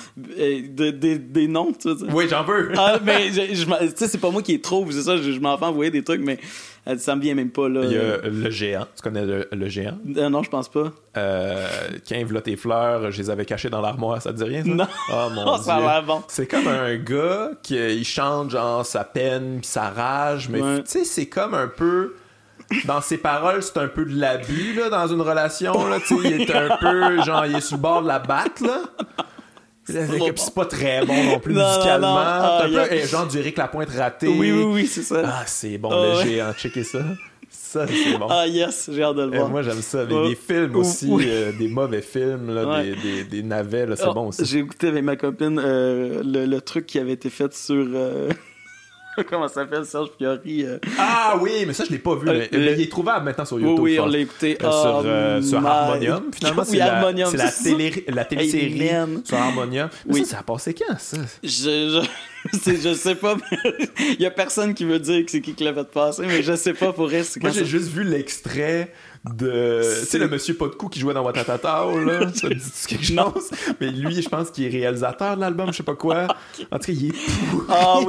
Des noms, tu sais.
Oui, j'en veux.
Mais tu sais, c'est pas moi qui les trouve, c'est ça, je m'en fais envoyer des trucs, mais ça me vient même pas là.
Il y a Le Géant. Tu connais le Géant?
Non, je pense pas.
Quinve là tes fleurs, je les avais cachées dans l'armoire, ça te dit rien, ça?
Non.
Oh mon Dieu.
Ça a l'air bon.
C'est comme un gars qui chante genre sa peine pis sa rage, mais tu sais, c'est comme un peu... Dans ses paroles, c'est un peu de l'abus là, dans une relation. Là, il est un peu, genre, il est sur le bord de la batte. Là. C'est pas très bon non plus musicalement. C'est un peu genre du Éric Lapointe raté.
Oui, c'est ça.
Ah, c'est bon, le géant. Checker ça. Ça, c'est bon.
Ah, yes, j'ai hâte de le voir.
Moi, j'aime ça. Des films aussi, des mauvais films, là, des navets, là, c'est bon aussi.
J'ai écouté avec ma copine le truc qui avait été fait sur... Comment ça s'appelle, Serge Fiori?
Ah oui, mais ça, je l'ai pas vu. Il est trouvable maintenant sur YouTube.
Oui, on l'a écouté.
Sur Harmonium, finalement.
Oui, Harmonium.
C'est la télésérie sur Harmonium. Mais ça a passé quand, ça?
Je sais pas. Il y a personne qui veut dire que c'est qui l'a fait passer, mais je sais pas pour rester.
Moi, j'ai juste vu l'extrait de... Tu sais, le monsieur pas de cou qui jouait dans Watatata, là. Ça te dit quelque chose? Mais lui, je pense qu'il est réalisateur de l'album, je sais pas quoi. En tout cas, il est fou.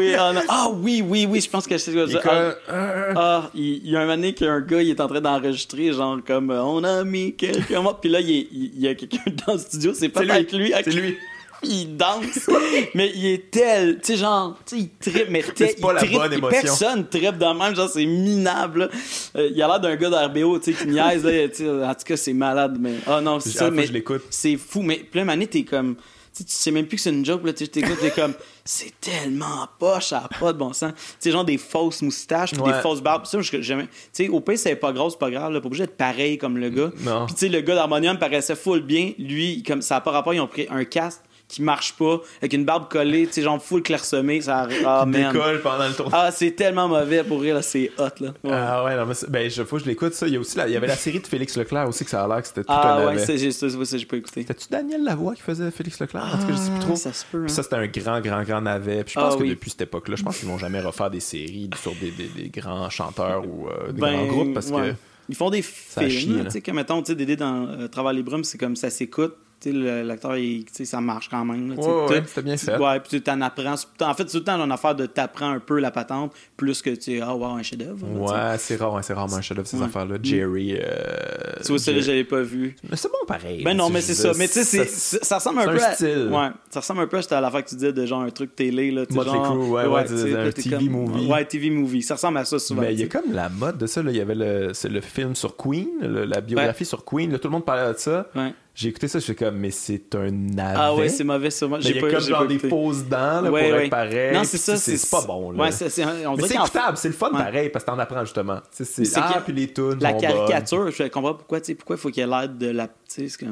Oui, je pense que c'est ça. Il y a un moment donné qu'un gars, il est en train d'enregistrer, genre comme on a mis quelqu'un mort. Puis là, il y a quelqu'un dans le studio, c'est pas avec lui.
C'est lui.
Il danse, mais il est tel, tu sais, genre, tu sais, il trippe, mais
c'est pas la bonne émotion.
Personne trippe de même, genre, c'est minable, il a l'air d'un gars d'RBO, tu sais, qui niaise, là, en tout cas, c'est malade, mais, non, c'est ça, mais
je l'écoute.
C'est fou, mais puis là, Mané, t'es comme, tu sais même plus que c'est une joke, là, tu t'écoutes, t'es comme, c'est tellement poche, ça a pas de bon sens, tu sais, genre des fausses moustaches, puis des fausses barbes, ça, jamais, tu sais, au pire, c'est pas gros, c'est pas grave, là, pas obligé d'être pareil comme le gars, puis tu sais, le gars d'Harmonium paraissait full bien, lui, comme ça a pas rapport, ils ont pris un casque qui marche pas, avec une barbe collée, tu sais, genre full clairsemée, ça
décolle pendant le tour.
Ah, c'est tellement mauvais pour rire, là, c'est hot, là.
Ouais. Ah ouais, non, mais faut que je l'écoute, ça. Il y a aussi, il y avait la série de Félix Leclerc aussi, que ça a l'air que c'était tout un navet.
Ah ouais, ça, j'ai pas écouté.
C'était-tu Daniel Lavoie qui faisait Félix Leclerc? En tout cas, je sais plus trop.
Ça se peut,
Puis ça, c'était un grand navet. Puis je pense que depuis cette époque-là, je pense qu'ils vont jamais refaire des séries sur des grands chanteurs ou des grands groupes, parce que...
Ils font des films, tu sais, comme mettons, tu sais, Dédé dans Travers les brumes, c'est comme ça s'écoute. L'acteur, ça marche quand même.
Ouais, c'était bien fait.
Ouais, puis tu t'en apprends. En fait, tout le temps, on a affaire de t'apprends un peu la patente, plus que tu un chef-d'œuvre.
Ouais, c'est rarement un chef-d'œuvre, ces affaires-là. Jerry.
Tu vois, celle-là, je l'avais pas vu.
Mais c'est bon pareil.
Ben non, mais c'est ça. Mais tu sais, ça ressemble un peu à.
Style.
Ouais, ça ressemble un peu à l'affaire que tu disais de genre un truc télé. Là,
Motley Crue, un TV movie.
Ouais, TV movie. Ça ressemble à ça souvent.
Mais il y a comme la mode de ça. Il y avait le film sur Queen, la biographie sur Queen. Tout le monde parlait de ça.
Ouais.
J'ai écouté ça, je suis comme, mais c'est un navet.
Ah ouais, c'est mauvais ça. Moi,
il y a comme genre des fausses dents là, pour être pareil.
Non, c'est ça.
C'est pas bon. Là.
Ouais,
mais c'est écoutable, c'est le fun pareil, parce que t'en apprends justement. Puis les tunes
la caricature, je comprends pourquoi il faut qu'il y ait l'air de la... C'est comme...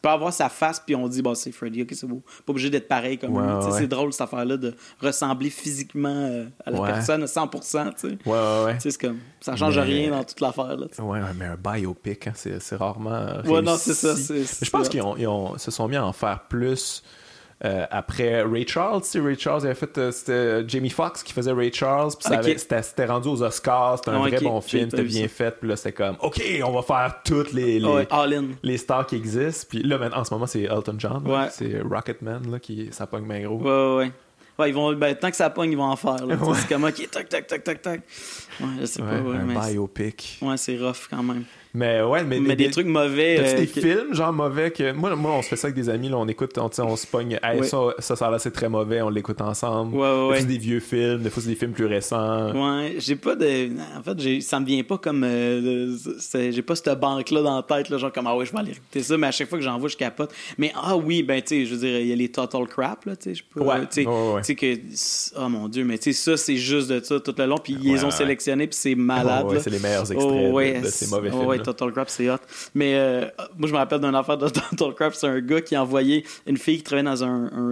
peut avoir sa face, puis on dit, bon, c'est Freddy, ok, c'est beau. Pas obligé d'être pareil comme lui. C'est drôle, cette affaire-là, de ressembler physiquement à la personne à 100%, tu sais.
Ouais.
C'est comme, ça change rien dans toute l'affaire, là.
Ouais, mais un biopic, hein, c'est rarement réussi.
Ouais, non, c'est ça.
Je pense qu'ils se sont mis à en faire plus. Après Ray Charles, tu sais, Ray Charles il avait fait c'était Jamie Foxx qui faisait Ray Charles, puis c'était rendu aux Oscars, c'était un vrai bon film, c'était bien fait, puis là c'était comme OK, on va faire toutes les stars qui existent, puis là maintenant en ce moment c'est Elton John, c'est Rocketman là qui ça pogne bien gros.
Ouais, ils vont tant que ça pogne, ils vont en faire là. C'est comme OK, tac. Ouais, je sais pas,
un biopic.
Ouais, c'est rough quand même.
Mais
des trucs mauvais.
T'as-tu des films genre mauvais que. Moi, on se fait ça avec des amis, là, on écoute, on se pogne. Hey, ça là, c'est très mauvais, on l'écoute ensemble. Des fois, c'est des vieux films, des fois, c'est des films plus récents.
Ouais, j'ai pas de. En fait, ça me vient pas comme. J'ai pas cette banque-là dans la tête, là, genre comme, je vais aller écouter ça, mais à chaque fois que j'en vois, je capote. Mais tu sais, je veux dire, il y a les Total Crap, là, tu sais, tu sais, que. Oh mon Dieu, mais tu sais, ça, c'est juste de ça tout le long, puis ils les ont sélectionnés, puis c'est malade.
C'est les meilleurs extraits de ces mauvais films.
Total Crap, c'est hot. Mais moi, je me rappelle d'une affaire de Total Crap. C'est un gars qui a envoyé une fille qui travaillait dans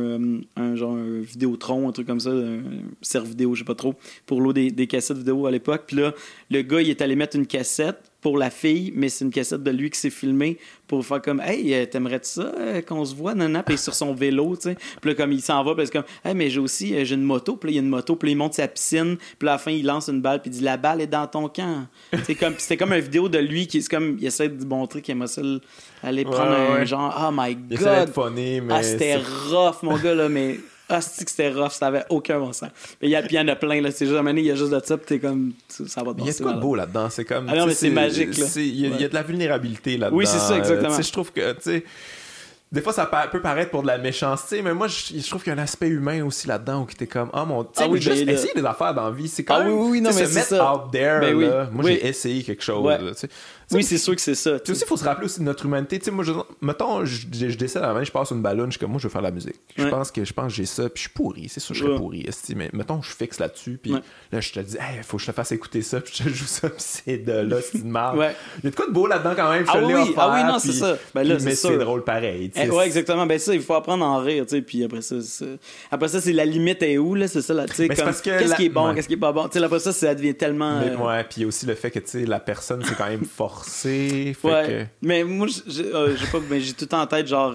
un genre un Vidéotron, un truc comme ça, un serve vidéo, je sais pas trop, pour l'eau des cassettes vidéo à l'époque. Puis là, le gars, il est allé mettre une cassette pour la fille, mais c'est une cassette de lui qui s'est filmé pour faire comme hey, t'aimerais-tu ça qu'on se voit, nana, puis sur son vélo, tu sais. Puis là, comme il s'en va, puis c'est comme hey, mais j'ai une moto, puis là, il y a une moto, puis là, il monte sa piscine, puis à la fin, il lance une balle, puis il dit la balle est dans ton camp. C'était comme une vidéo de lui qui, c'est comme, il essaie de montrer qu'il aimerait ça aller prendre un genre, oh my god.
Il essaie d'être funny, mais.
C'était rough, mon gars, là, mais. C'est que c'était rough, ça avait aucun bon sens. Puis il y en a plein, là. C'est juste à un moment donné, il y a juste de ça, puis t'es comme. Ça va de bon.
Il y a de quoi de beau là-dedans. C'est comme.
Ah non, mais c'est magique, là.
Il y a de la vulnérabilité là-dedans.
Oui, c'est ça, exactement.
Je trouve que, tu sais. Des fois, ça peut paraître pour de la méchanceté, mais moi, je trouve qu'il y a un aspect humain aussi là-dedans où t'es comme, juste essayer des affaires dans la vie, c'est quand même se mettre out there. Là. Moi, j'ai essayé quelque chose. Là,
oui, c'est sûr que c'est ça.
Puis aussi, il faut se rappeler aussi de notre humanité. Tu sais, moi, mettons, je décide à la main, je passe une ballonne, je suis comme, moi, je veux faire de la musique. Je pense que j'ai ça, puis je suis pourri. C'est sûr, je serais pourri. Mais mettons, je fixe là-dessus, puis là, je te dis, hey, faut que je te fasse écouter ça, puis je te joue ça, puis c'est de là, c'est de merde. Il y a de quoi de beau là-dedans quand même. Je te l'ai offert.
Ah oui, non, c'est ça.
Mais c'est drôle pareil.
Ouais, exactement. Ben ça, il faut apprendre à en rire, tu sais. Puis après ça, c'est la limite est où, là, c'est ça, là, tu sais. Qu'est-ce qui est bon, qu'est-ce qui est pas bon. Tu sais, après ça devient tellement.
Ouais, puis il y a aussi le fait que, tu sais, la personne, c'est quand même forcé.
Mais moi, j'ai tout le temps en tête, genre,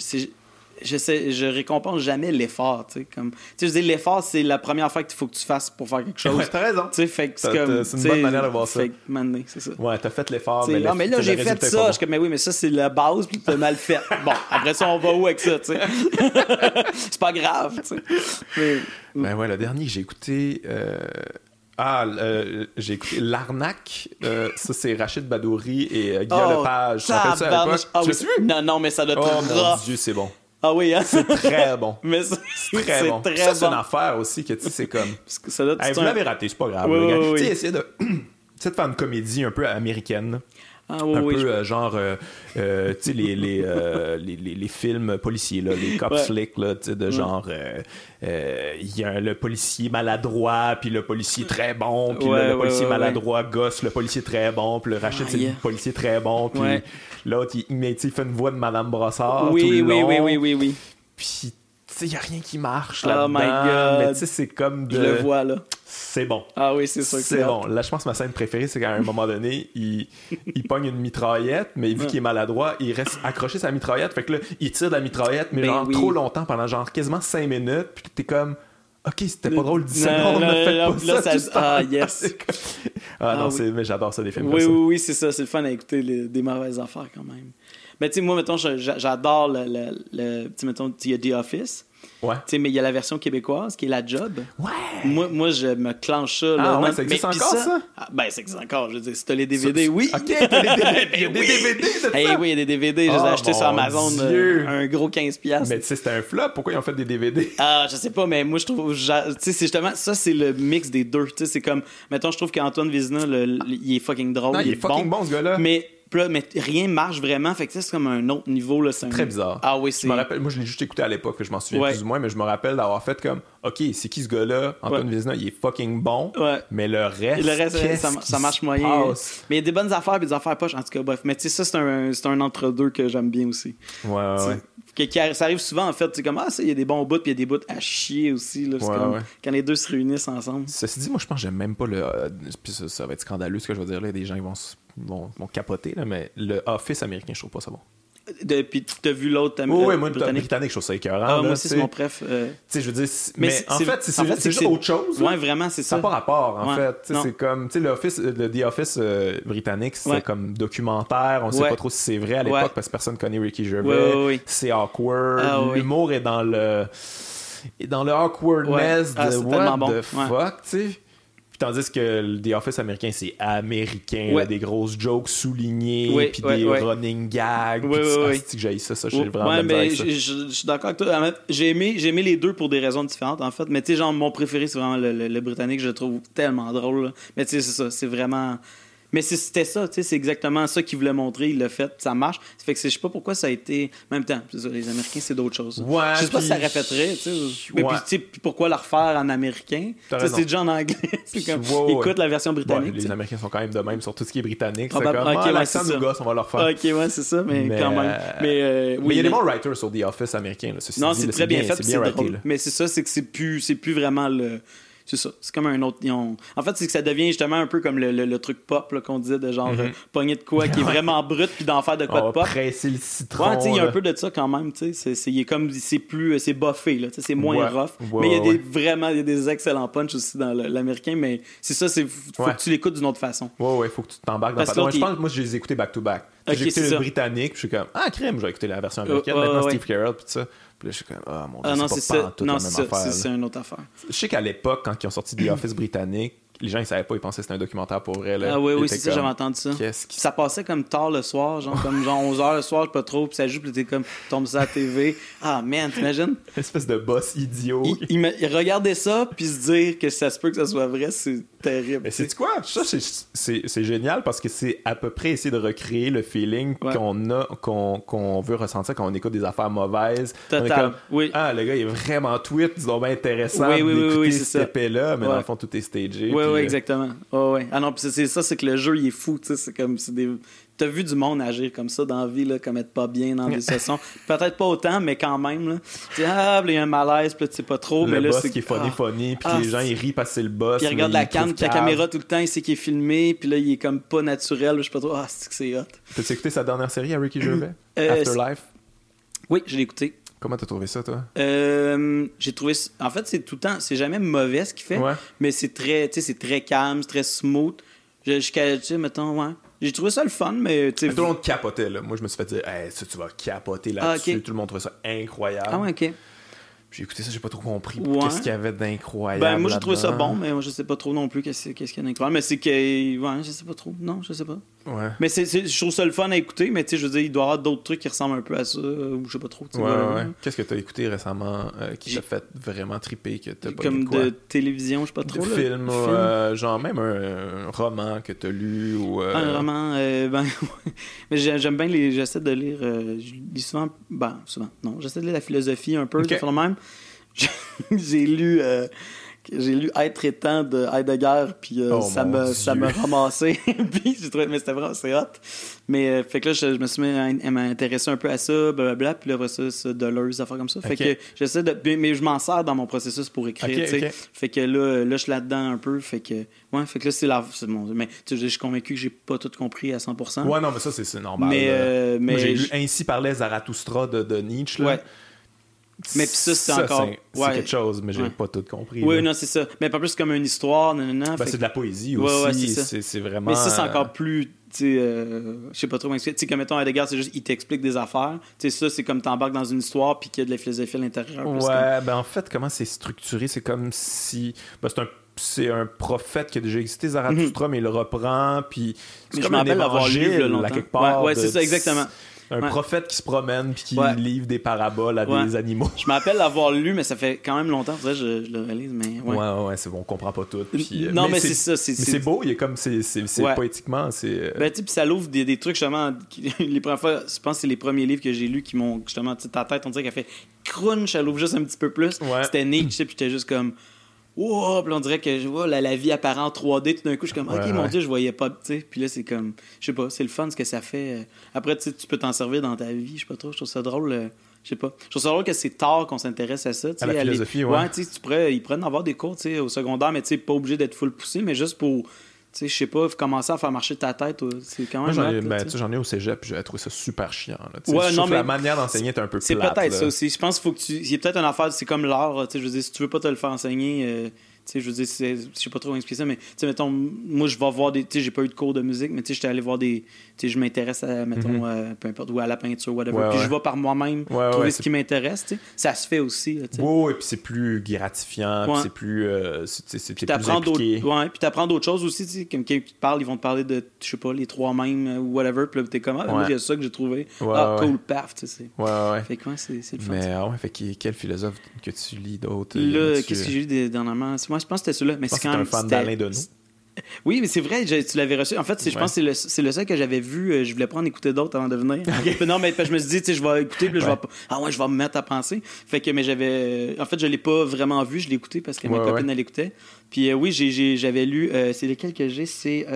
je récompense jamais l'effort, tu sais, comme, tu sais, je dis l'effort, c'est la première fois qu'il faut que tu fasses pour faire quelque chose.
Ouais, t'as raison.
Tu sais, fait que c'est comme,
c'est une bonne manière de voir ça.
Fait que maintenant, c'est ça.
Ouais, t'as fait l'effort,
mais là, j'ai fait ça, je suis comme, mais oui, mais ça, c'est la base, puis t'as mal fait. Bon, après ça, on va où avec ça, tu sais? C'est pas grave, tu sais.
Ben ouais, le dernier, j'ai écouté... j'ai écouté L'Arnaque. Ça, c'est Rachid Badouri et Guillaume Lepage. Tu te rappelles ça à l'époque? Tu l'as vu? Non,
mais ça doit être
mon Dieu, c'est bon.
Ah oui, hein?
C'est très bon.
Mais
c'est très bon.
Très
ça,
bon.
c'est une affaire aussi que, tu sais, c'est comme... vous l'avez raté, c'est pas grave.
Oui.
Tu sais, essayer de faire une comédie un peu américaine.
Ah, oui,
peu genre tu sais les films policiers là, les cop flicks là, tu sais, de genre il y a le policier maladroit puis le policier très bon puis le policier maladroit gosse le policier très bon puis le Rachid c'est le policier très bon puis l'autre il fait une voix de Madame Brossard tout le long.
Oui.
Puis tu sais, il n'y a rien qui marche là-dedans.
Oh my God.
Mais tu sais, c'est comme de...
Je le vois, là.
C'est bon.
Ah oui, c'est sûr que
c'est bon. Là, je pense que ma scène préférée, c'est qu'à un moment donné, il pogne une mitraillette, mais vu qu'il est maladroit, il reste accroché sa mitraillette. Fait que là, il tire de la mitraillette, mais trop longtemps, pendant genre quasiment 5 minutes. Puis t'es comme... OK, c'était pas drôle 10 secondes, ne faites pas ça.
Ah, yes.
Mais j'adore ça, des films
comme
ça.
Oui, c'est ça. C'est le fun à écouter des mauvaises affaires, quand même. Mais tu sais, moi, mettons, j'adore le tu sais, mettons, il y a The Office.
Ouais.
Tu sais, mais il y a la version québécoise qui est La Job.
Ouais.
Moi je me clenche ça. Là,
ouais, ça existe encore, ça?
Ben, ça existe encore. Je veux dire, si t'as les DVD, oui.
OK, t'as les DVD. Il y a des DVD de ça.
Oui, il y a des DVD. Je les ai achetés sur Amazon. Un gros 15$.
Mais tu sais, c'était un flop. Pourquoi ils ont fait des DVD?
Ah, je sais pas, mais moi, je trouve... Tu sais, c'est justement... Ça, c'est le mix des deux. Tu sais, c'est comme... Mettons, je trouve qu'Antoine Vézina, il est fucking drôle.
Non, il est fucking bon, ce gars-là.
Mais... Puis là, mais rien marche vraiment. Fait que c'est comme un autre niveau. Là, c'est
très bizarre.
Ah oui, c'est...
Je me rappelle, moi, je l'ai juste écouté à l'époque, je m'en souviens plus ou moins, mais je me rappelle d'avoir fait comme, OK, c'est qui ce gars-là? Antoine Vézina, il est fucking bon, mais le reste,
ça marche moyen. Mais il y a des bonnes affaires et des affaires poches, en tout cas, bref. Mais tu sais, ça, c'est un entre-deux que j'aime bien aussi.
Ouais.
Ça arrive souvent, en fait, tu sais, comme, il y a des bons bouts puis il y a des bouts à chier aussi, là. C'est comme quand les deux se réunissent ensemble.
Ceci dit, moi, je pense que j'aime même pas le... puis ça va être scandaleux, ce que je vais dire, là. Des gens qui vont capoter, là, mais le Office américain, je trouve pas ça bon.
Puis tu as vu l'autre
moi, britannique, je trouve ça écœurant.
Moi aussi, c'est mon préf.
Tu sais, je veux dire, mais en fait, c'est juste autre chose.
Ouais, vraiment, c'est ça.
Ça n'a pas rapport, en fait. C'est comme, tu sais, le The Office britannique, c'est comme documentaire. On ne sait pas trop si c'est vrai à l'époque parce que personne ne connaît Ricky Gervais. C'est awkward. L'humour est dans le awkwardness de what the fuck, tu sais. Tandis que le The Office américain, c'est américain, là, des grosses jokes soulignées, puis des running gags. Que j'ai ça, j'ai vraiment
je suis d'accord avec toi. J'ai aimé les deux pour des raisons différentes, en fait. Mais tu sais, genre, mon préféré, c'est vraiment le britannique. Je le trouve tellement drôle. Là. Mais tu sais, c'est ça. C'est vraiment... Mais c'était ça, tu sais, c'est exactement ça qu'il voulait montrer, il l'a fait, ça marche. Ça fait que je sais pas pourquoi ça a été... En même temps, ça, les Américains, c'est d'autres choses.
Ouais,
je sais pas si ça répéterait, tu sais. Mais puis pourquoi le refaire en américain? C'est déjà en anglais. C'est comme, écoute la version britannique.
Les Américains sont quand même de même sur tout ce qui est britannique. C'est comme, l'accent nous gosse, on va le refaire.
OK, ouais, c'est ça, mais quand même.
Mais il y a des bons writers sur The Office américain.
Non, c'est très bien fait, c'est drôle. Mais c'est ça, c'est que c'est plus vraiment le... C'est ça. C'est comme un autre. En fait, c'est que ça devient justement un peu comme le truc pop là, qu'on disait de genre pogner de quoi qui est vraiment brut puis d'en faire de quoi de pop.
Presser le citron.
Ouais, tu sais, il y a un peu de ça quand même. Tu sais, c'est buffé là. Tu sais, c'est moins rough. Mais il y a des excellents punchs aussi dans l'américain. Mais c'est ça, faut que tu l'écoutes d'une autre façon.
Ouais, faut que tu t'embarques dans le. Je pense que moi, je les ai écoutés back to back. J'ai écouté le britannique, puis je suis comme crème, je vais écouter la version américaine. Maintenant, Steve Carell, puis tout ça. Puis là, je suis comme, mon Dieu, c'est pas toute la même affaire.
C'est une autre affaire.
Je sais qu'à l'époque, quand ils ont sorti The Office britannique, les gens, ils savaient pas, ils pensaient que c'était un documentaire pour vrai. Là.
Oui, c'est ça, j'avais entendu ça. Ça passait comme tard le soir, genre 11h le soir, pas trop, puis ça joue, puis t'es comme, tombe ça à la TV. Ah, man, t'imagines?
Une espèce de boss idiot.
Il regardait ça, puis se dire que ça se peut que ça soit vrai, c'est terrible.
Mais c'est quoi? Ça, c'est génial parce que c'est à peu près essayer de recréer le feeling qu'on veut ressentir quand on écoute des affaires mauvaises.
Total.
Le gars, il est vraiment tweet, disons bien intéressant d'écouter cette épée-là, mais dans le fond, tout est stagé.
Oui, exactement. Ah non, puis c'est ça, c'est que le jeu, il est fou, tu sais, c'est comme, t'as vu du monde agir comme ça dans la vie, là, comme être pas bien dans des sessions. Peut-être pas autant, mais quand même, là. Tu sais, il y a un malaise, puis là, tu sais pas trop, mais là,
c'est... Le boss qui est funny, puis les gens, ils rient parce que c'est le boss.
Puis il regarde la caméra tout le temps, il sait qu'il est filmé, puis là, il est comme pas naturel, je sais pas trop, c'est que c'est hot.
T'as-tu écouté sa dernière série à Ricky Gervais? Afterlife?
Oui, je l'ai écouté.
Comment t'as trouvé ça, toi?
J'ai trouvé... En fait, c'est tout le temps... C'est jamais mauvais ce qu'il fait, mais c'est très calme, c'est très smooth. Jusqu'à, tu sais, mettons, j'ai trouvé ça le fun, mais...
Tout le monde capotait, là. Moi, je me suis fait dire, ça, tu vas capoter là-dessus. Tout le monde trouvait ça incroyable.
Ah ouais, OK.
J'ai écouté ça, j'ai pas trop compris qu'est-ce qu'il y avait d'incroyable.
Moi, j'ai trouvé ça bon, mais moi, je sais pas trop non plus qu'est-ce qu'il y a d'incroyable. Mais c'est que... Ouais, je sais pas trop. Non, je sais pas.
Ouais.
Mais je trouve ça le fun à écouter, mais tu sais, je veux dire, il doit y avoir d'autres trucs qui ressemblent un peu à ça, ou je sais pas trop.
Ouais. Qu'est-ce que t'as écouté récemment qui t'a fait vraiment triper, que t'as pas
comme de télévision, je sais pas trop.
De film, genre même un roman que t'as lu ou...
Un roman, mais j'aime bien j'essaie de lire, je lis souvent, non, j'essaie de lire la philosophie un peu, de faire le même. J'ai lu Être et temps de Heidegger, puis ça m'a ramassé. Puis j'ai trouvé, mais c'était vraiment, c'est hot. Mais fait que là, je me suis intéressé un peu à ça, blablabla, puis là, après ça, Deleuze, affaires comme ça. Fait que j'essaie de. Mais je m'en sers dans mon processus pour écrire, tu sais. Fait que là, je suis là-dedans un peu. Fait que là, c'est bon. Mais tu sais, je suis convaincu que j'ai pas tout compris à 100%.
Ouais, non, mais ça, c'est normal. Mais moi, j'ai lu Ainsi parlait Zarathustra de Nietzsche, là.
Ouais. Mais puis ça, c'est encore...
C'est quelque chose, mais j'ai pas tout compris.
Oui, non, c'est ça. Mais pas plus comme une histoire,
c'est de la poésie aussi. C'est vraiment...
Mais ça, c'est encore plus... je sais pas trop comment expliquer. Tu sais, comme mettons, Heidegger, c'est juste, il t'explique des affaires. Tu sais, ça, c'est comme t'embarques dans une histoire puis qu'il y a de la philosophie à l'intérieur.
En fait, comment c'est structuré, c'est comme si... c'est un prophète qui a déjà existé, Zarathustra, mais il le reprend, puis...
C'est comme je m'appelle avoir lu là, quelque part. Ouais, c'est ça, exactement.
Un prophète qui se promène puis qui livre des paraboles à des animaux.
Je me rappelle l'avoir lu, mais ça fait quand même longtemps. Faudrait que je le relise, mais
ouais, c'est bon, on comprend pas tout. Puis,
non, mais c'est ça.
Mais c'est beau, il y a comme c'est poétiquement, c'est.
Ben tu sais, puis ça l'ouvre des trucs justement. Les premières fois, je pense que c'est les premiers livres que j'ai lus qui m'ont justement, ta tête, on dirait qu'elle fait crunch, elle ouvre juste un petit peu plus. C'était Nietzsche, puis j'étais juste comme. Wow, puis on dirait que je vois la vie apparaît en 3D, tout d'un coup je suis comme ok, mon Dieu, je voyais pas, tu sais. Puis là c'est comme, je sais pas, c'est le fun ce que ça fait. Après tu peux t'en servir dans ta vie, je sais pas trop, je trouve ça drôle, je sais pas. Je trouve ça drôle que c'est tard qu'on s'intéresse à ça, tu sais.
À la philosophie,
tu sais, ils pourraient en avoir des cours, tu sais, au secondaire, mais tu sais, pas obligé d'être full poussé, mais juste pour, tu sais, je sais pas, commencer à faire marcher ta tête, c'est quand même.
Moi, j'en ai au cégep, puis j'ai trouvé ça super chiant. Là, la manière d'enseigner est un peu plate.
C'est peut-être ça aussi. Je pense qu'il faut que il y a peut-être une affaire, c'est comme l'art, tu sais, je veux dire, si tu veux pas te le faire enseigner. Tu sais, je veux dire, je sais pas trop expliquer ça, mais tu sais, mettons, moi, je vais voir des. Tu sais, j'ai pas eu de cours de musique, mais tu sais, j'étais allé voir des. Tu sais, je m'intéresse à, mettons, peu importe, ou à la peinture, whatever. Puis je vais par moi-même trouver ce qui m'intéresse, tu sais. Ça se fait aussi, tu sais.
Oui, et puis c'est plus gratifiant, puis c'est plus. C'est plus
impliqué. Puis t'apprends d'autres choses aussi, tu sais. Comme quelqu'un qui te parle, ils vont te parler de, je sais pas, les trois mêmes ou whatever. Puis là, t'es comme, moi, j'ai ça que j'ai trouvé. Cool, paf, tu sais. Fait que, c'est le fun.
Mais, fait quel philosophe que tu lis d'autres?
Là, qu'est-ce que j'ai lu dernièrement? Moi, je pense que c'était celui-là. Mais c'est quand même.
un fan d'Alain Deneau.
Oui, mais c'est vrai, tu l'avais reçu. En fait, je pense que c'est le seul que j'avais vu. Je voulais pas en écouter d'autres avant de venir. Non, mais je me suis dit, tu sais, je vais écouter, puis je vais je vais me mettre à penser. Fait que, mais j'avais. En fait, je l'ai pas vraiment vu, je l'ai écouté parce que ma copine, elle l'écoutait. Puis oui, j'avais lu. C'est lesquels que j'ai?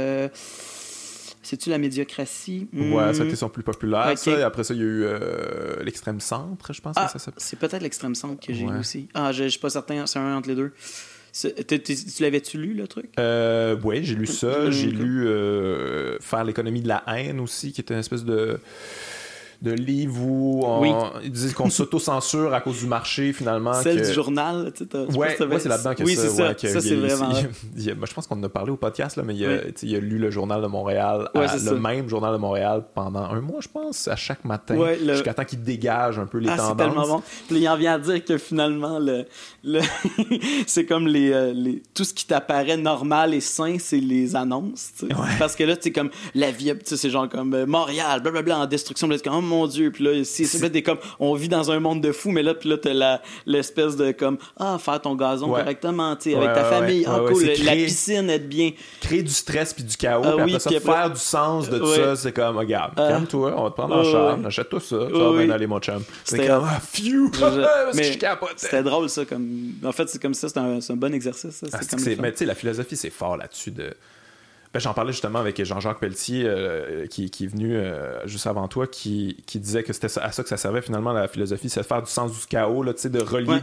C'est-tu La médiocratie?
Ouais, ça a été son plus populaire, ça. Et après ça, il y a eu l'Extrême Centre, je pense que ça s'appelle.
C'est peut-être l'Extrême Centre que j'ai lu aussi. Je suis pas certain, c'est un entre les deux. Tu l'avais-tu lu, le truc?
Oui, j'ai lu ça. J'ai lu Faire l'économie de la haine aussi, qui était une espèce de livre où ils disent qu'on s'auto-censure à cause du marché, finalement.
Celle du journal, tu sais.
C'est là-dedans que
c'est ça. Ça, c'est vraiment...
je pense qu'on en a parlé au podcast, là, mais il a lu le Journal de Montréal, même Journal de Montréal, pendant un mois, je pense, à chaque matin, jusqu'à temps qu'il dégage un peu les tendances.
C'est tellement bon. Puis il en vient à dire que finalement, c'est comme tout ce qui t'apparaît normal et sain, c'est les annonces, tu sais. Parce que là, tu sais, comme la vie, tu sais, c'est genre comme Montréal, blablabla, en destruction, comme mon Dieu, puis là, t'es comme, on vit dans un monde de fous, mais là, puis là, t'as l'espèce de comme, faire ton gazon correctement, tu sais, avec ta famille, cool, la piscine, être bien.
Créer du stress puis du chaos, puis après ça, faire du sens de tout ça, c'est comme, regarde, calme-toi, on va te prendre en charge, achète-toi ça, ça va bien aller, mon chum. C'est comme, phew,
mais c'était drôle, ça, comme, en fait, c'est comme ça, c'est un bon exercice, ça.
Mais tu sais, la philosophie, c'est fort là-dessus de. J'en parlais justement avec Jean-Jacques Pelletier qui est venu juste avant toi, qui disait que c'était à ça que ça servait finalement la philosophie, c'est de faire du sens du chaos, là, de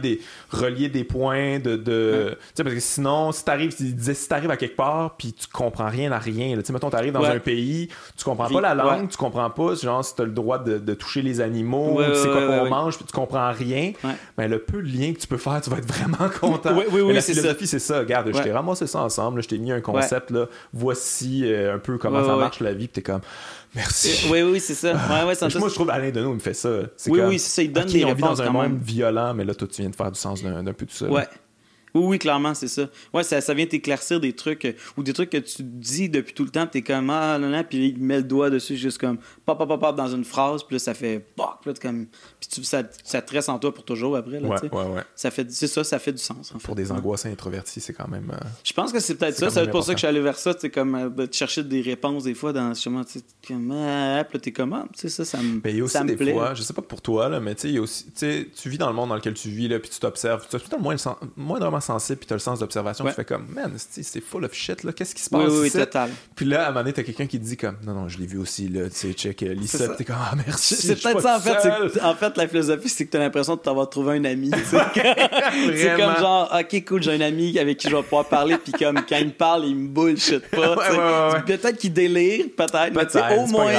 relier des points, parce que sinon, si t'arrives à quelque part puis tu comprends rien à rien, là, mettons t'arrives dans un pays, tu comprends pas la langue, tu comprends pas genre si t'as le droit de toucher les animaux, c'est quoi qu'on mange, puis tu comprends rien, mais le peu de liens que tu peux faire, tu vas être vraiment content.
Mais la
philosophie, c'est ça, regarde, je t'ai ramassé ça ensemble, là, je t'ai mis un concept, là, voici un peu comment ça marche la vie, puis t'es comme merci.
Oui, c'est ça.
Moi, je trouve Alain Deneau, il me fait ça. C'est
c'est ça, il donne des réponses.
On vit dans un monde violent, mais là, toi, tu viens de faire du sens d'un peu tout ça.
Oui, clairement, c'est ça. Ouais, ça vient t'éclaircir des trucs, ou des trucs que tu dis depuis tout le temps, puis t'es comme, puis il met le doigt dessus, juste comme, pop, dans une phrase, puis là, ça fait, puis comme, puis ça te reste en toi pour toujours après, là, tu sais. Ça fait du sens, en fait.
Pour des angoissés introvertis, c'est quand même...
Je pense que c'est peut-être ça, c'est pour ça que je suis allé vers ça, tu sais, comme, de chercher des réponses, des fois, dans, justement, tu sais, comme, puis là, t'es comme, tu sais, ça me plaît.
Il y a aussi des fois, je sais pas pour toi, là, mais tu sais, il y a aussi, tu sais, tu vis dans le monde dans lequel tu vis, là, puis tu t'observes, tu as tout le moindrement sensible, puis t'as le sens d'observation, tu fais comme, man, c'est full of shit, là, qu'est-ce qui se passe ici?
Total.
Puis là, à un moment donné, t'as quelqu'un qui te dit comme, non, je l'ai vu aussi, là, tu sais, check, lis ça, t'es comme, merci.
C'est peut-être ça, en fait, la philosophie, c'est que t'as l'impression de t'avoir trouvé un ami, c'est comme genre, ok, cool, j'ai un ami avec qui je vais pouvoir parler, puis comme, quand il me parle, il me bullshit pas, peut-être qu'il délire, peut-être, mais tu sais, au moins,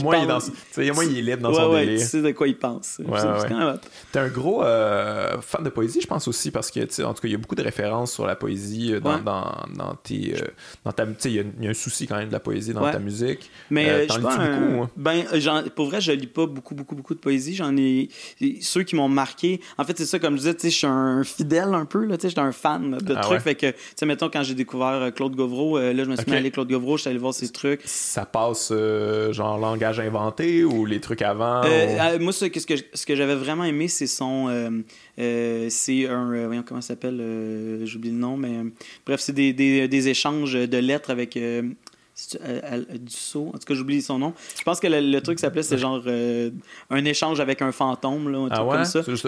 il est libre dans son délire. Tu sais de quoi il pense.
T'es un gros fan de poésie, je pense aussi, parce que, tu sais, en tout cas, il y a beaucoup beaucoup de références sur la poésie dans tes... dans ta, tu sais, il y a un souci quand même de la poésie dans ta musique.
Mais
t'en lis-tu beaucoup?
Pour vrai, je lis pas beaucoup de poésie. J'en ai... Ceux qui m'ont marqué... En fait, c'est ça, comme je disais, tu sais, je suis un fidèle un peu, là, tu sais, je suis un fan de trucs. Fait que, tu sais, mettons, quand j'ai découvert Claude Gauvreau, là, je me suis mis à aller Claude Gauvreau, je suis allé voir ses trucs.
Ça passe, genre, langage inventé ou les trucs avant?
Moi, ce que j'avais vraiment aimé, c'est son... c'est un... voyons, comment ça s'appelle? J'oublie le nom, mais... bref, c'est des échanges de lettres avec... Dussault, en tout cas j'oublie son nom. Je pense que le truc s'appelait c'est genre un échange avec un fantôme là, un truc comme ça.
Juste,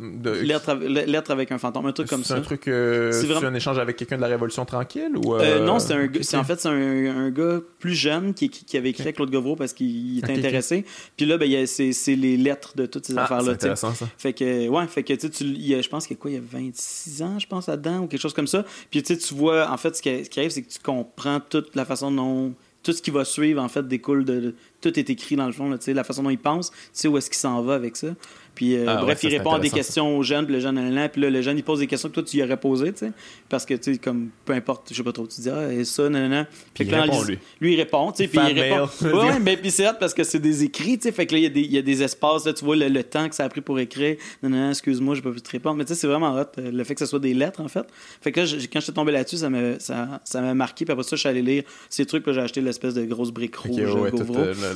lettre avec un fantôme, un truc comme ça.
C'est un truc c'est un échange avec quelqu'un de la Révolution tranquille ou
non, c'est en fait c'est un gars plus jeune qui avait écrit à Claude Gauvreau parce qu'il était intéressé. Puis là c'est les lettres de toutes ces affaires là.
C'est intéressant ça.
Fait que je pense qu'il y a 26 ans je pense là-dedans ou quelque chose comme ça. Puis tu vois en fait ce qui arrive c'est que tu comprends toute la façon dont tout ce qui va suivre en fait découle de tout est écrit dans le fond là, la façon dont il pense, tu sais où est-ce qu'il s'en va avec ça. Puis bref, il répond à des questions aux jeunes, puis le jeune puis là le jeune il pose des questions que toi tu y aurais posées, tu sais, parce que tu sais comme peu importe, je sais pas trop, tu dis et ça nanana. Puis
il répond
lui il répond, tu sais, puis il répond. Ouais, mais puis c'est hâte parce que c'est des écrits, tu sais, fait que là il y a des espaces là, tu vois le temps que ça a pris pour écrire. Non, excuse-moi, j'ai pas pu te répondre, mais tu sais c'est vraiment hot le fait que ce soit des lettres en fait. Fait que là quand j'étais tombé là-dessus, ça m'a marqué, puis après ça je suis allé lire ces trucs, là j'ai acheté l'espèce de grosse brique rouge Gauvreau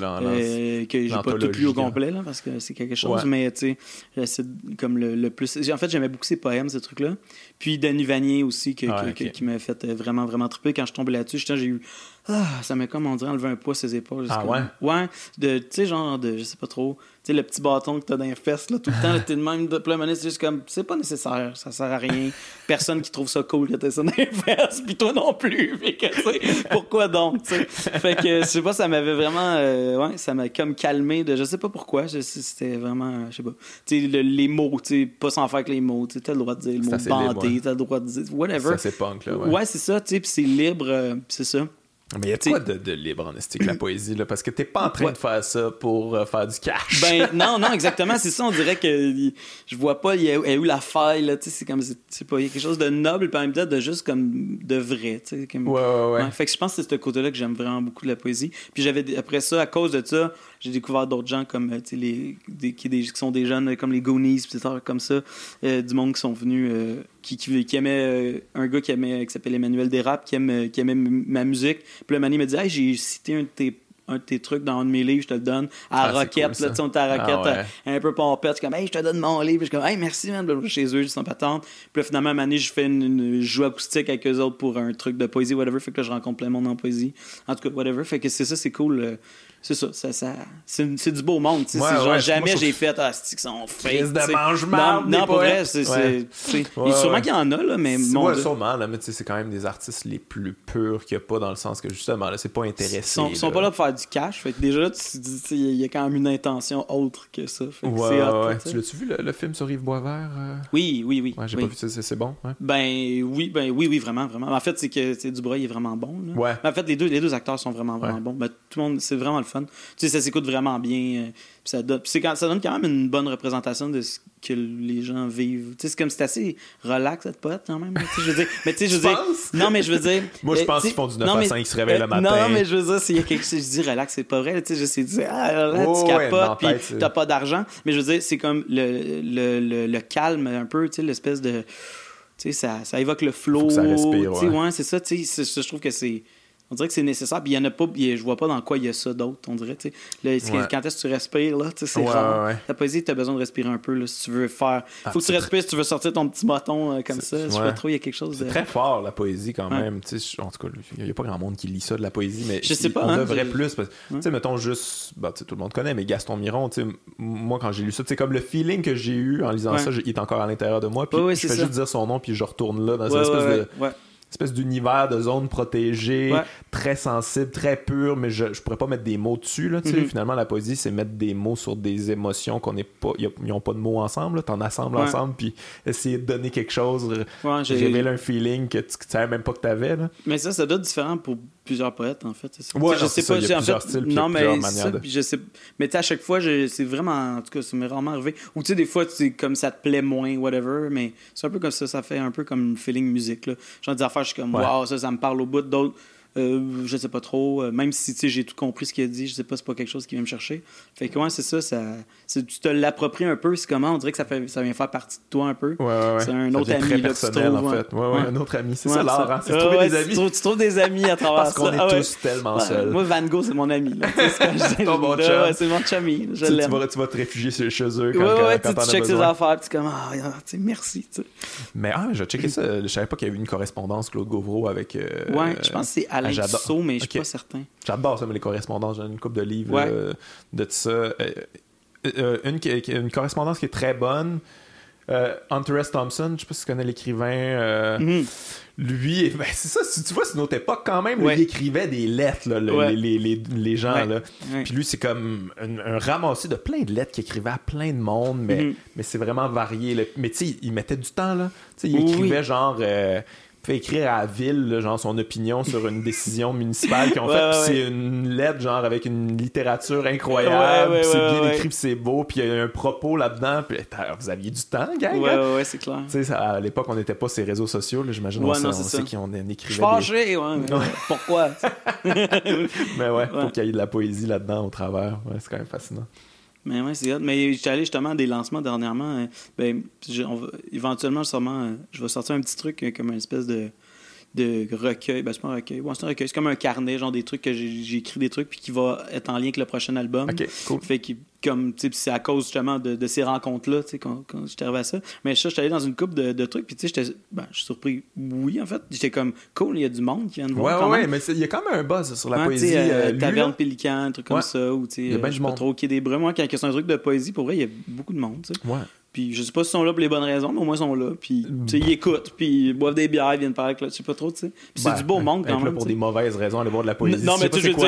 que j'ai pas tout lu au complet là parce que c'est quelque chose, mais tu sais c'est comme le plus. En fait, j'aimais beaucoup ses poèmes, ces trucs-là. Puis Denis Vanier aussi, qui m'a fait vraiment, vraiment triper. Quand je tombais là-dessus, j'ai eu. Ça m'a comme on dirait enlevé un poids ses épaules. Ouais, tu sais, genre de, je sais pas trop, tu sais, le petit bâton que t'as dans les fesses, là, tout le temps, là, t'es de même, de plein c'est juste comme, c'est pas nécessaire, ça sert à rien. Personne qui trouve ça cool que t'aies ça dans les fesses, pis toi non plus. Fait que, tu sais, pourquoi donc, tu sais. Fait que, je sais pas, ça m'avait vraiment, ça m'a comme calmé de, je sais pas pourquoi, c'était vraiment, je sais pas. Tu sais, les mots, tu sais, pas s'en faire avec les mots, tu sais, t'as le droit de dire le mot bandé, t'as le droit de dire, whatever.
C'est punk, là,
ouais, c'est ça, tu sais, pis c'est libre, c'est ça.
Mais y a quoi de libre en esthétique la poésie là, parce que t'es pas en train de faire ça pour faire du cash.
Ben non exactement, c'est ça, on dirait que je vois pas il y a eu la faille là, tu sais, c'est comme c'est pas, il y a quelque chose de noble puis en même temps de juste comme de vrai, tu sais, comme
ouais.
Fait que je pense que c'est ce côté-là que j'aime vraiment beaucoup de la poésie. Puis après ça, à cause de ça, j'ai découvert d'autres gens comme tu sais qui sont des jeunes comme les Goonies pis comme ça, du monde qui sont venus qui aimait un gars qui s'appelle Emmanuel Desrapes qui aimait ma musique. Puis le Manny me dit hey, j'ai cité un de tes trucs dans un de mes livres, je te le donne à Roquette, cool, là, tu sais, on était à Roquette un peu pompette, je suis comme hey, je te donne mon livre, puis je suis comme hey, merci man, chez eux, ils sont patentes. Puis là, finalement à Manny, je fais une joue acoustique avec eux autres pour un truc de poésie, whatever, fait que là, je rencontre plein de monde en poésie. En tout cas, whatever, fait que c'est ça, c'est cool. C'est ça c'est du beau monde, tu sais, genre jamais j'ai fait c'est qu'ils sont fake
de mangement
non pour vrai c'est sûrement qu'il y en a là, mais
sûrement là, mais tu sais c'est quand même des artistes les plus purs qu'il y a pas, dans le sens que justement là c'est pas intéressé,
ils sont pas là pour faire du cash, fait que déjà là tu dis il y a quand même une intention autre que ça, fait que c'est hot,
tu l'as-tu vu le film sur Yves Boisvert?
Oui
j'ai pas vu, c'est bon, ouais.
Ben oui vraiment en fait c'est que Dubreuil il est vraiment bon là.
Ouais.
En fait les deux acteurs sont vraiment bons, ben, tout le monde c'est vraiment le fun. Tu sais, ça s'écoute vraiment bien. Ça donne quand même une bonne représentation de ce que les gens vivent. Tu sais, c'est comme c'est assez relax cette pote quand même. Je veux dire, mais tu sais, non, mais je veux dire.
Moi, je pense qu'ils font du 9 à 5, ils se réveillent le matin.
Non, mais je veux dire, s'il y a quelque chose, je dis relax, c'est pas vrai. Tu sais, je sais dire, là, tu capotes, puis t'as pas d'argent. Mais je veux dire, c'est comme le calme un peu, tu sais, l'espèce de. Tu sais, ça évoque le flow.
Ça respire,
ouais, c'est ça. Tu sais, je trouve que c'est. On dirait que c'est nécessaire, puis il y en a pas, je vois pas dans quoi il y a ça d'autre, on dirait, tu sais. Quand est-ce que tu respires, là, tu sais, c'est rare. La poésie, t'as besoin de respirer un peu, là, si tu veux faire. Faut que tu respires, si tu veux sortir ton petit bâton comme ça. Je sais pas trop, il y a quelque chose de.
C'est très fort, la poésie, quand même. Tu sais, en tout cas, il y a pas grand monde qui lit ça, de la poésie, mais
je sais pas,
on devrait plus. Tu sais, mettons juste, tout le monde connaît, mais Gaston Miron, tu sais, moi, quand j'ai lu ça, tu sais, comme le feeling que j'ai eu en lisant ça, il est encore à l'intérieur de moi, puis je fais juste dire son nom, puis je retourne là, dans cette espèce d'univers de zone protégée, très sensible, très pure, mais je pourrais pas mettre des mots dessus, là, tu sais. Finalement, la poésie, c'est mettre des mots sur des émotions qu'on n'est pas... Ils n'ont pas de mots ensemble, là. T'en assembles ensemble, puis essayer de donner quelque chose, révéler un feeling que tu savais même pas que t'avais, là.
Mais ça doit être différent pour plusieurs poètes, en fait. C'est ça.
Ouais,
je sais pas,
il y a plusieurs styles, non,
mais
manières de...
je sais. Mais tu sais, à chaque fois, c'est vraiment, en tout cas, ça m'est rarement arrivé. Ou tu sais, des fois, comme ça te plaît moins, whatever, mais c'est un peu comme ça fait un peu comme feeling musique, là. Genre des affaires, je suis comme, waouh, ça me parle au bout, d'autres. Je sais pas trop, même si j'ai tout compris ce qu'il a dit, je sais pas, c'est pas quelque chose qui vient me chercher. Fait que ouais, c'est ça, tu te l'appropries un peu, c'est comment, on dirait que ça vient faire partie de toi un peu.
Ouais.
C'est un
ça
autre ami
très
là,
personnel,
tu trouves,
en fait. Ouais, un autre ami, c'est
ouais,
ça l'art, hein? C'est trouver des amis.
Tu trouves des amis à travers
Parce qu'on
ça.
est tous tellement seuls.
Moi, Van Gogh, c'est mon ami. Là. C'est
ton bon chum.
C'est mon chummy. Je
tu
l'aime.
vas te réfugier chez eux quand
tu checkes ses affaires, tu es comme, merci. T'sais.
Mais je vais checker ça. Je savais pas qu'il y avait eu une correspondance, Claude Gauvreau, avec.
Ouais, je pense que c'est Alain Dussault, mais je suis pas certain.
J'adore ça, mais les correspondances. J'ai une couple de livres de ça. Une correspondance qui est très bonne. Hunter S. Thompson, je sais pas si tu connais l'écrivain. Lui, ben c'est ça, si tu vois, c'est une autre époque quand même. Lui, il écrivait des lettres, là, les gens. Là. Puis lui, c'est comme un ramassé de plein de lettres qu'il écrivait à plein de monde, mais c'est vraiment varié. Là. Mais tu sais, il mettait du temps. Là. Il écrivait genre... fait écrire à la ville là, genre son opinion sur une décision municipale qu'ils ont faite, puis c'est une lettre genre avec une littérature incroyable, puis c'est bien écrit, puis c'est beau, puis il y a un propos là-dedans, puis vous aviez du temps, gang.
Ouais, c'est clair.
Tu sais, à l'époque on n'était pas ces réseaux sociaux, là, j'imagine on sait qu'on écrivait.
Je suis fâché, pourquoi?
Mais faut qu'il y ait de la poésie là-dedans au travers, c'est quand même fascinant.
Mais ouais, c'est hot. Mais j'étais allé justement à des lancements dernièrement. Éventuellement, sûrement, je vais sortir un petit truc comme une espèce de recueil. Ben, c'est pas un recueil. Ouais, c'est un recueil. C'est comme un carnet, genre des trucs que j'ai écrit des trucs puis qui va être en lien avec le prochain album.
OK, cool.
Fait que, comme, tu sais, c'est à cause justement de ces rencontres-là, tu sais, quand j'étais arrivé à ça. Mais ça, j'étais allé dans une couple de trucs puis tu sais, je suis surpris. Oui, en fait. J'étais comme, cool, il y a du monde qui vient de voir.
Ouais, mais il y a quand même un buzz sur la poésie.
Taverne Pélican, un truc comme ça. Ou, tu sais,
je sais pas
trop Quai des Brumes. Moi, quand c'est un truc de poésie, pour vrai, il y a beaucoup de monde, tu sais.
Ouais.
Puis je sais pas s'ils sont là pour les bonnes raisons, mais au moins ils sont là. Puis ils écoutent, puis ils boivent des bières, ils viennent parler avec là, je sais pas trop, tu sais. Puis c'est du beau monde quand même.
Là pour des mauvaises raisons, aller voir de la poésie.
Non, mais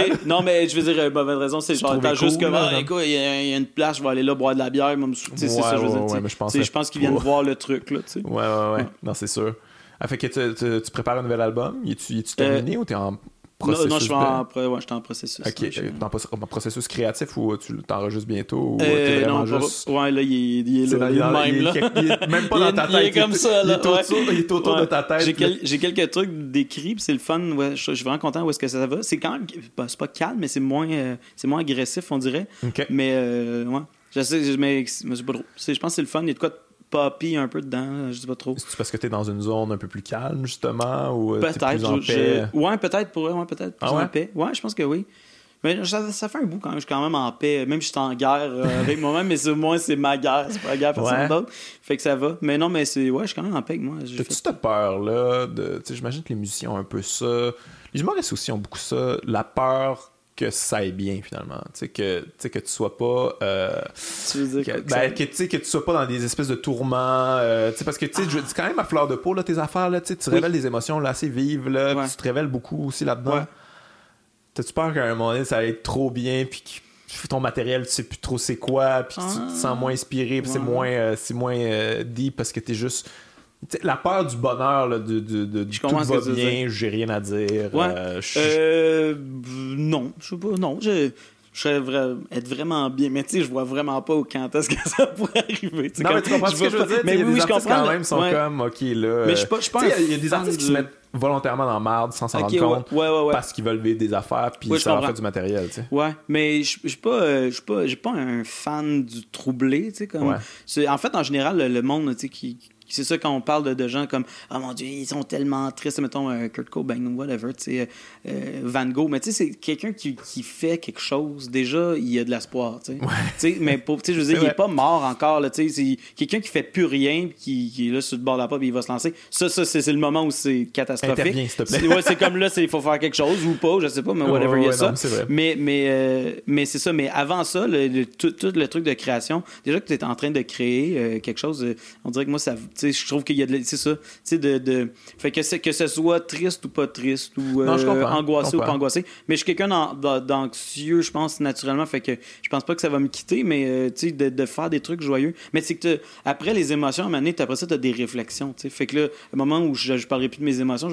je veux dire, mauvaise raison, c'est genre, t'as juste comme, écoute, il y a une place, je vais aller là boire de la bière, même, c'est ça, je veux dire. Je pense qu'ils viennent voir le truc, là, tu sais.
Ouais. Non, c'est sûr. Fait que tu prépares un nouvel album, es-tu terminé ou t'es en processus?
Non, j'étais en processus.
Ok, t'es en processus créatif ou tu t'enregistres bientôt ou
t'es vraiment
non, juste...
Ouais, là, il est là, même, là.
Il est même pas dans ta tête.
Il est comme ça, là.
Il est autour de ta tête.
J'ai quelques trucs d'écrits, puis c'est le fun. Ouais, je suis vraiment content où est-ce que ça va. C'est quand même... c'est pas calme, mais c'est moins agressif, on dirait.
Okay.
Mais, ouais. Je sais, mais c'est pas trop. Je pense que c'est le fun. Il y a de quoi de poppy un peu dedans, je sais pas trop.
C'est parce que t'es dans une zone un peu plus calme, justement, ou t'es plus en
paix?
Ouais,
peut-être, peut-être plus en paix. Ouais, je pense que oui. Mais ça fait un bout quand même. Je suis quand même en paix. Même si je suis en guerre avec moi-même, mais au moins c'est ma guerre. C'est pas la guerre personne d'autre. Fait que ça va. Mais non, mais je suis quand même en paix avec moi.
T'as-tu cette peur-là j'imagine que les musiciens ont un peu ça. Les humoristes aussi ont beaucoup ça. La peur que ça aille bien finalement, que tu sois pas
tu veux dire
que tu sois pas dans des espèces de tourments, parce que c'est quand même à fleur de peau là, tes affaires là, tu révèles des émotions là, assez vives là, tu te révèles beaucoup aussi là-dedans. T'as-tu peur qu'à un moment donné ça aille trop bien puis que ton matériel tu sais plus trop c'est quoi puis tu te sens moins inspiré puis c'est moins deep parce que t'es juste la peur du bonheur là, de tout va bien, j'ai rien à dire.
Non, je sais pas. Non, je être vraiment bien, mais tu sais, je vois vraiment pas quand est-ce que ça pourrait arriver.
Non, mais tu comprends ce que je veux dire?
Mais oui, je comprends.
Quand même sont comme, OK, là...
Mais je pense
il y a des artistes qui se mettent volontairement dans la merde sans s'en rendre compte parce qu'ils veulent vivre des affaires puis ça leur fait du matériel, tu sais.
Ouais, mais je suis pas un fan du troublé, tu sais, comme... En fait, en général, le monde, tu sais, c'est ça quand on parle de gens comme « Oh mon Dieu, ils sont tellement tristes », mettons Kurt Cobain ou whatever, tu sais, Van Gogh. Mais tu sais, c'est quelqu'un qui fait quelque chose. Déjà, il y a de l'espoir, tu sais. Mais tu sais, je veux dire, il est pas mort encore, là, tu sais. C'est quelqu'un qui fait plus rien, qui est là sur le bord de la porte et il va se lancer. Ça, c'est le moment où c'est catastrophique.
Interviens, s'il te plaît.
C'est comme là, il faut faire quelque chose ou pas, je sais pas, mais whatever, il y a ça.
Non,
mais c'est ça. Mais avant ça, tout le truc de création, déjà que tu es en train de créer quelque chose, on dirait que moi, ça... Je trouve qu'il y a c'est ça, fait que ce soit triste ou pas triste ou angoissé ou pas angoissé, mais je suis quelqu'un d'anxieux, je pense, naturellement, fait que je pense pas que ça va me quitter, mais de faire des trucs joyeux, mais c'est que après les émotions à un moment donné, après ça t'as des réflexions, fait que là, au moment où je parlerai plus de mes émotions,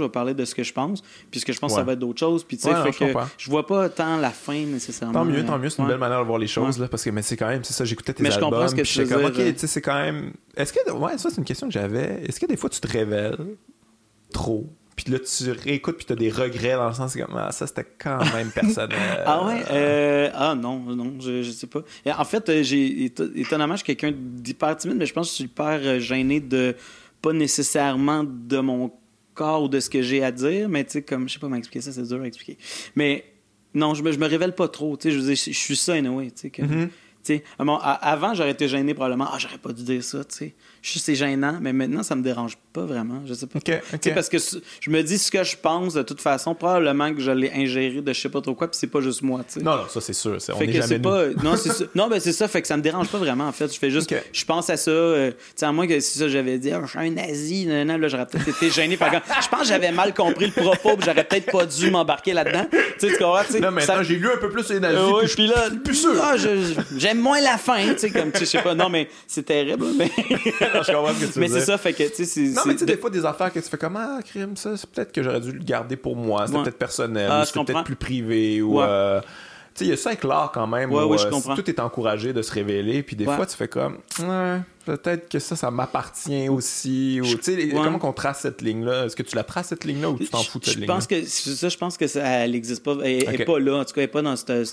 je vais parler de ce que je pense. Puis ce que je pense,
Ouais.
ça va être d'autres choses. Puis tu sais, fait que je vois pas tant la fin nécessairement.
Tant mieux, c'est une
Ouais.
belle manière de voir les choses, là, parce que mais c'est quand même, c'est ça, j'écoutais tes
Mais je
albums,
comprends ce que
puis
tu
j'étais
veux
comme,
dire.
ok, tu sais, c'est quand même... Est-ce que, ouais, ça c'est une question que j'avais, est-ce que des fois tu te révèles trop, puis là tu réécoutes puis t'as des regrets dans le sens comme, ah, ça c'était quand même personnel.
Ah ouais? Non, je sais pas. Et en fait, étonnamment, je suis quelqu'un d'hyper timide, mais je pense que je suis hyper gêné de, pas nécessairement de mon corps ou de ce que j'ai à dire, mais tu sais, comme, je sais pas m'expliquer ça, c'est dur à expliquer. Mais non, je me révèle pas trop, tu sais, je veux dire, je suis ça, anyway, tu sais, que... Tu sais, avant, j'aurais été gêné probablement. Ah, j'aurais pas dû dire ça, tu sais. C'est gênant, mais maintenant, ça me dérange pas vraiment. Je sais pas.
OK.
Tu sais, parce que je me dis ce que je pense, de toute façon, probablement que je l'ai ingéré de je sais pas trop quoi, puis c'est pas juste moi, tu sais.
Non, ça c'est sûr. On
Fait
n'est
que
jamais
c'est
nous.
pas. Non, c'est ça. Non, ben c'est ça. Fait que ça me dérange pas vraiment, en fait. Je fais juste.
OK.
Je pense à ça. Tu sais, à moins que si ça, j'avais dit, je suis un nazi, là, j'aurais peut-être été gêné. Fait que je pense que j'avais mal compris le propos, puis j'aurais peut-être pas dû m'embarquer là-dedans. Tu sais, tu comprends? Tu sais,
Là, maintenant, j'ai lu un peu plus les nazis,
ouais,
puis
puis là,
plus sûr.
ah, j'aime moins la fin, tu sais, comme, je sais pas. Non, mais c'est terrible, mais.
Non, je comprends ce que tu veux
Mais
dire.
c'est ça, fait que, tu sais, c'est.
Non, mais tu sais, des fois, des affaires que tu fais comme, ah, crime, ça, c'est peut-être que j'aurais dû le garder pour moi. C'était
Ouais.
peut-être personnel,
Ah,
ou
je
c'était
comprends.
peut-être plus privé, ou...
Ouais.
tu sais, il y a ça avec l'art quand même,
Ouais,
où
ouais, je comprends.
tout est encouragé de se révéler, puis des
Ouais.
fois, tu fais comme, ouais, peut-être que ça m'appartient aussi, ou tu sais,
Ouais.
comment qu'on trace cette ligne-là? Est-ce que tu la traces, cette ligne-là, ou tu t'en fous de cette
Je
ligne-là?
pense que c'est ça, je pense que ça, elle existe pas, elle est
Ok.
pas là, en tout cas, elle est pas dans c'est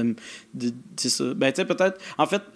ça. Ben tu sais peut-être, en fait,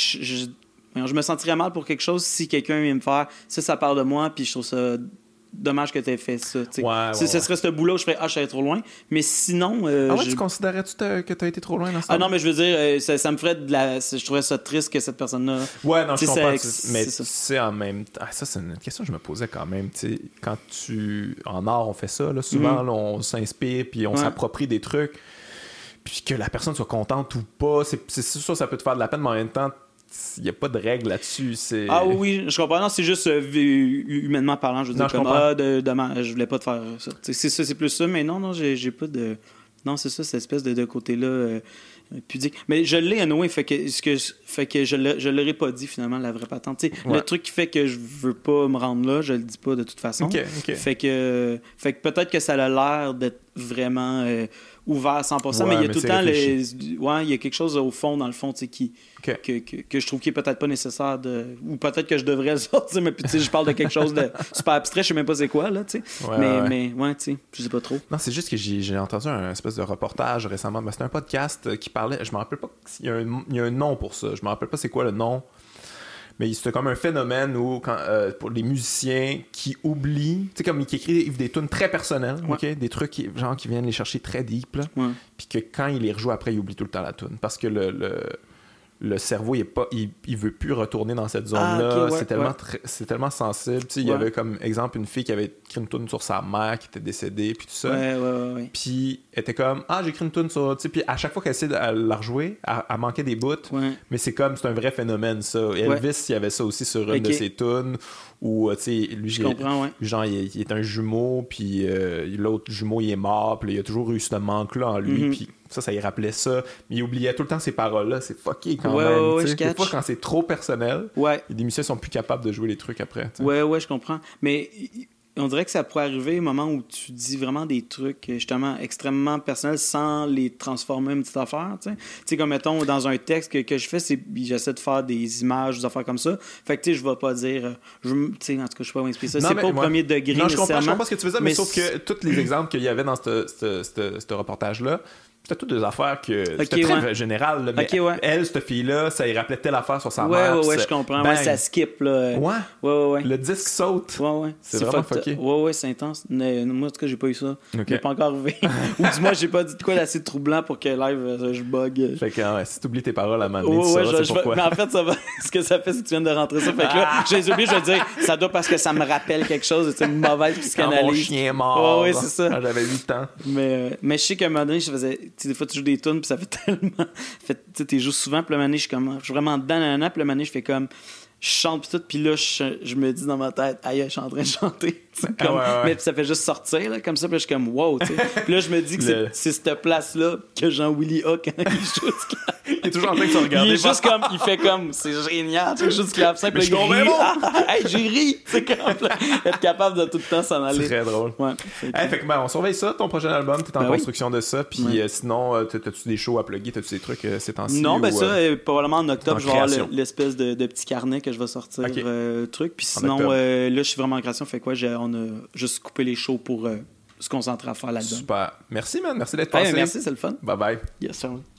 je me sentirais mal pour quelque chose si quelqu'un vient me faire ça parle de moi, puis je trouve ça dommage que tu aies fait ça. Tu sais.
Ouais,
Si ce serait ce bout-là où je ferais je suis allé trop loin, mais sinon.
Ah ouais, tu considérais-tu que t'as été trop loin dans ça?
Ah non, mais je veux dire, ça me ferait je trouverais ça triste que cette personne-là.
Ouais, non, je
Tu sais,
comprends.
c'est
Mais
ça.
tu sais, en même temps, ça, c'est une question que je me posais quand même. Tu sais, quand en art, on fait ça, là, souvent, là, on s'inspire, puis on
Ouais.
s'approprie des trucs, puis que la personne soit contente ou pas, c'est sûr, ça peut te faire de la peine, mais en même temps, il n'y a pas de règle là-dessus.
Ah oui, je comprends. Non, c'est juste humainement parlant, je veux
Non,
dire,
je
comme
comprends.
dommage, je voulais pas te faire ça. Tu sais, c'est ça, c'est plus ça, mais non, j'ai pas de. Non, c'est ça, cette espèce de côté-là pudique. Mais je l'ai anyway, fait que je l'aurais pas dit finalement, la vraie patente. Tu sais,
Ouais.
le truc qui fait que je veux pas me rendre là, je le dis pas de toute façon.
OK.
Fait que peut-être que ça a l'air d'être vraiment ouvert à 100%,
Ouais,
mais il y a
mais
tout le
c'est
temps il y a quelque chose au fond, dans le fond, tu sais,
OK.
que je trouve qui est peut-être pas nécessaire ou peut-être que je devrais le sortir, mais puis tu sais, je parle de quelque chose de super abstrait, je sais même pas c'est quoi, là, tu sais.
Ouais,
mais ouais, tu sais, je sais pas trop.
Non, c'est juste que j'ai entendu un espèce de reportage récemment. Ben, c'était un podcast qui parlait. Je me rappelle pas. Il y a un nom pour ça. Je me rappelle pas c'est quoi le nom. Mais c'était comme un phénomène où, pour les musiciens qui oublient, tu sais, comme qui écrivent des tunes très personnelles,
Ouais.
ok, des trucs qui viennent les chercher très deep, là,
Ouais.
puis que quand ils les rejouent après, ils oublient tout le temps la tune. Parce que le cerveau, il veut plus retourner dans cette zone-là.
ok, ouais,
c'est tellement sensible. Tu sais, il y
Ouais.
avait comme exemple une fille qui avait écrit une tune sur sa mère qui était décédée, puis tout ça.
Ouais.
Puis elle était comme, j'ai écrit une tune sur. Tu sais, puis à chaque fois qu'elle essayait de la rejouer, elle manquait des bouts.
Ouais.
Mais c'est un vrai phénomène, ça. Elvis, il y avait ça aussi sur une
Ok.
de ses tunes, où, tu sais, lui,
Je comprends, ouais.
genre, il est un jumeau, puis l'autre jumeau, il est mort, puis il y a toujours eu ce manque-là en lui, puis ça y rappelait ça. Mais il oubliait tout le temps ces paroles-là. C'est fucké quand
Ouais,
même.
ouais,
tu sais.
je
Des
catch.
fois, quand c'est trop personnel,
Ouais.
les musiciens sont plus capables de jouer les trucs après. tu sais.
Ouais, je comprends. Mais on dirait que ça pourrait arriver au moment où tu dis vraiment des trucs justement extrêmement personnels sans les transformer en une petite affaire. Tu sais, comme mettons dans un texte que je fais, j'essaie de faire des images, des affaires comme ça. Fait que tu sais, je vais pas dire. Tu sais, en tout cas, je sais pas comment expliquer ça.
Non,
C'est
mais
pas au
moi-
premier degré.
Non, je comprends
nécessairement.
ce que tu veux dire, mais sauf que tous les exemples qu'il y avait dans ce reportage-là, c'était toutes des affaires que c'était très
ouais.
général. Là, mais
Ok, ouais.
elle, cette fille-là, ça y rappelait telle affaire sur sa mère.
Ouais,
puis
je comprends.
bang.
Ouais, ça skip, là.
Ouais.
Ouais.
Le disque saute.
Ouais.
C'est vraiment
fucked
fucké.
up. Ouais, c'est intense. Mais, moi, en tout cas, j'ai pas eu ça.
Ok.
J'ai pas encore arrivé. Ou du moins, j'ai pas dit de quoi d'assez troublant pour que live, je bug.
Fait que si t'oublies tes paroles à un moment donné,
Ouais,
tu sauras c'est pourquoi.
mais en fait, ça va. Ce que ça fait, c'est que tu viens de rentrer ça. Fait que là, je les oublie, je vais dire, ça doit parce que ça me rappelle quelque chose. C'est une mauvaise
Quand mon
psychanalyse.
chien est mort.
Ouais, c'est ça.
Quand j'avais 8 ans.
Mais je sais qu'à un moment donné, je faisais. Tu sais, des fois, tu joues des tunes, puis ça fait tellement. Tu sais, tu joues souvent, puis le moment donné, je suis vraiment dedans, puis le moment donné, je fais comme. je chante pis tout, puis là, je me dis dans ma tête, aïe, je suis en train de chanter. Comme,
ouais.
Mais ça fait juste sortir, là, comme ça, puis là, je suis comme, wow, tu sais. Puis là, je me dis que c'est cette place-là que Jean-Willy a quand il joue du clap.
Il est toujours en train de se regarder.
Il est juste comme, il fait comme, c'est génial, tu sais, juste clap simple,
mais
il rit. Hey, j'ai ri! C'est comme, être capable de tout le temps s'en aller.
C'est très drôle.
Ouais.
Fait que, on surveille ça, ton prochain album, t'es en construction de ça, puis sinon, t'as-tu des shows à plugger, t'as-tu des trucs ces temps-ci?
Non, ben ça, probablement en octobre, je vais avoir l'espèce de petit carnet que je vais sortir, truc. Puis sinon, là, je suis vraiment en création, fait quoi, on a juste coupé les shows pour se concentrer à faire l'album.
Super. Merci, man. Merci d'être passé.
Merci, c'est le fun.
Bye-bye.
Yes, sir.